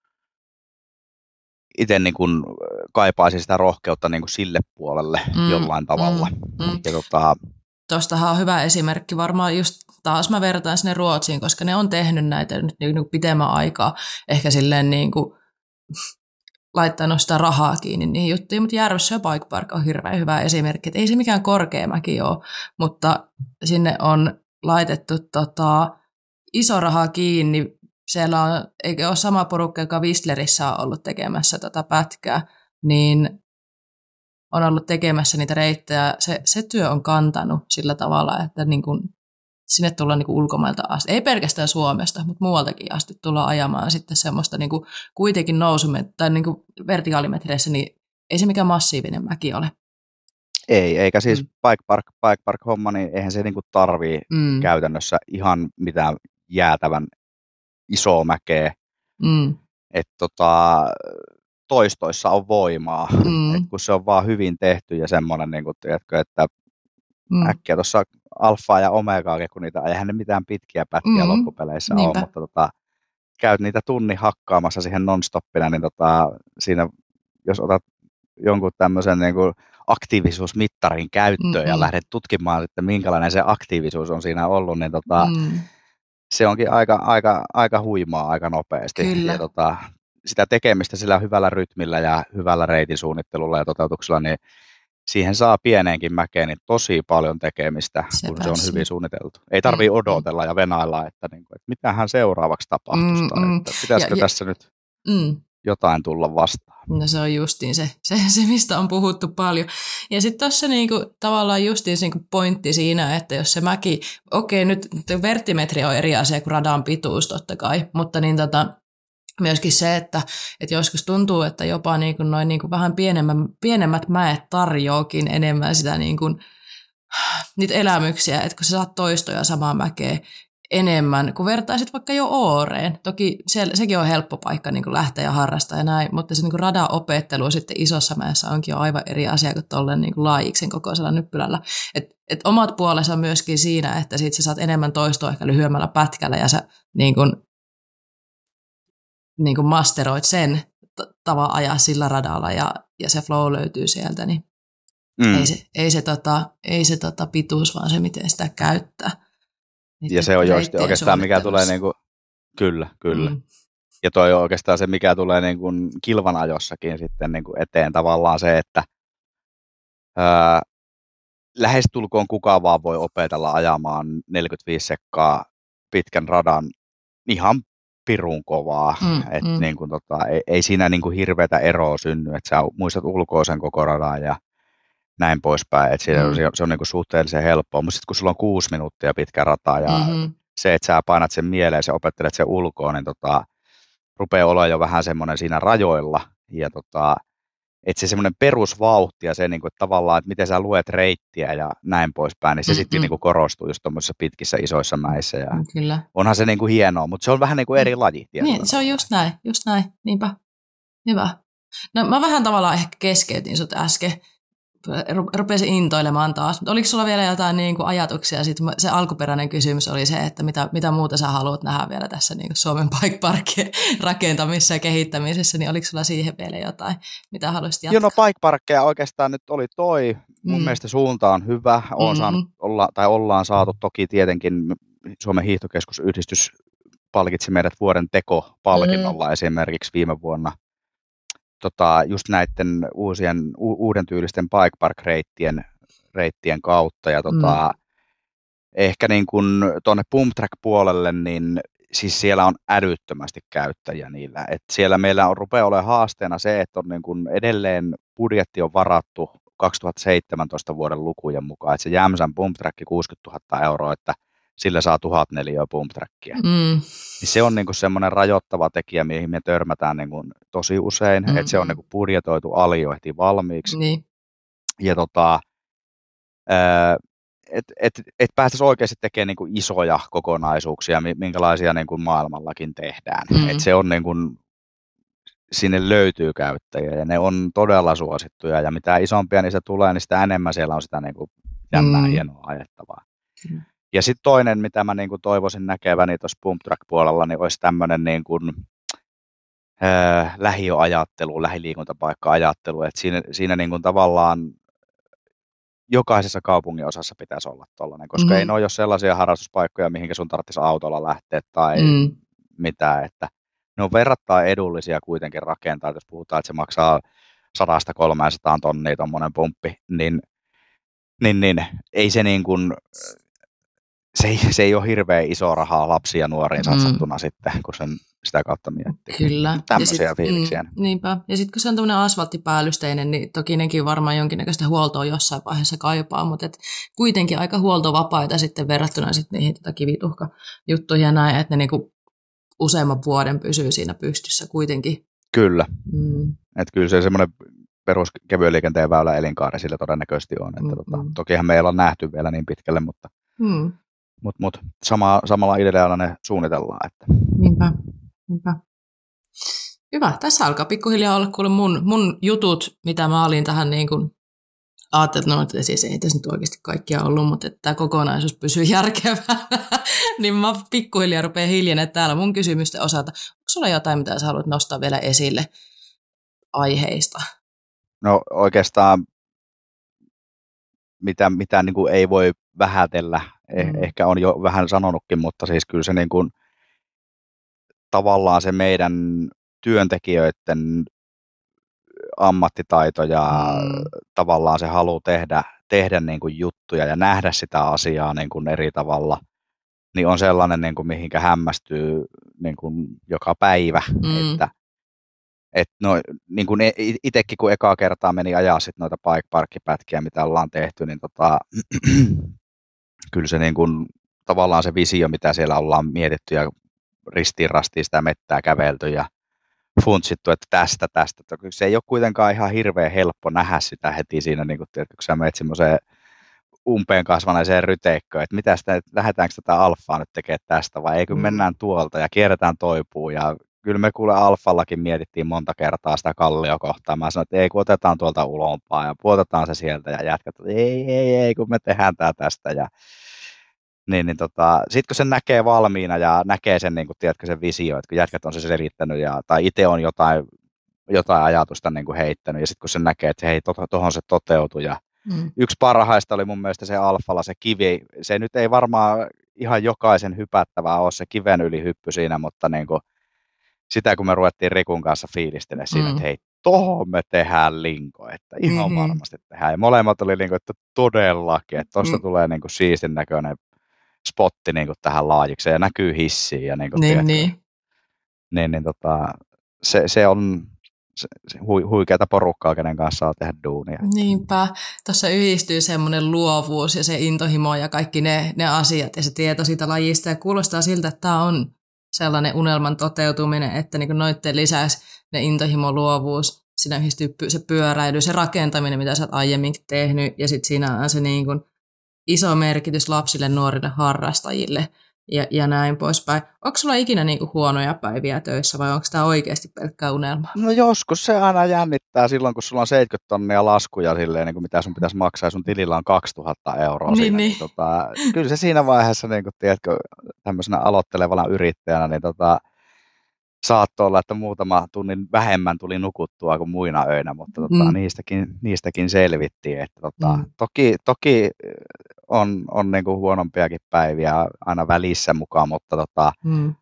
ite niinku kaipaisin sitä rohkeutta niinku sille puolelle mm, jollain tavalla. Mm, mm. Ja tota, Tuostahan on hyvä esimerkki. Varmaan just taas mä vertaan sinne Ruotsiin, koska ne on tehnyt näitä nyt niinku pitemmän aikaa. Ehkä silleen niinku laittanut sitä rahaa kiinni niihin juttuihin, mutta Järvessä Bike Park on hirveän hyvä esimerkki. Et ei se mikään korkea mäki ole, mutta sinne on laitettu tota, iso raha kiinni. Siellä on, eikö ole sama porukka, joka Whistlerissä on ollut tekemässä tätä pätkää, niin on ollut tekemässä niitä reittejä. Se, se työ on kantanut sillä tavalla, että niin kuin sinne tullaan niin kuin ulkomailta asti. Ei pelkästään Suomesta, mutta muualtakin asti tullaan ajamaan sitten semmoista niin kuin kuitenkin nousumet, tai niin kuin vertikaalimetreissä, niin ei se mikään massiivinen mäki ole. Ei, eikä siis mm. bike park, bike park homma, niin eihän se niin kuin tarvii mm. käytännössä ihan mitään jäätävän isoa mäkeä. Mm. Että tota, toistoissa on voimaa, mm. et kun se on vaan hyvin tehty ja semmoinen, niin kuin, tiedätkö, että mm. äkkiä tuossa alfaa ja omegaakin, kun niitä eihän ne mitään pitkiä pätkiä mm. loppupeleissä Niinpä. ole, mutta tota, käyt niitä tunnin hakkaamassa siihen non-stoppina, niin tota, siinä, jos otat jonkun tämmöisen niin kuin aktiivisuusmittarin käyttöön Mm-mm. ja lähdet tutkimaan, että minkälainen se aktiivisuus on siinä ollut, niin tota, mm. se onkin aika, aika, aika huimaa aika nopeasti. Kyllä. Ja tota, sitä tekemistä sillä hyvällä rytmillä ja hyvällä reitin suunnittelulla ja toteutuksella, niin siihen saa pieneenkin mäkeen niin tosi paljon tekemistä, Sepä kun se on se. hyvin suunniteltu. Ei tarvitse mm. odotella ja venailla, että, niin kuin, että mitähän seuraavaksi tapahtuisi, mm, mm. että pitäisikö ja, tässä ja, nyt mm. jotain tulla vastaan. No se on justiin se, se, se mistä on puhuttu paljon. Ja sitten tuossa niinku, tavallaan justiin se niinku pointti siinä, että jos se mäki, okei nyt vertimetri on eri asia kuin radan pituus totta kai, mutta niin tota, myöskin se, että, että joskus tuntuu, että jopa niinku noin niinku vähän pienemmät, pienemmät mäet tarjoakin enemmän sitä niinku, niitä elämyksiä, että kun sä saat toistoja samaa mäkeä enemmän, kun vertaisit vaikka jo Ooreen. Toki siellä, sekin on helppo paikka niin kuin lähteä ja harrastaa ja näin, mutta se niin kuin radan opettelu sitten isossa mäessä onkin jo aivan eri asia kuin tuolleen niin kuin laajiksen kokoisella nyppylällä. Et, et omat puolensa myöskin siinä, että sit sä saat enemmän toistoa ehkä lyhyemmällä pätkällä ja sä niin kuin, niin kuin masteroit sen t- tavan ajaa sillä radalla ja, ja se flow löytyy sieltä, niin mm. ei se, ei se, tota, ei se tota pituus, vaan se miten sitä käyttää. Ja se on just oikeastaan mikä tulee niinku, kyllä, kyllä. Mm. Ja toi on oikeastaan se, mikä tulee niinku kilvan ajossakin sitten niinku eteen tavallaan se, että ää, lähestulkoon kukaan vaan voi opetella ajamaan neljäkymmentäviisi sekkaa pitkän radan ihan pirun kovaa. Mm, et mm. Niinku tota, ei, ei siinä niinku hirveätä eroa synny, että sä muistat ulkoisen koko radan ja näin poispäin, että mm. se on, se on niinku suhteellisen helppoa, mutta sitten kun sulla on kuusi minuuttia pitkä rata ja mm-hmm. se, että sä painat sen mieleen ja opettelet sen ulkoa, niin tota, rupeaa olla jo vähän semmoinen siinä rajoilla ja tota, että se semmoinen perusvauhti ja se niinku, että tavallaan, että miten sä luet reittiä ja näin poispäin, niin se mm-hmm. sitten niinku korostuu just tuommoisissa pitkissä isoissa mäissä ja Kyllä. onhan se niinku hienoa, mutta se on vähän niinku eri laji. Niin, se on just näin, just näin, niinpä, hyvä. No mä vähän tavallaan ehkä keskeytin sut äsken, rupesin intoilemaan taas. Oliko sulla vielä jotain niin kuin ajatuksia? Sitten se alkuperäinen kysymys oli se, että mitä, mitä muuta sä haluat nähdä vielä tässä niin kuin Suomen bike parkkien rakentamisessa ja kehittämisessä, niin oliko sulla siihen vielä jotain, mitä haluaisit jatkaa? Joo, no bike parkkeja oikeastaan nyt oli toi. Mun mm. mielestä suunta on hyvä. Olen mm-hmm. saanut olla, tai ollaan saatu toki tietenkin Suomen hiihtokeskusyhdistys palkitsi meidät vuoden tekopalkinnolla mm. esimerkiksi viime vuonna. Tota, just näiden uusien, u- uuden tyylisten bike park-reittien reittien kautta. Ja tota, mm. ehkä niin kuin tuonne pump track puolelle, niin siis siellä on älyttömästi käyttäjiä niillä. Et siellä meillä on rupeaa olemaan haasteena se, että on niin kuin edelleen budjetti on varattu kaksituhattaseitsemäntoista vuoden lukujen mukaan. Että se Jämsän pump track kuusikymmentätuhatta euroa, että sillä saa tuhat neliöä pump trackia. Mm. Niin se on niinku semmoinen rajoittava tekijä, mihin me törmätään niinku tosi usein, mm-hmm. että se on niinku budjetoitu alioehti valmiiksi. Niin. Ja tota, että et, et päästäisiin oikeasti tekemään niinku isoja kokonaisuuksia, minkälaisia niinku maailmallakin tehdään. Mm-hmm. Et se on niinku, sinne löytyy käyttäjiä ja ne on todella suosittuja ja mitä isompia niistä tulee, niin sitä enemmän siellä on sitä niinku jännää mm-hmm. hienoa ajettavaa. Mm-hmm. Ja sitten toinen, mitä mä niinku toivoisin näkeväni tuossa pump track-puolella, niin olisi tämmöinen niinku, äh, lähiöajattelu, lähiliikuntapaikka-ajattelu, että siinä, siinä niinku tavallaan jokaisessa kaupungin osassa pitäisi olla tollainen, koska mm-hmm. ei ne ole sellaisia harrastuspaikkoja, mihinkä sun tarvitsisi autolla lähteä tai mm. mitään, että ne on verrattain edullisia kuitenkin rakentaa, jos puhutaan, että se maksaa sadasta kolmeensataan tonnia tuommoinen pumppi, niin, niin, niin ei se niin kuin Se ei, se ei ole hirveän iso rahaa lapsia ja nuoriin satsattuna mm. sitten, kun sen sitä kautta miettii. Kyllä. Tämmöisiä sit, fiiliksiä. Mm, niinpä. Ja sitten kun se on tämmöinen asfalttipäällysteinen, niin toki nekin varmaan jonkinnäköistä huoltoa jossain vaiheessa kaipaa, mutta et kuitenkin aika huoltovapaita sitten verrattuna sitten niihin tota kivituhkajuttuihin ja näin, että ne niinku useamman vuoden pysyy siinä pystyssä kuitenkin. Kyllä. Mm. Että kyllä se semmoinen perus kevyen liikenteen väylä elinkaari sillä todennäköisesti on. Että mm, tota, mm. Tokihan me ei olla nähty vielä niin pitkälle, mutta mm. Mutta mut, sama, samalla idealla ne suunnitellaan. Että. Niinpä, niinpä. Hyvä. Tässä alkaa pikkuhiljaa olla kuule mun, mun jutut, mitä mä olin tähän niin kuin ajattelin, no, että siis ei tässä nyt oikeasti kaikkia ollut, mutta että tämä kokonaisuus pysyy järkevänä. Niin mä pikkuhiljaa rupean hiljenemään täällä mun kysymysten osalta. Onko sulla jotain, mitä sä haluat nostaa vielä esille aiheista? No oikeastaan mitä, mitä niin kuin ei voi vähätellä. Mm. Ehkä on jo vähän sanonutkin, mutta siis kyllä se niin kuin, tavallaan se meidän työntekijöiden ammattitaito ja mm. tavallaan se halu tehdä, tehdä niin kuin juttuja ja nähdä sitä asiaa niin kuin eri tavalla, niin on sellainen, niin kuin mihinkä hämmästyy niin kuin joka päivä. Mm. Että, et no, niin kuin itsekin kun ekaa kertaa meni ajaa sit noita bike parkkipätkiä, mitä ollaan tehty, niin tota, kyllä se niin kuin, tavallaan se visio, mitä siellä ollaan mietitty ja ristiin rastiin sitä mettää kävelty ja funtsittu, että tästä, tästä. Se ei ole kuitenkaan ihan hirveän helppo nähdä sitä heti siinä, niin kuin, tiedätkö, kun sä menet semmoiseen umpeen kasvaneeseen ryteikköön, että mitä sitä, lähdetäänkö tätä alfaa nyt tekemään tästä vai eikö mm. mennään tuolta ja kierretään toipuun ja kyllä me kuule alfallakin mietittiin monta kertaa sitä kalliokohtaa. Mä sanoin, että ei kun otetaan tuolta ulompaa ja puotetaan se sieltä ja jatkat, ei, ei, ei, kun me tehdään tää tästä. Ja niin, niin tota, sitten kun sen näkee valmiina ja näkee sen, niin kun, tiedätkö, sen visio, että kun jätkät on se selittänyt ja, tai itse on jotain, jotain ajatusta niin kuin heittänyt ja sitten kun sen näkee, että hei, tuohon to, se toteutui. Ja mm. yksi parhaista oli mun mielestä se alfalla se kivi. Se nyt ei varmaan ihan jokaisen hypättävää ole se kiven yli hyppy siinä, mutta niin kuin, sitä kun me ruvettiin Rikun kanssa fiilistelemään siinä, mm. että hei, tohon me tehdään linko, että ihan mm-hmm. varmasti tehdään. Ja molemmat oli linko, että todellakin, että tosta mm. tulee niin kuin siistin näköinen spotti niin kuin tähän laajikseen ja näkyy hissiin. Ja niin, kuin niin, niin. niin, niin tota, se, se on se, se hui, huikeata porukkaa, kenen kanssa saa tehdä duunia. Niinpä. Tuossa yhdistyy semmoinen luovuus ja se intohimo ja kaikki ne, ne asiat ja se tieto siitä lajista. Ja kuulostaa siltä, että tämä on sellainen unelman toteutuminen, että niin noitten lisäksi ne intohimo, luovuus, siinä yhdistyy se pyöräily, se rakentaminen, mitä sä oot aiemminkin tehnyt, ja sitten siinä on se niin kuin iso merkitys lapsille, nuorille, harrastajille, ja, ja näin poispäin. Onko sulla ikinä niinku huonoja päiviä töissä vai onko tämä oikeasti pelkkää unelmaa? No joskus se aina jännittää silloin, kun sulla on seitsemänkymmentä tonnia laskuja silleen, niin kuin mitä sun pitäisi maksaa ja sun tilillä on kaksituhatta euroa Niin, siinä. niin. Niin, tota, kyllä se siinä vaiheessa, niin kuin, tiedätkö, tämmöisenä aloittelevana yrittäjänä, niin tota, saattoi olla, että muutama tunnin vähemmän tuli nukuttua kuin muina öinä, mutta tota, Mm. niistäkin, niistäkin selvittiin. Että, tota, Mm. Toki, toki on, on niin kuin huonompiakin päiviä aina välissä mukaan, mutta tota, Mm.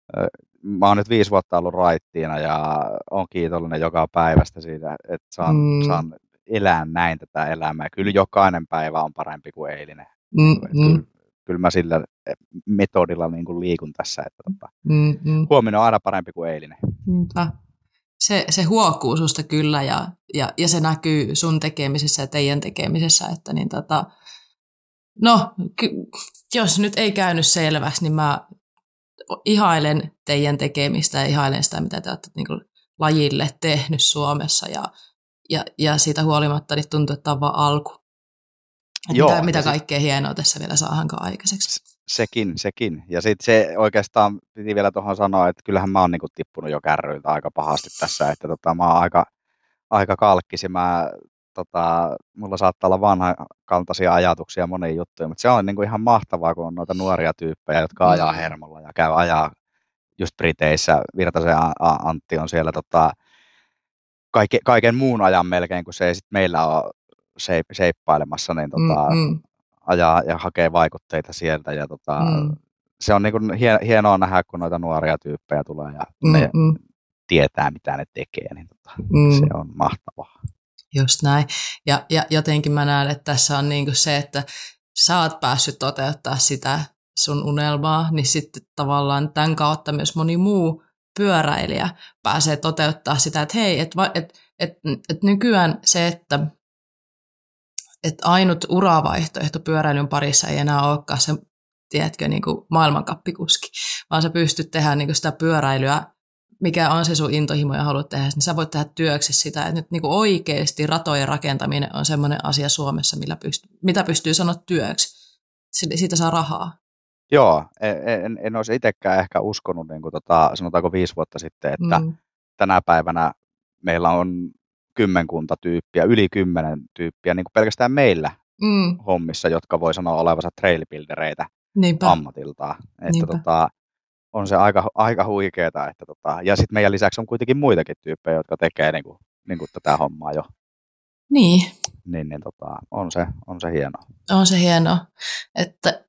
mä oon nyt viisi vuotta ollut raittiina ja oon kiitollinen joka päivästä siitä, että saan, Mm. saan elää näin tätä elämää. Kyllä jokainen päivä on parempi kuin eilinen. Mm. Niin kuin, että Mm. kyllä, kyllä mä sillä metodilla niin kuin liikun tässä, että tota, Mm. Mm. huominen on aina parempi kuin eilinen. Niinpä. Se, se huokuu susta kyllä ja, ja, ja se näkyy sun tekemisessä ja teidän tekemisessä, että niin tota, no, ky, jos nyt ei käynyt selväksi, niin mä ihailen teidän tekemistä ja ihailen sitä, mitä te olette niin kuin lajille tehnyt Suomessa ja, ja, ja siitä huolimatta niin tuntuu, että tämä on vaan alku. Joo, mitä mitä ja sit- kaikkea hienoa tässä vielä saadaankaan aikaiseksi. Sekin, sekin. Ja sitten se oikeastaan piti vielä tuohon sanoa, että kyllähän mä oon niinku tippunut jo kärryiltä aika pahasti tässä, että tota, mä oon aika, aika kalkkisi. Mä, tota, mulla saattaa olla vanhakantaisia ajatuksia moniin juttuja, mutta se on niinku ihan mahtavaa, kun on noita nuoria tyyppejä, jotka ajaa Mm. hermolla ja käy ajaa just Briteissä. Virtasen A- A- Antti on siellä tota, kaiken, kaiken muun ajan melkein, kun se ei sit meillä ole seip- seippailemassa, niin tota, Mm, mm, ajaa ja hakee vaikutteita sieltä. Ja tota, mm, se on niin kuin hienoa nähdä, kun noita nuoria tyyppejä tulee ja mm, ne mm, tietää, mitä ne tekee. Niin tota, mm. se on mahtavaa. Just näin. Ja, ja jotenkin mä näen, että tässä on niinku se, että sä oot päässyt toteuttaa sitä sun unelmaa, niin sitten tavallaan tämän kautta myös moni muu pyöräilijä pääsee toteuttaa sitä, että hei, että et, et, et nykyään se, että et ainut uravaihtoehto pyöräilyn parissa ei enää olekaan se, tiedätkö, niin kuin maailmankappikuski, vaan sä pystyt tehdä niin kuin sitä pyöräilyä, mikä on se sun intohimo ja haluat tehdä, niin sä voit tehdä työksi sitä, että nyt niin kuin oikeasti ratojen rakentaminen on semmoinen asia Suomessa, millä pystyy, mitä pystyy sanoa työksi. Siitä saa rahaa. Joo, en, en olisi itsekään ehkä uskonut, niin kuin tota, sanotaanko viisi vuotta sitten, että Mm. tänä päivänä meillä on kymmenkunta tyyppiä, yli kymmenen tyyppiä, niin kuin pelkästään meillä Mm. hommissa, jotka voi sanoa olevansa trailbuildereitä Niinpä. ammatiltaan. Että Niinpä. tota, on se aika, aika huikeeta. Että tota, ja sitten meidän lisäksi on kuitenkin muitakin tyyppejä, jotka tekee niin kuin, niin kuin tätä hommaa jo. Niin. Niin, niin tota, on, se, on se hienoa. On se hienoa, että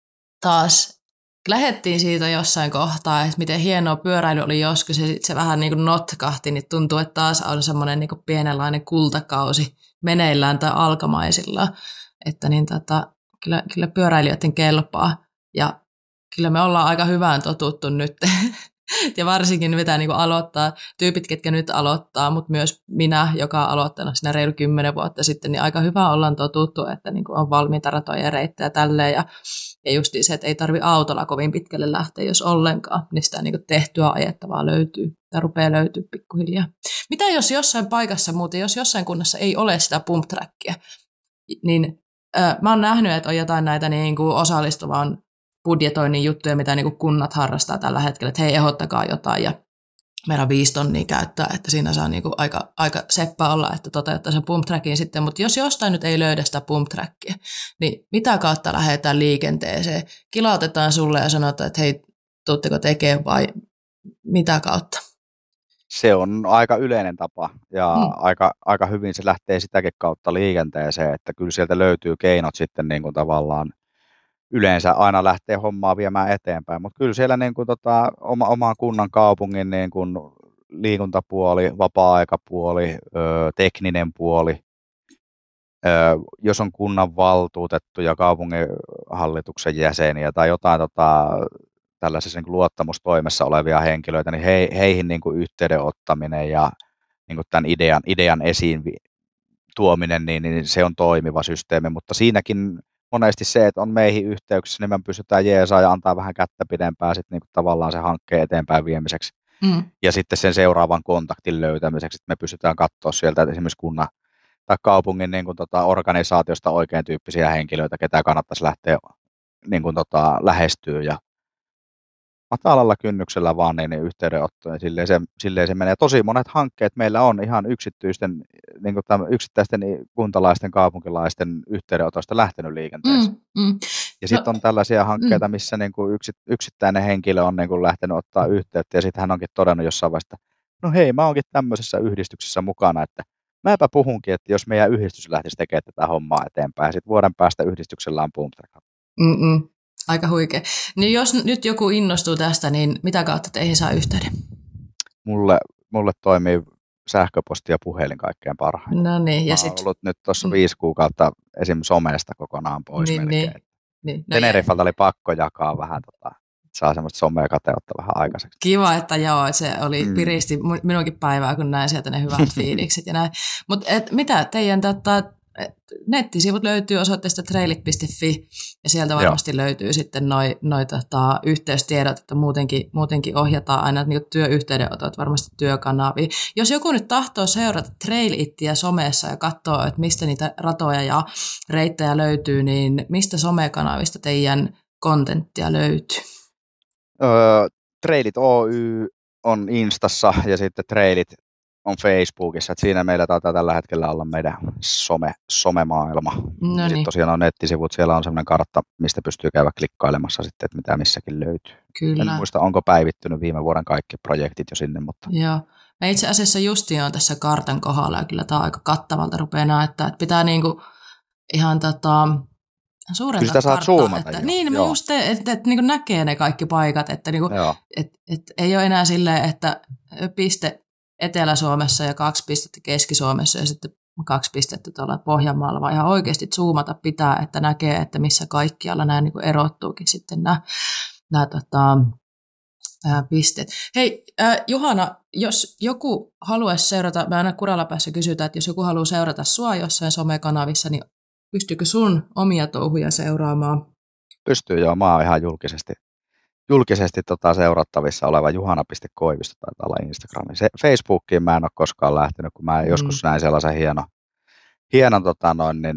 taas lähdettiin siitä jossain kohtaa, että miten hienoa pyöräily oli joskus ja sitten se vähän niin kuin notkahti, niin tuntuu, että taas on semmoinen niin kuin pienenlainen kultakausi meneillään tai alkamaisilla, että niin tota, kyllä, kyllä pyöräilijöiden kelpaa ja kyllä me ollaan aika hyvään totuttu nyt ja varsinkin mitä niin kuin aloittaa, tyypit, ketkä nyt aloittaa, mutta myös minä, joka on aloittanut siinä reilu kymmenen vuotta sitten, niin aika hyvä ollaan totuttu, että niin kuin on valmiita ratoja ja reittejä tälleen ja Ja just se, että ei tarvi autolla kovin pitkälle lähteä, jos ollenkaan, niin sitä niin kuin tehtyä ajettavaa löytyy, tai rupeaa löytyy pikkuhiljaa. Mitä jos jossain paikassa muuten, jos jossain kunnassa ei ole sitä pump trackia, niin äh, mä oon nähnyt, että on jotain näitä niin kuin osallistuvan budjetoinnin juttuja, mitä niin kuin kunnat harrastaa tällä hetkellä, että hei, ehdottakaa jotain, ja meillä on viisi tonnia käyttää, että siinä saa niinku aika, aika seppä olla, että toteuttaa sen pump trackin sitten, mutta jos jostain nyt ei löydä sitä pump trackia, niin mitä kautta lähdetään liikenteeseen? Kilautetaan sulle ja sanotaan, että hei, tuutteko tekemään vai mitä kautta? Se on aika yleinen tapa ja Mm. aika, aika hyvin se lähtee sitäkin kautta liikenteeseen, että kyllä sieltä löytyy keinot sitten niin kuin tavallaan yleensä aina lähtee hommaa viemään eteenpäin, mutta kyllä siellä niin kuin tota, oma, oman kunnan kaupungin niin kuin liikuntapuoli, vapaa-aikapuoli, ö, tekninen puoli, ö, jos on kunnan valtuutettu ja kaupunginhallituksen jäseniä tai jotain tota, tällaisessa niin kuin luottamustoimessa olevia henkilöitä, niin he, heihin niin kuin yhteyden ottaminen ja niin kuin tämän idean, idean esiin tuominen, niin, niin se on toimiva systeemi, mutta siinäkin monesti se, että on meihin yhteyksissä, niin me pystytään jeesaa ja antaa vähän kättä pidempään sit niinku tavallaan se hankkeen eteenpäin viemiseksi. Mm. Ja sitten sen seuraavan kontaktin löytämiseksi, että me pystytään katsoa sieltä esimerkiksi kunnan tai kaupungin niin kuin, tota, organisaatiosta oikein tyyppisiä henkilöitä, ketä kannattaisi lähteä niin kuin, tota, lähestyä ja matalalla kynnyksellä vaan niin, niin yhteydenottoja. Silleen se, silleen se menee. Tosi monet hankkeet meillä on ihan yksityisten, niin kuin tämän, yksittäisten kuntalaisten, kaupunkilaisten yhteydenotosta lähtenyt liikenteeseen. Mm, mm. Ja sitten No, on tällaisia hankkeita, mm. missä niin kuin yksi, yksittäinen henkilö on niin kuin lähtenyt ottaa yhteyttä ja sitten hän onkin todennut jossain vaiheessa, no hei, mä oonkin tämmöisessä yhdistyksessä mukana, että mäpä puhunkin, että jos meidän yhdistys lähtisi tekemään tätä hommaa eteenpäin, ja sitten vuoden päästä yhdistyksellä on Boomtrack. Mm-mm. Aika huikea. Niin jos nyt joku innostuu tästä, niin mitä kautta teihin saa yhteyden? Mulle, mulle toimii sähköposti ja puhelin kaikkein parhaiten. No niin, ja Mä sit... oon ollut nyt tuossa viisi kuukautta esim. Somesta kokonaan pois niin, melkein. Niin, niin. No Tenerifalta oli pakko jakaa vähän, tota, saa semmoista somea kateutta vähän aikaiseksi. Kiva, että joo, se oli Mm. piristi minunkin päivää, kun näin sieltä ne hyvät fiilikset ja näin. Mutta mitä teidän tota, nettisivut löytyy osoitteesta trailit piste fi ja sieltä varmasti Joo. löytyy sitten noi, noi tota, yhteystiedot, että muutenkin, muutenkin ohjataan aina niin työyhteydenotot varmasti työkanaviin. Jos joku nyt tahtoo seurata Trail Ittiä somessa ja katsoo, että mistä niitä ratoja ja reittejä löytyy, niin mistä somekanavista teidän kontenttia löytyy? Öö, Trailit Oy on Instassa ja sitten Trailit on Facebookissa, että siinä meillä taitaa tällä hetkellä olla meidän some, somemaailma. No Sitten niin. tosiaan on nettisivut, siellä on sellainen kartta, mistä pystyy käydä klikkailemassa sitten, että mitä missäkin löytyy. Kyllä. En muista, onko päivittynyt viime vuoden kaikki projektit jo sinne, mutta... Joo. Mä itse asiassa justiin on tässä kartan kohdalla ja kyllä tämä on aika kattavalta rupeaa näyttää, että pitää niinku ihan tota... suurentaa sitä saat karttaa, zoomata että, jo. niin, mä Joo. just te, että, että niin näkee ne kaikki paikat, että niin kuin, et, et, ei ole enää silleen, että piste Etelä-Suomessa ja kaksi pistettä Keski-Suomessa ja sitten kaksi pistettä tuolla Pohjanmaalla, vaan ihan oikeasti zoomata pitää, että näkee, että missä kaikkialla nämä niin kuin erottuukin sitten nämä, nämä tota, ää, pisteet. Hei äh, Juhana, jos joku haluaisi seurata, mä aina Kuraläpässä kysytään, että jos joku haluaa seurata sua jossain somekanavissa, niin pystyykö sun omia touhuja seuraamaan? Pystyy joo, mä oon ihan julkisesti, julkisesti tota seurattavissa oleva juhana piste koivisto taitaa olla Instagramin. Se, Facebookiin mä en ole koskaan lähtenyt, kun mä mm. joskus näin sellaisen hienon, hienon tota noin, niin,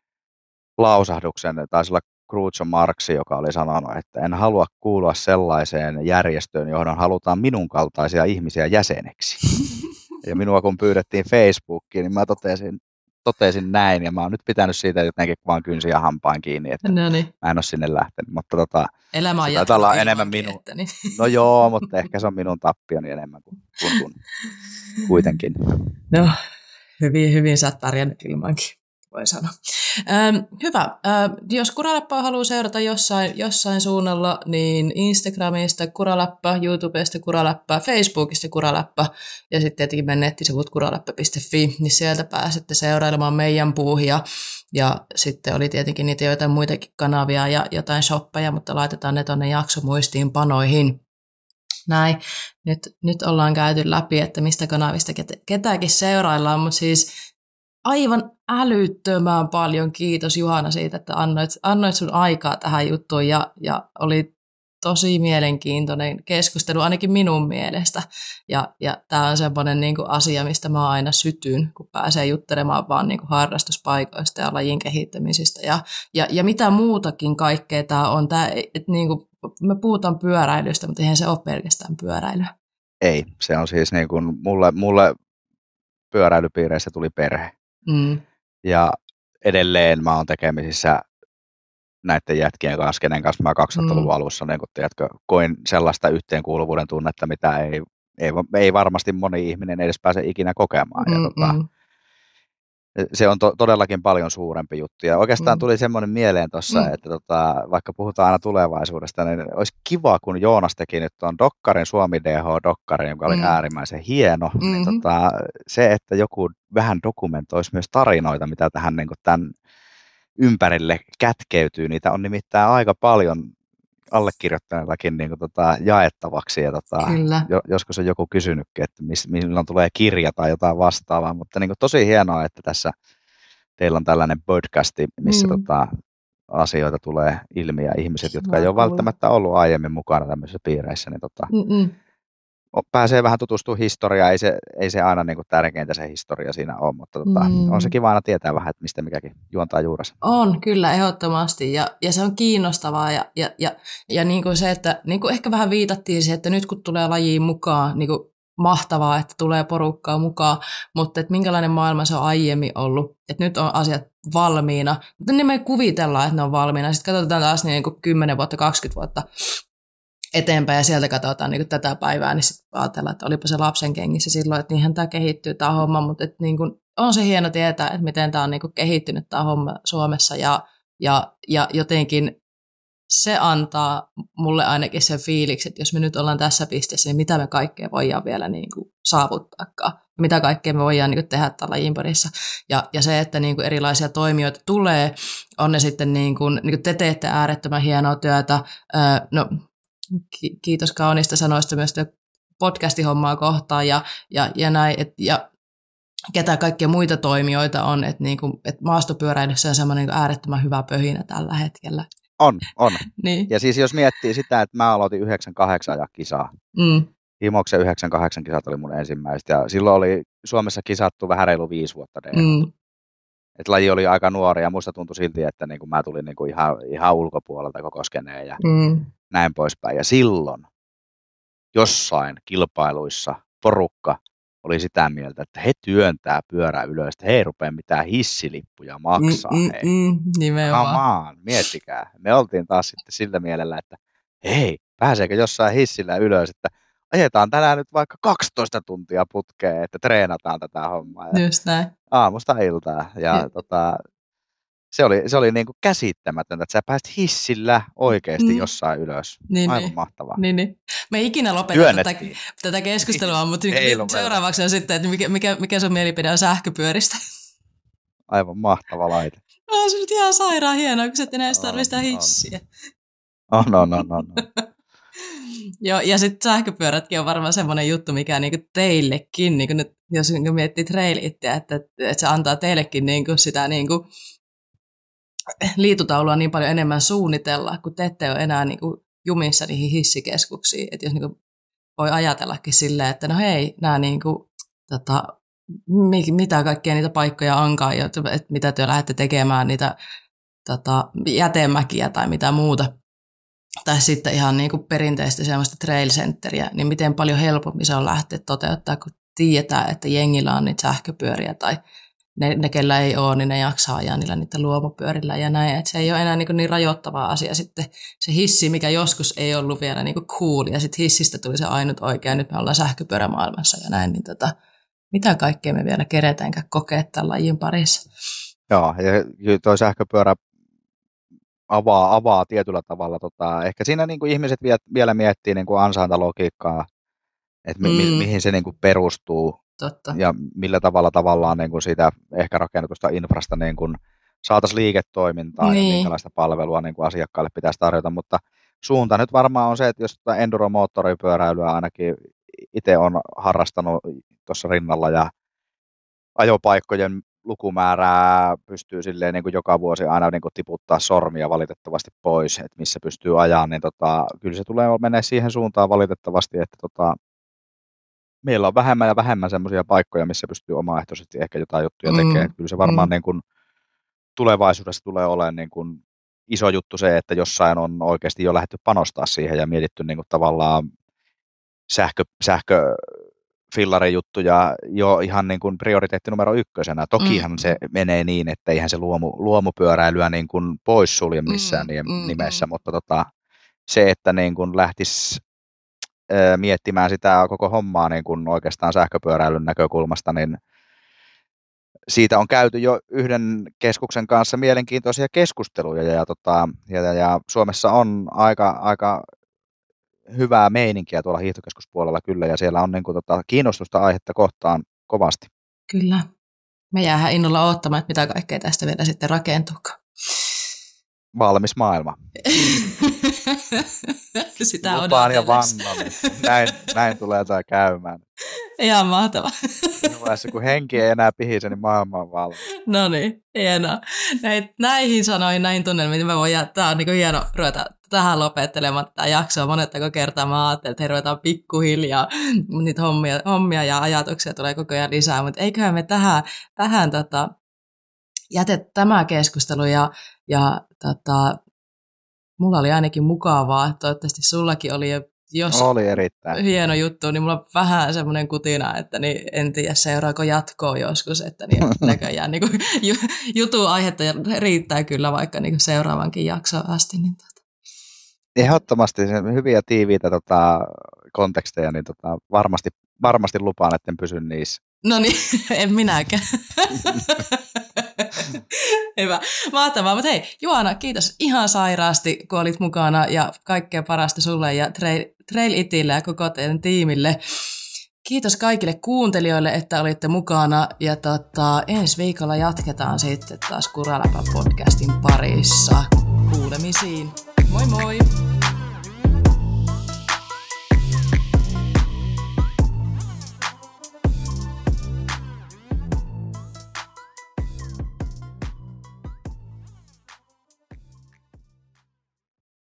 lausahduksen, taisi olla Groucho Marx, joka oli sanonut, että en halua kuulua sellaiseen järjestöön, johon halutaan minun kaltaisia ihmisiä jäseneksi. Ja minua kun pyydettiin Facebookiin, niin mä totesin, totesin näin, ja mä oon nyt pitänyt siitä jotenkin vaan kynsiä hampaan kiinni, että Noniin. mä en ole sinne lähtenyt. Mutta tota, elämä on jatkunut enemmän minun. Että, niin. No joo, mutta ehkä se on minun tappioni enemmän kuin, kuin, kuin kuitenkin. No, hyvin, hyvin sä oot pärjännyt ilmankin, voi sanoa. Ähm, hyvä. Ähm, jos Kuraläppää haluaa seurata jossain, jossain suunnalla, niin Instagramista Kuraläppä, YouTubesta Kuraläppä, Facebookista Kuraläppä ja sitten tietenkin meidän nettisivut kuraläppä piste fi, niin sieltä pääsette seurailemaan meidän puuhia. Ja sitten oli tietenkin niitä joitain muitakin kanavia ja jotain shoppeja, mutta laitetaan ne tuonne jaksomuistiinpanoihin. Näin. Nyt, nyt ollaan käyty läpi, että mistä kanavista ket, ketäkin seuraillaan, mutta siis aivan älyttömän paljon kiitos Juhana siitä, että annoit, annoit sun aikaa tähän juttuun ja, ja oli tosi mielenkiintoinen keskustelu ainakin minun mielestä. Ja, ja tämä on semmoinen niin kuin asia, mistä mä aina sytyn, kun pääsee juttelemaan vaan niin kuin harrastuspaikoista ja lajin kehittämisistä ja, ja, ja mitä muutakin kaikkea tämä on. Tää, et, niin kuin, me puhutaan pyöräilystä, mutta eihän se ole pelkästään pyöräilyä. Ei, se on siis niin kuin mulle, mulle pyöräilypiireissä tuli perhe. Mm. Ja edelleen mä oon tekemisissä näiden jätkien kanssa, kenen kanssa mä kaksituhattaluvun mm. alussa niin kun, tiedätkö, koin sellaista yhteenkuuluvuuden tunnetta, mitä ei, ei, ei varmasti moni ihminen edes pääse ikinä kokemaan. Mm, ja, tota, mm. Se on to, todellakin paljon suurempi juttu. Ja oikeastaan mm. tuli semmoinen mieleen tuossa, mm. että tota, vaikka puhutaan aina tulevaisuudesta, niin olisi kiva, kun Joonas teki nyt tuon Dokkarin, Suomi D H-Dokkarin, joka oli mm. äärimmäisen hieno. Mm-hmm. Niin, tota, se, että joku vähän dokumentoisi myös tarinoita, mitä tähän niin kuin tämän ympärille kätkeytyy. Niitä on nimittäin aika paljon allekirjoittaneellakin niin kuin, tota, jaettavaksi. Ja, tota, jo, joskus on joku kysynytkin, että miss, milloin tulee kirja tai jotain vastaavaa. Mutta niin kuin, tosi hienoa, että tässä teillä on tällainen podcasti, missä mm. tota, asioita tulee ilmi. Ja ihmiset, jotka ei ole välttämättä ollut aiemmin mukana tämmöisissä piireissä, niin tota, pääsee vähän tutustumaan historiaan, ei se, ei se aina niin kuin tärkeintä se historia siinä ole, mutta tota, mm. on se kiva aina tietää vähän, että mistä mikäkin juontaa juurensa. On, kyllä, ehdottomasti, ja, ja se on kiinnostavaa, ja, ja, ja, ja niin kuin se, että niin kuin ehkä vähän viitattiin siihen, että nyt kun tulee lajiin mukaan, niin kuin mahtavaa, että tulee porukkaa mukaan, mutta että minkälainen maailma se on aiemmin ollut, että nyt on asiat valmiina, mutta niin me kuvitellaan, että ne on valmiina, sitten katsotaan taas niin kuin kymmenen vuotta, kaksikymmentä vuotta eteenpäin ja sieltä katsotaan niin kuin tätä päivää, niin sitten ajatellaan, että olipa se lapsen kengissä silloin, että niinhän tämä kehittyy tämä homma, mutta että niin kuin on se hieno tietää, että miten tämä on niin kuin kehittynyt tämä homma Suomessa ja, ja, ja jotenkin se antaa mulle ainakin sen fiiliksi, että jos me nyt ollaan tässä pisteessä, niin mitä me kaikkea voidaan vielä niin kuin saavuttaakaan. Mitä kaikkea me voidaan niin kuin tehdä tällä lajin parissa. Ja, ja se, että niin kuin erilaisia toimijoita tulee, on ne sitten, niin kuin, niin kuin te teette äärettömän hienoa työtä. Öö, no, ki- kiitos kauniista sanoista myös podcastihommaa kohtaan ja, ja, ja näin. Et, ja ketä kaikkia muita toimijoita on, että niin kuin, et maastopyöräilyssä on semmoinen niin kuin äärettömän hyvä pöhinä tällä hetkellä. On, on. Niin. Ja siis jos miettii sitä, että mä aloitin yhdeksänkymmentäkahdeksan ajaa kisaa. Mm. Imoksen yhdeksänkymmentäkahdeksan kisat oli mun ensimmäiset. Ja silloin oli Suomessa kisattu vähän reilu viisi vuotta D M. Mm. Et laji oli aika nuori ja musta tuntui silti, että niinku mä tulin niinku ihan, ihan ulkopuolelta koko skeneen ja mm. näin poispäin. Ja silloin jossain kilpailuissa porukka oli sitä mieltä, että he työntää pyörää ylös, että he ei rupea mitään hissilippuja maksaa. Mm, hei. Mm, nimenomaan. Come on, miettikää. Me oltiin taas sitten sillä mielellä, että hei, pääseekö jossain hissillä ylös, että ajetaan tänään nyt vaikka kaksitoista tuntia putkeen, että treenataan tätä hommaa. Ja just näin. Aamusta iltaa. Ja, ja. Tota, se oli, se oli niin kuin käsittämätöntä, että sä pääsit hissillä oikeasti mm. jossain ylös. Niin, aivan niin. mahtavaa. Niin, niin. Me ei ikinä lopeta tätä, tätä keskustelua, mutta seuraavaksi on sitten, että mikä, mikä, mikä sun mielipide on sähköpyöristä. Aivan mahtava laite. On se nyt ihan sairaan hienoa, kun sä et enää edes tarvitse sitä hissiä. On, on, on, on. Joo, ja sitten sähköpyörätkin on varmaan semmoinen juttu, mikä niinku teillekin, niinku nyt, jos niinku miettii trail-ittiä, että, että se antaa teillekin niinku sitä niinku liitutaulua niin paljon enemmän suunnitella, kun te ette ole enää niinku jumissa niihin hissikeskuksiin. Että jos niinku voi ajatellakin silleen, että no hei, nämä niinku, tota, mitä kaikkea niitä paikkoja onkaan, että mitä te lähdette tekemään, niitä tota, jätemäkiä tai mitä muuta. Tai sitten ihan niin kuin perinteistä sellaista trail centeriä, niin miten paljon helpommin se on lähteä toteuttaa, kun tiedetään, että jengillä on niitä sähköpyöriä tai ne, ne kellä ei ole, niin ne jaksaa ajaa niillä niitä luomupyörillä ja näin. Että se ei ole enää niin, niin rajoittava asia sitten se hissi, mikä joskus ei ollut vielä niin kuin cool ja sitten hissistä tuli se ainut oikea, nyt me ollaan sähköpyörämaailmassa ja näin, niin tota, mitä kaikkea me vielä keretäänkään kokea tämän lajin parissa. Joo, ja tuo sähköpyörä avaa, avaa tietyllä tavalla. Tota, ehkä siinä niin kuin ihmiset vielä miettii niin kuin ansaintalogiikkaa, että mi, mm. mihin se niin kuin perustuu. Totta. Ja millä tavalla tavallaan niin kuin siitä ehkä rakennetusta infrasta niin kuin saataisiin liiketoimintaa niin. Ja minkälaista palvelua niin kuin asiakkaalle pitäisi tarjota. Mutta suunta nyt varmaan on se, että jos enduromoottoripyöräilyä ainakin itse on harrastanut tuossa rinnalla ja ajopaikkojen lukumäärää pystyy silleen niin kuin joka vuosi aina niin kuin tiputtaa sormia valitettavasti pois, että missä pystyy ajamaan, niin tota, kyllä se tulee mennä siihen suuntaan valitettavasti, että tota, meillä on vähemmän ja vähemmän semmoisia paikkoja, missä pystyy omaehtoisesti ehkä jotain juttuja tekemään. Mm. Kyllä se varmaan mm. niin kuin tulevaisuudessa tulee olemaan niin kuin iso juttu se, että jossain on oikeasti jo lähdetty panostaa siihen ja mietitty niin kuin tavallaan sähkö, sähkö fillarijuttuja jo ihan niin kuin prioriteetti numero ykkösenä. Tokihan mm. se menee niin, että eihän se luomu, luomupyöräilyä niin kuin poissulje missään mm. nimessä, mm. mutta tota, se, että niin kuin lähtisi ää, miettimään sitä koko hommaa niin kuin oikeastaan sähköpyöräilyn näkökulmasta, niin siitä on käyty jo yhden keskuksen kanssa mielenkiintoisia keskusteluja ja, tota, ja, ja Suomessa on aika, aika hyvää meininkiä tuolla hiihtokeskuspuolella kyllä, ja siellä on niin kuin, tota, kiinnostusta aihetta kohtaan kovasti. Kyllä. Me jäähän innolla odottamaan, että mitä kaikkea tästä vielä sitten rakentuukaan. Valmis maailma. Sitä lupaan ja vannan. Näin, näin tulee tämä käymään. Ihan mahtavaa. Vaiheessa, kun henki ei enää pihise, niin maailma on valmis. No niin, hienoa. Näin, näihin sanoin, näin tunnelmiin, mä voin jää. Tämä on niin kuin hieno ruveta tähän lopettelemaan tätä jaksoa monettako kertaa. Mä ajattelin, että he ruvetaan pikkuhiljaa. Niitä hommia, hommia ja ajatuksia tulee koko ajan lisää. Mutta eiköhän me tähän, tähän tota, jätet tämä keskustelu. Ja, ja tota, mulla oli ainakin mukavaa. Toivottavasti sullakin oli. Jos oli erittäin hieno juttu, niin mulla on vähän semmoinen kutina, että niin en tiedä seuraako jatkoa joskus, että niin näköjään niin kuin, jutun aihetta riittää kyllä vaikka niin kuin seuraavankin jaksoon asti. Niin tota. Ehdottomasti hyviä tiiviitä tota, konteksteja, niin tota, varmasti, varmasti lupaan, etten pysy niissä. No niin, en minäkään. Hyvä, mahtavaa. Mutta hei, Juhana, kiitos ihan sairaasti, kun olit mukana ja kaikkea parasta sulle ja Trail, Trail Itille ja koko teidän tiimille. Kiitos kaikille kuuntelijoille, että olitte mukana ja tota, ensi viikolla jatketaan sitten taas Kuraläpä podcastin parissa. Kuulemisiin. Moi moi!